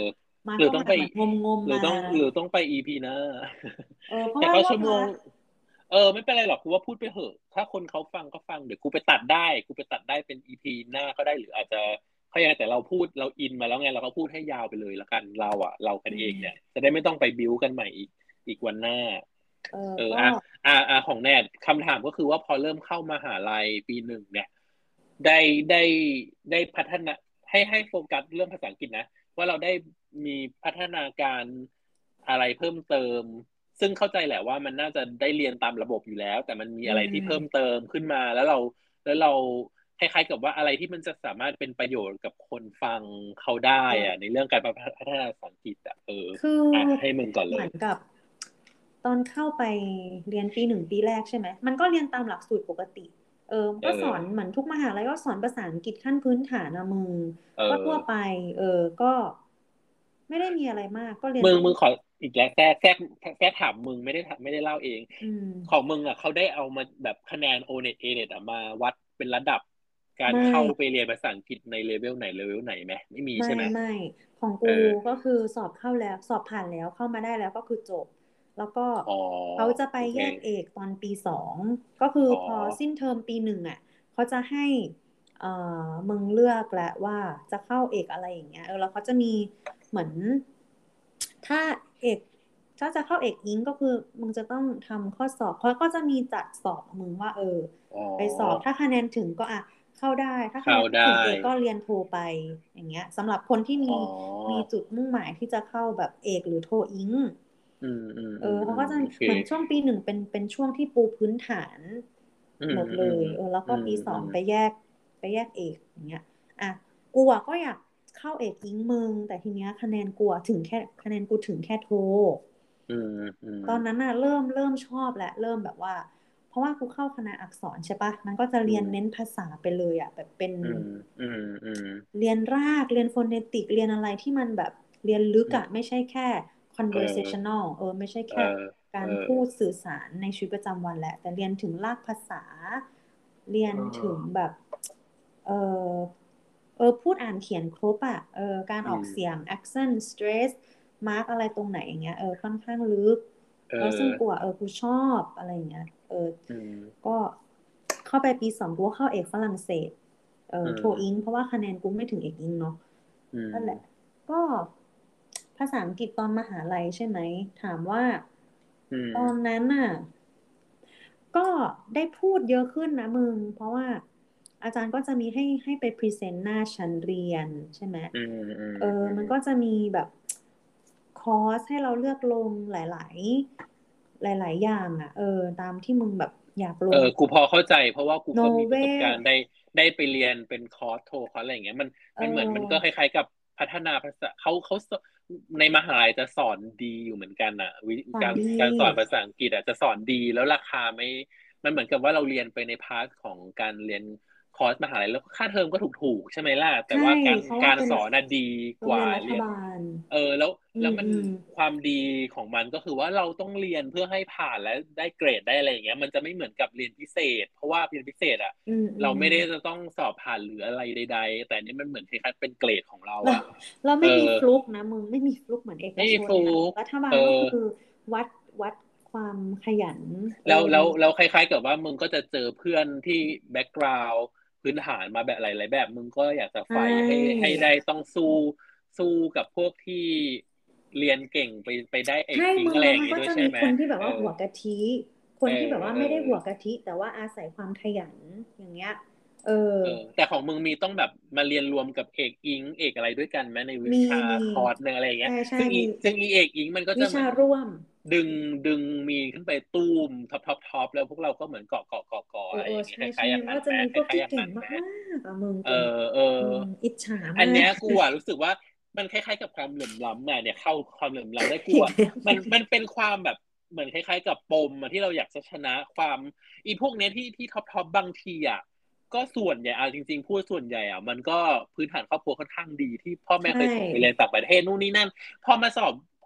มาหรือต้องไปก็มาแบบงมๆมาหรือต้องหรือต้องไปอีพีหน้าเออเพราะแต่ว่าก็ชั่วโมงรวบลัดเออไม่เป็นไรหรอกกูว่าพูดไปเหอะถ้าคนเขาฟังก็ฟังเดี๋ยวกูไปตัดได้กูไปตัดได้เป็นอีพีหน้าก็ได้หรืออาจจะเขายังไงแต่เราพูดเราอินมาแล้วไงเราก็พูดให้ยาวไปเลยละกันเราอ่ะเรากันอืเองเนี่ยมจะได้ไม่ต้องไปบิ้วกันใหม่อีกอีกวันหน้าเออเออก็อ่ะอ่ะอ่ะของแนทคำถามก็คือว่าพอเริ่มเข้ามหาลัยปีหนึ่งเนี่ยได้ได้ได้พัฒนาให้ให้โฟกัสเรื่องภาษาอังกฤษนะว่าเราได้มีพัฒนาการอะไรเพิ่มเติมซึ่งเข้าใจแหละว่ามันน่าจะได้เรียนตามระบบอยู่แล้วแต่มันมีอือะไรที่เพิ่มมเติมขึ้นมาแล้วเราแล้วเราคล้ายๆกับว่าอะไรที่มันจะสามารถเป็นประโยชน์กับคนฟังเขาได้เอออะในเรื่องการพัฒนาภาษาอังกฤษอะเออคืออ่ะให้มึงก่อนเลยเหมือนกับตอนเข้าไปเรียนปีหนึ่งปีแรกใช่ไหมมันก็เรียนตามหลักสูตรปกติเออเอก็สอนเหอมือนทุกมหาลัยก็สอนภาษาอังกฤษขั้นพื้นฐานนะมึงเอก็ทั่วไปอเออก็ไม่ได้มีอะไรมากก็เรียนตามมึงมึงขออีกแล้วแทรกแทรกแทรกถามมึงไม่ได้ถามไม่ได้เล่าเองอืมของมึงอ่ะเขาได้เอามาแบบคะแนน โอ เน็ต เอ เน็ต อ่ะมาวัดเป็นระดับการไม่เข้าไปเรียนภาษาอังกฤษในเลเวลไหนเลเวลไหนไหมไม่มีไม่ใช่ไหมไม่ของเอกูอก็คือสอบเข้าแล้วสอบผ่านแล้วเข้ามาได้แล้วก็คือจบแล้วก็อ๋อเขาจะไปโอเคแยกเอกตอนปีสองก็คืออ๋อพอสิ้นเทอมปีหนึ่งอ่ะเขาจะให้เอ่อมึงเลือกแหละว่าจะเข้าเอกอะไรอย่างเงี้ยเออแล้วเขาจะมีเหมือนถ้าเอกถ้าจะเข้าเอกอิงก็คือมึงจะต้องทำข้อสอบเขาก็จะมีจัดสอบมึงว่าเอออ๋อไปสอบถ้าคะแนนถึงก็อ่ะ เข้าได้ถ้าคะแนเข้าได้นไม่ถึงเอกก็เรียนโทไปอย่างเงี้ยสำหรับคนที่มีอ๋อมีจุดมุ่งหมายที่จะเข้าแบบเอกหรือโทอิงอืมอืมเออืมอเขาก็จะอืมโอเคเหมือนช่วงปีหนึ่งเป็นเป็นช่วงที่ปูพื้นฐานอืมหมดเลอืมยเออแล้วอืมก็ปีสอืมองไปแยกไปแยกเอกอย่างเงี้ยอ่ะกูอะก็อยากเข้าเอกอิงมึงแต่ทีเนี้ยคะแนนกูอะถึงแค่คะแนนกูถึงแค่โทอืมอืมตอนนั้นน่ะเริ่มเริ่มชอบและเริ่มแบบว่าเพราะว่ากูเข้าคณะอักษรใช่ปะมันก็จะอืเรียนเน้นมภาษาไปเลยอ่ะแบบเป็นอืมอืมอืมเรียนรากเรียนโฟเนติกเรียนอะไรที่มันแบบเรียนลึกอืมอ่ะไม่ใช่แค่เออ conversational เออไม่ใช่เออแค่เอการอพูดสื่อสารในชีวิตประจำวันแหละแต่เรียนถึงรากภาษาเรียเอนถึงอแบบเออเออพูดอ่านเขียนครบอ่ะเออการอืมออกเสียง accent stress mark อะไรตรงไหนอย่างเงี้ยเออค่อนข้างลึกเอแล้วซึ่งกูออ่ะเออกูชอบอะไรอย่างเงี้ยเอออืมก็เข้าไปปีสองกูก็เข้าเอกฝรั่งเศสเอออืโทอิงมเพราะว่าคะแนนกูไม่ถึงเอกอิงเนาะอืนั่นแหละมก็ภาษาอังกฤษตอนมหาลัยใช่ไหมถามว่าอืมตอนนั้นน่ะก็ได้พูดเยอะขึ้นนะมึงเพราะว่าอาจารย์ก็จะมีให้ให้ไปพรีเซนต์หน้าชั้นเรียนใช่ไหมอืมอืมเอออืมมันก็จะมีแบบคอร์สให้เราเลือกลงหลายๆหลายๆอย่างอ่ะเออตามที่มึงแบบอยากลงเออกูพอเข้าใจเพราะว่ากูโนเวก็มีประสบกาลรณ์ได้ได้ไปเรียนเป็นคอร์สโทคอร์สอะไรอย่างเงี้ยมันเอมันเหมือนมันก็คอล้ายๆกับพัฒนาภาษาเขาเขาสในมหาลัยจะสอนดีอยู่เหมือนกันอ่ะวิการสอนดีการสอนภาษาอังกฤษอ่ะจะสอนดีแล้วราคาไม่มันเหมือนกับว่าเราเรียนไปในพาร์ทของการเรียนคอร์สมหาลัยแล้วค่าเทอมก็ถูกๆใช่ไหมล่ะแต่ใช่ว่าการเพราะว่าเป็นการสอนน่ะดีกว่าโรงเรียนรัฐเรียนบาลเออแล้วแล้วมันอืมอืมความดีของมันก็คือว่าเราต้องเรียนเพื่อให้ผ่านและได้เกรดได้อะไรอย่างเงี้ยมันจะไม่เหมือนกับเรียนพิเศษเพราะว่าเรียนพิเศษอ่ะอืมอืมเราไม่ได้จะต้องสอบผ่านหรืออะไรใดๆแต่อันนี่มันเหมือนคล้ายๆเป็นเกรดของเราแล้วอ่ะเราเอไม่มีอฟลุกนะมึงไม่มีฟลุกเหมือนเอกไม่ฟลุชนนะกรัฐบาเออลก็คือวัดวัดความขยันเออแล้วแล้วแล้วคล้ายๆกับว่ามึงก็จะเจอเพื่อนที่แบ็กกราว n ์พื้นฐานมาแบบหลายๆแบบมึงก็อยากจะใชใฝ่ให้่ให้ได้ต้องสู้สู้กับพวกที่เรียนเก่งไปไปได้เอกใช่อิงมึงแล้วอะไรอย่างงี้มันก็จะมีด้วยใช่ไหมคนที่แบบเออว่าหัวกะทิคเออนที่แบบว่าเออไม่ได้หัวกะทิแต่ว่าอาศัยความขยันอย่างเงี้ยเออเออแต่ของมึงมีต้องแบบมาเรียนรวมกับเอกอิงเอกอะไรด้วยกันไหมในวิมีชามีคอร์สหนึ่งอะไรอย่างเงี้ใช่ยซึ่งอีใช่มีซึ่งอีเอกอิงมันก็จะวิชาเหมือนร่วมดึงดึงมีขึ้นไปตู้มท็อปท็อปท็อปแล้วพวกเราก็เหมือนเกาะเกาะเกาะเกาะเออเอออะไรอย่างเงี้ยคใช่ใช่ล้ายๆอย่างนั้นไหมมันก็จะมีคพวกที่ล้ายๆอย่างเก่งมนั้นไหมากๆอะมึงเอแต่อเออือมอิจฉาอันมากเนี้ยกูอ่ะรู้สึกว่ามันคล้ายๆกับความเหลื่อมล้ำเนี่ยเนี่ยเข้าความเหลื่อมล้ำได้กูเห็นอ่ะแล้วมันมันเป็นความแบบเหมือนคล้ายๆกับปมอะที่เราอยากจะชนะความอีพวกเนี้ยที่ที่ท็อปท็อปบางทีอ่ะก็ส่วนใหญ่อ่ะจริงๆพูดส่วนใหญ่อ่ะมันก็พื้นฐานครอบครัวค่อนข้างดีที่พ่อแม่ใช่เคยส่งไปเรียนต่างประเทศนู่นนี่นั่นพอมาสอบ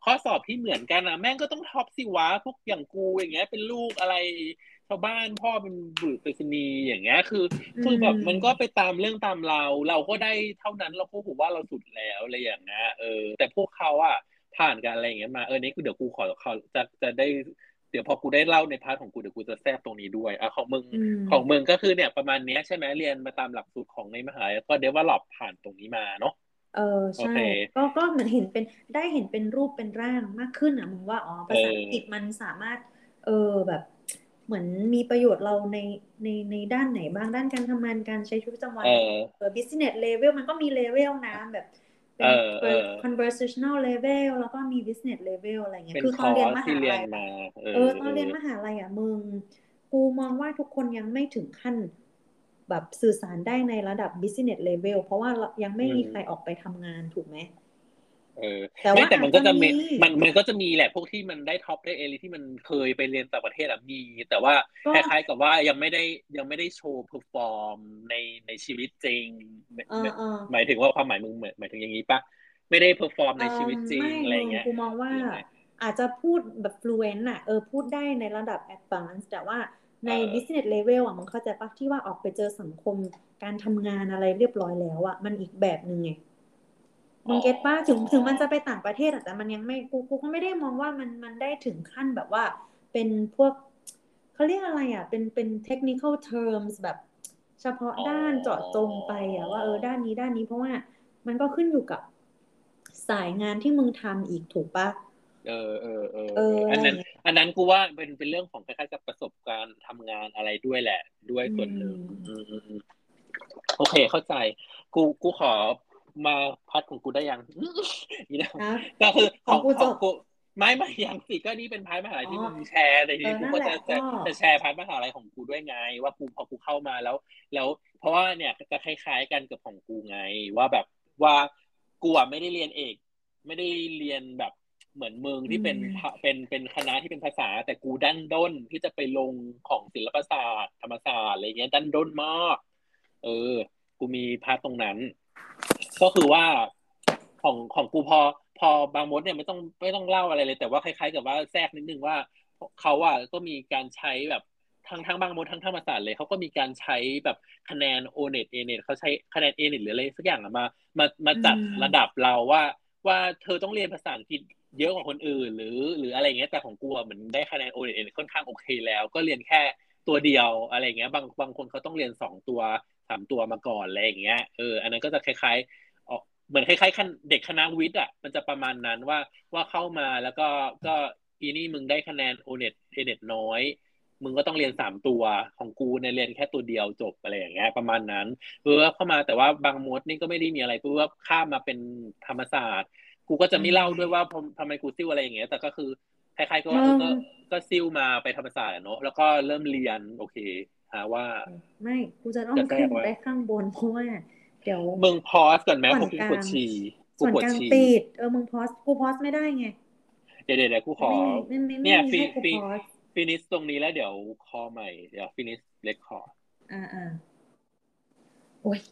ข้อสอบที่เหมือนกันอ่ะแม่งก็ต้องท็อปสิวะพวกอย่างกูอย่างเงี้ยเป็นลูกอะไรชาวบ้านพ่อเป็นบุรุษไปรษณีย์อย่างเงี้ยคือคือแบบมันก็ไปตามเรื่องตามเราเราก็ได้เท่านั้นเราก็ถือว่าเราสุดแล้วอะไรอย่างเงี้ยเออแต่พวกเขาอ่ะผ่านกันอะไรอย่างเงี้ยมาเออนี่คือเดี๋ยวกูขอเขาจะจะได้เดี๋ยวพอกูได้เล่าในพาร์ทของกูเดี๋ยวกูจะแทรกตรงนี้ด้วยอ่ะของมึงของมึงก็คือเนี่ยประมาณนี้ใช่ไหมเรียนมาตามหลักสูตรของในมหาลัยก็เดเวลลอปผ่านตรงนี้มาเนาะเออใช่ก็ก็เหมือนเห็นเป็นได้เห็นเป็นรูปเป็นร่างมากขึ้นอ่ะมึงว่าอ๋อภาษาอังกฤษมันสามารถเออแบบเหมือนมีประโยชน์เราในในในด้านไหนบ้างด้านการทำงานการใช้ชีวิตประจำวันเออ business level มันก็มี level นะแบบเป็น conversational level แล้วก็มี business level อะไรเงี้ยคือตอนเรียนมหาลัยเออตอนเรียนมหาลัยอ่ะมึงกูมองว่าทุกคนยังไม่ถึงขั้นแบบสื่อสารได้ในระดับ business level เพราะว่ายังไม่มีใครออกไปทำงานถูกไหมเออแต่ว่าแต่มันก็จะมีมันมันก็จะมีแหละพวกที่มันได้ท็อปได้เอลิที่มันเคยไปเรียนต่างประเทศอะมีแต่ว่าคล้ายๆกับว่ายังไม่ได้ยังไม่ได้โชว์เพอร์ฟอร์มในในชีวิตจริงหมายถึงว่าความหมายมึงหมายถึงอย่างนี้ปะไม่ได้เพอร์ฟอร์มในชีวิตจริงอะไรเงี้ยกูมองว่าอาจจะพูดแบบ fluent อะเออพูดได้ในระดับ advanced แต่ว่าใน business level อ่ะมันเข้าใจปะที่ว่าออกไปเจอสังคมการทำงานอะไรเรียบร้อยแล้วอ่ะมันอีกแบบหนึ่งไงมึงเก็ตปะถึงถึงมันจะไปต่างประเทศแต่มันยังไม่กูกูก็ไม่ได้มองว่ามันมันได้ถึงขั้นแบบว่าเป็นพวกเขาเรียกอะไรอ่ะเป็นเป็น technical terms แบบเฉพาะด้านเจาะจงไปอ่ะว่าเออด้านนี้ด้านนี้เพราะว่ามันก็ขึ้นอยู่กับสายงานที่มึงทำอีกถูกปะเออเออเออเอออันนั้นอันนั้นกูว่าเป็นเป็นเรื่องของคล้ายๆกับประสบการณ์ทำงานอะไรด้วยแหละด้วยส่วนหนึ่งอืมอืมโอเคเข้าใจกูกูขอมาพัดของกูได้ยังนี่นะก็คือของของกูไม่ไม่ยังสิก็นี่เป็นพาร์ทมหาลัยที่มึงแชร์แต่ทีนี้กูก็จะจะจะแชร์พาร์ทมหาลัยของกูด้วยไงว่ากูพอกูเข้ามาแล้วแล้วเพราะว่าเนี่ยจะคล้ายๆกันกับของกูไงว่าแบบว่ากูอ่ะไม่ได้เรียนเอกไม่ได้เรียนแบบเหมือนมึงที่เป็นเป็นเป็นคณะที่เป็นภาษาแต่กูดันด้นที่จะไปลงของศิลปศาสตร์ธรรมศาสตร์อะไรเงี้ยดันด้นมากเออกูมีพาร์ทตรงนั้นก็คือว่าของของกูพอพอบางมดเนี่ยไม่ต้องไม่ต้องเล่าอะไรเลยแต่ว่าคล้ายๆกับว่าแทรกนิดนึงว่าเขาอ่ะก็มีการใช้แบบทั้งทั้งบางมดทั้งธรรมศาสตร์เลยเขาก็มีการใช้แบบคะแนน โอ เน็ต เอ เน็ต เขาใช้คะแนน เอ เน็ต หรืออะไรสักอย่างมามามาจัดระดับเราว่าว่าเธอต้องเรียนภาษาอังกฤษเยอะกว่าคนอื่นหรือหรืออะไรเงี้ยแต่ของกูเหมือนได้คะแนน โอ เน็ต เอ เน็ต ค่อนข้างโอเคแล้วก็เรียนแค่ตัวเดียวอะไรเงี้ยบางบางคนเขาต้องเรียนสองตัวสามตัวมาก่อนอะไรอย่างเงี้ยเอออันนั้นก็จะคล้ายๆเหมือนคล้ายๆเด็กคณะวิทย์อ่ะมันจะประมาณนั้นว่าว่าเข้ามาแล้วก็ก็อีนี่มึงได้คะแนน โอ เน็ต เอ เน็ต น้อยมึงก็ต้องเรียนสามตัวของกูเนี่ยเรียนแค่ตัวเดียวจบอะไรอย่างเงี้ยประมาณนั้นเออเข้ามาแต่ว่าบางมดนี่ก็ไม่ได้มีอะไรกูว่าข้ามมาเป็นธรรมศาสตร์กูก็จะไม่เล่าด้วยว่าทำไมกูซิ่วอะไรอย่างเงี้ยแต่ก็คือคล้ายๆก็ว่าก็ก็ซิ่วมาไปธรรมศาสตร์เนาะแล้วก็เริ่มเรียนโอเคหาว่าไม่กูจะต้องขึ้นไปข้างบนเพราะว่าเดี๋ยวมึงพอสก่อนไหมพวกกูปวดฉี่ส่วนกลางปิดเออมึงพอสกูพอสไม่ได้ไงเดี๋ยวเดี๋ยวกูขอเนี่ยฟีฟีฟินิชตรงนี้แล้วเดี๋ยวคอใหม่เดี๋ยวฟินิชเรคคอร์ดอ่าอ่าโอ้ย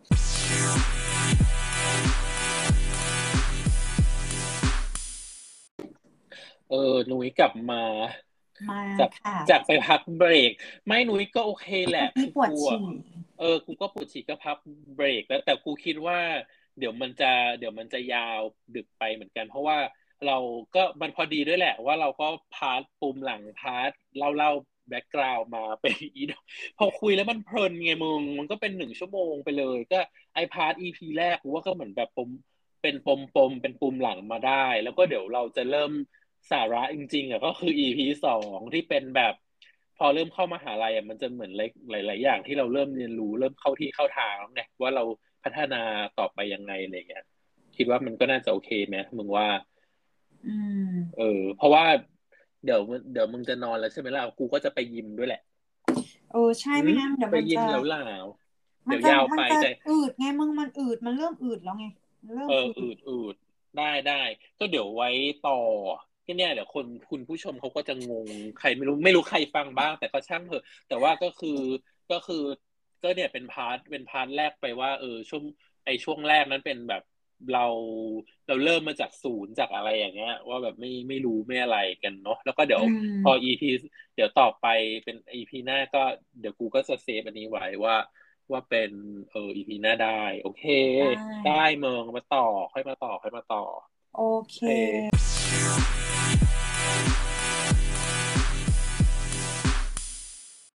เออนุ้ยกลับมาจากจากไปพักเบรกไม่นุ้ยก็โอเคแหละคือปวดฉี่เออกูก็ปวดฉี่ก็พักเบรกแล้วแต่กูคิดว่าเดี๋ยวมันจะเดี๋ยวมันจะยาวดึกไปเหมือนกันเพราะว่าเราก็มันพอดีด้วยแหละว่าเราก็พาร์ทปุ่มหลังพาร์ทเล่าเล่าแบ็กกราวด์มาเป็นอีพอคุยแล้วมันเพลินไงมึงมันก็เป็นหนึ่งชั่วโมงไปเลยก็ไอพาร์ทอีพีแรกกูว่าก็เหมือนแบบปมเป็นปมปมเป็นปุ่มหลังมาได้แล้วก็เดี๋ยวเราจะเริ่มสาระจริงๆอ่ะก็คือ อี พี สองที่เป็นแบบพอเริ่มเข้ามหาลัยอ่ะมันจะเหมือนหลายๆอย่างที่เราเริ่มเรียนรู้เริ่มเข้าที่เข้าทางแล้วไงว่าเราพัฒนาต่อไปยังไงอะไรเงี้ยคิดว่ามันก็น่าจะโอเคไหมมึงว่าอืมเออเพราะว่าเดี๋ยวเดี๋ยวมึงจะนอนแล้วใช่ไหมล่ะกูก็จะไปยิมด้วยแหละโอ้ใช่ไม่งั้นเดี๋ยวไปมันยิจะมแล้วล่าวเดี๋ยวยาวไปจะอืดไงมึงมันอืดมันเริ่มอืดแล้วไงเริ่มเอออืดอืดได้ได้ก็เดี๋ยวไว้ต่อก็เนี่ยเดี๋ยวคนคุณผู้ชมเขาก็จะงงใครไม่รู้ไม่รู้ใครฟังบ้างแต่ก็ช่างเถอะแต่ว่าก็คือก็คือก็เนี่ยเป็นพาร์ทเป็นพาร์ทแรกไปว่าเออช่วงไอช่วงแรกนั้นเป็นแบบเราเราเริ่มมาจากศูนย์จากอะไรอย่างเงี้ยว่าแบบไม่ไม่รู้ไม่อะไรกันเนาะแล้วก็เดี๋ยวพอ อี พี เดี๋ยวต่อไปเป็น อี พี หน้าก็เดี๋ยวกูก็จะเซฟอันนี้ไว้ว่าว่าเป็นเออ อี พี หน้าได้โอเคได้ได้เมืองมาต่อค่อยมาต่อค่อยมาต่อโอเคโอเค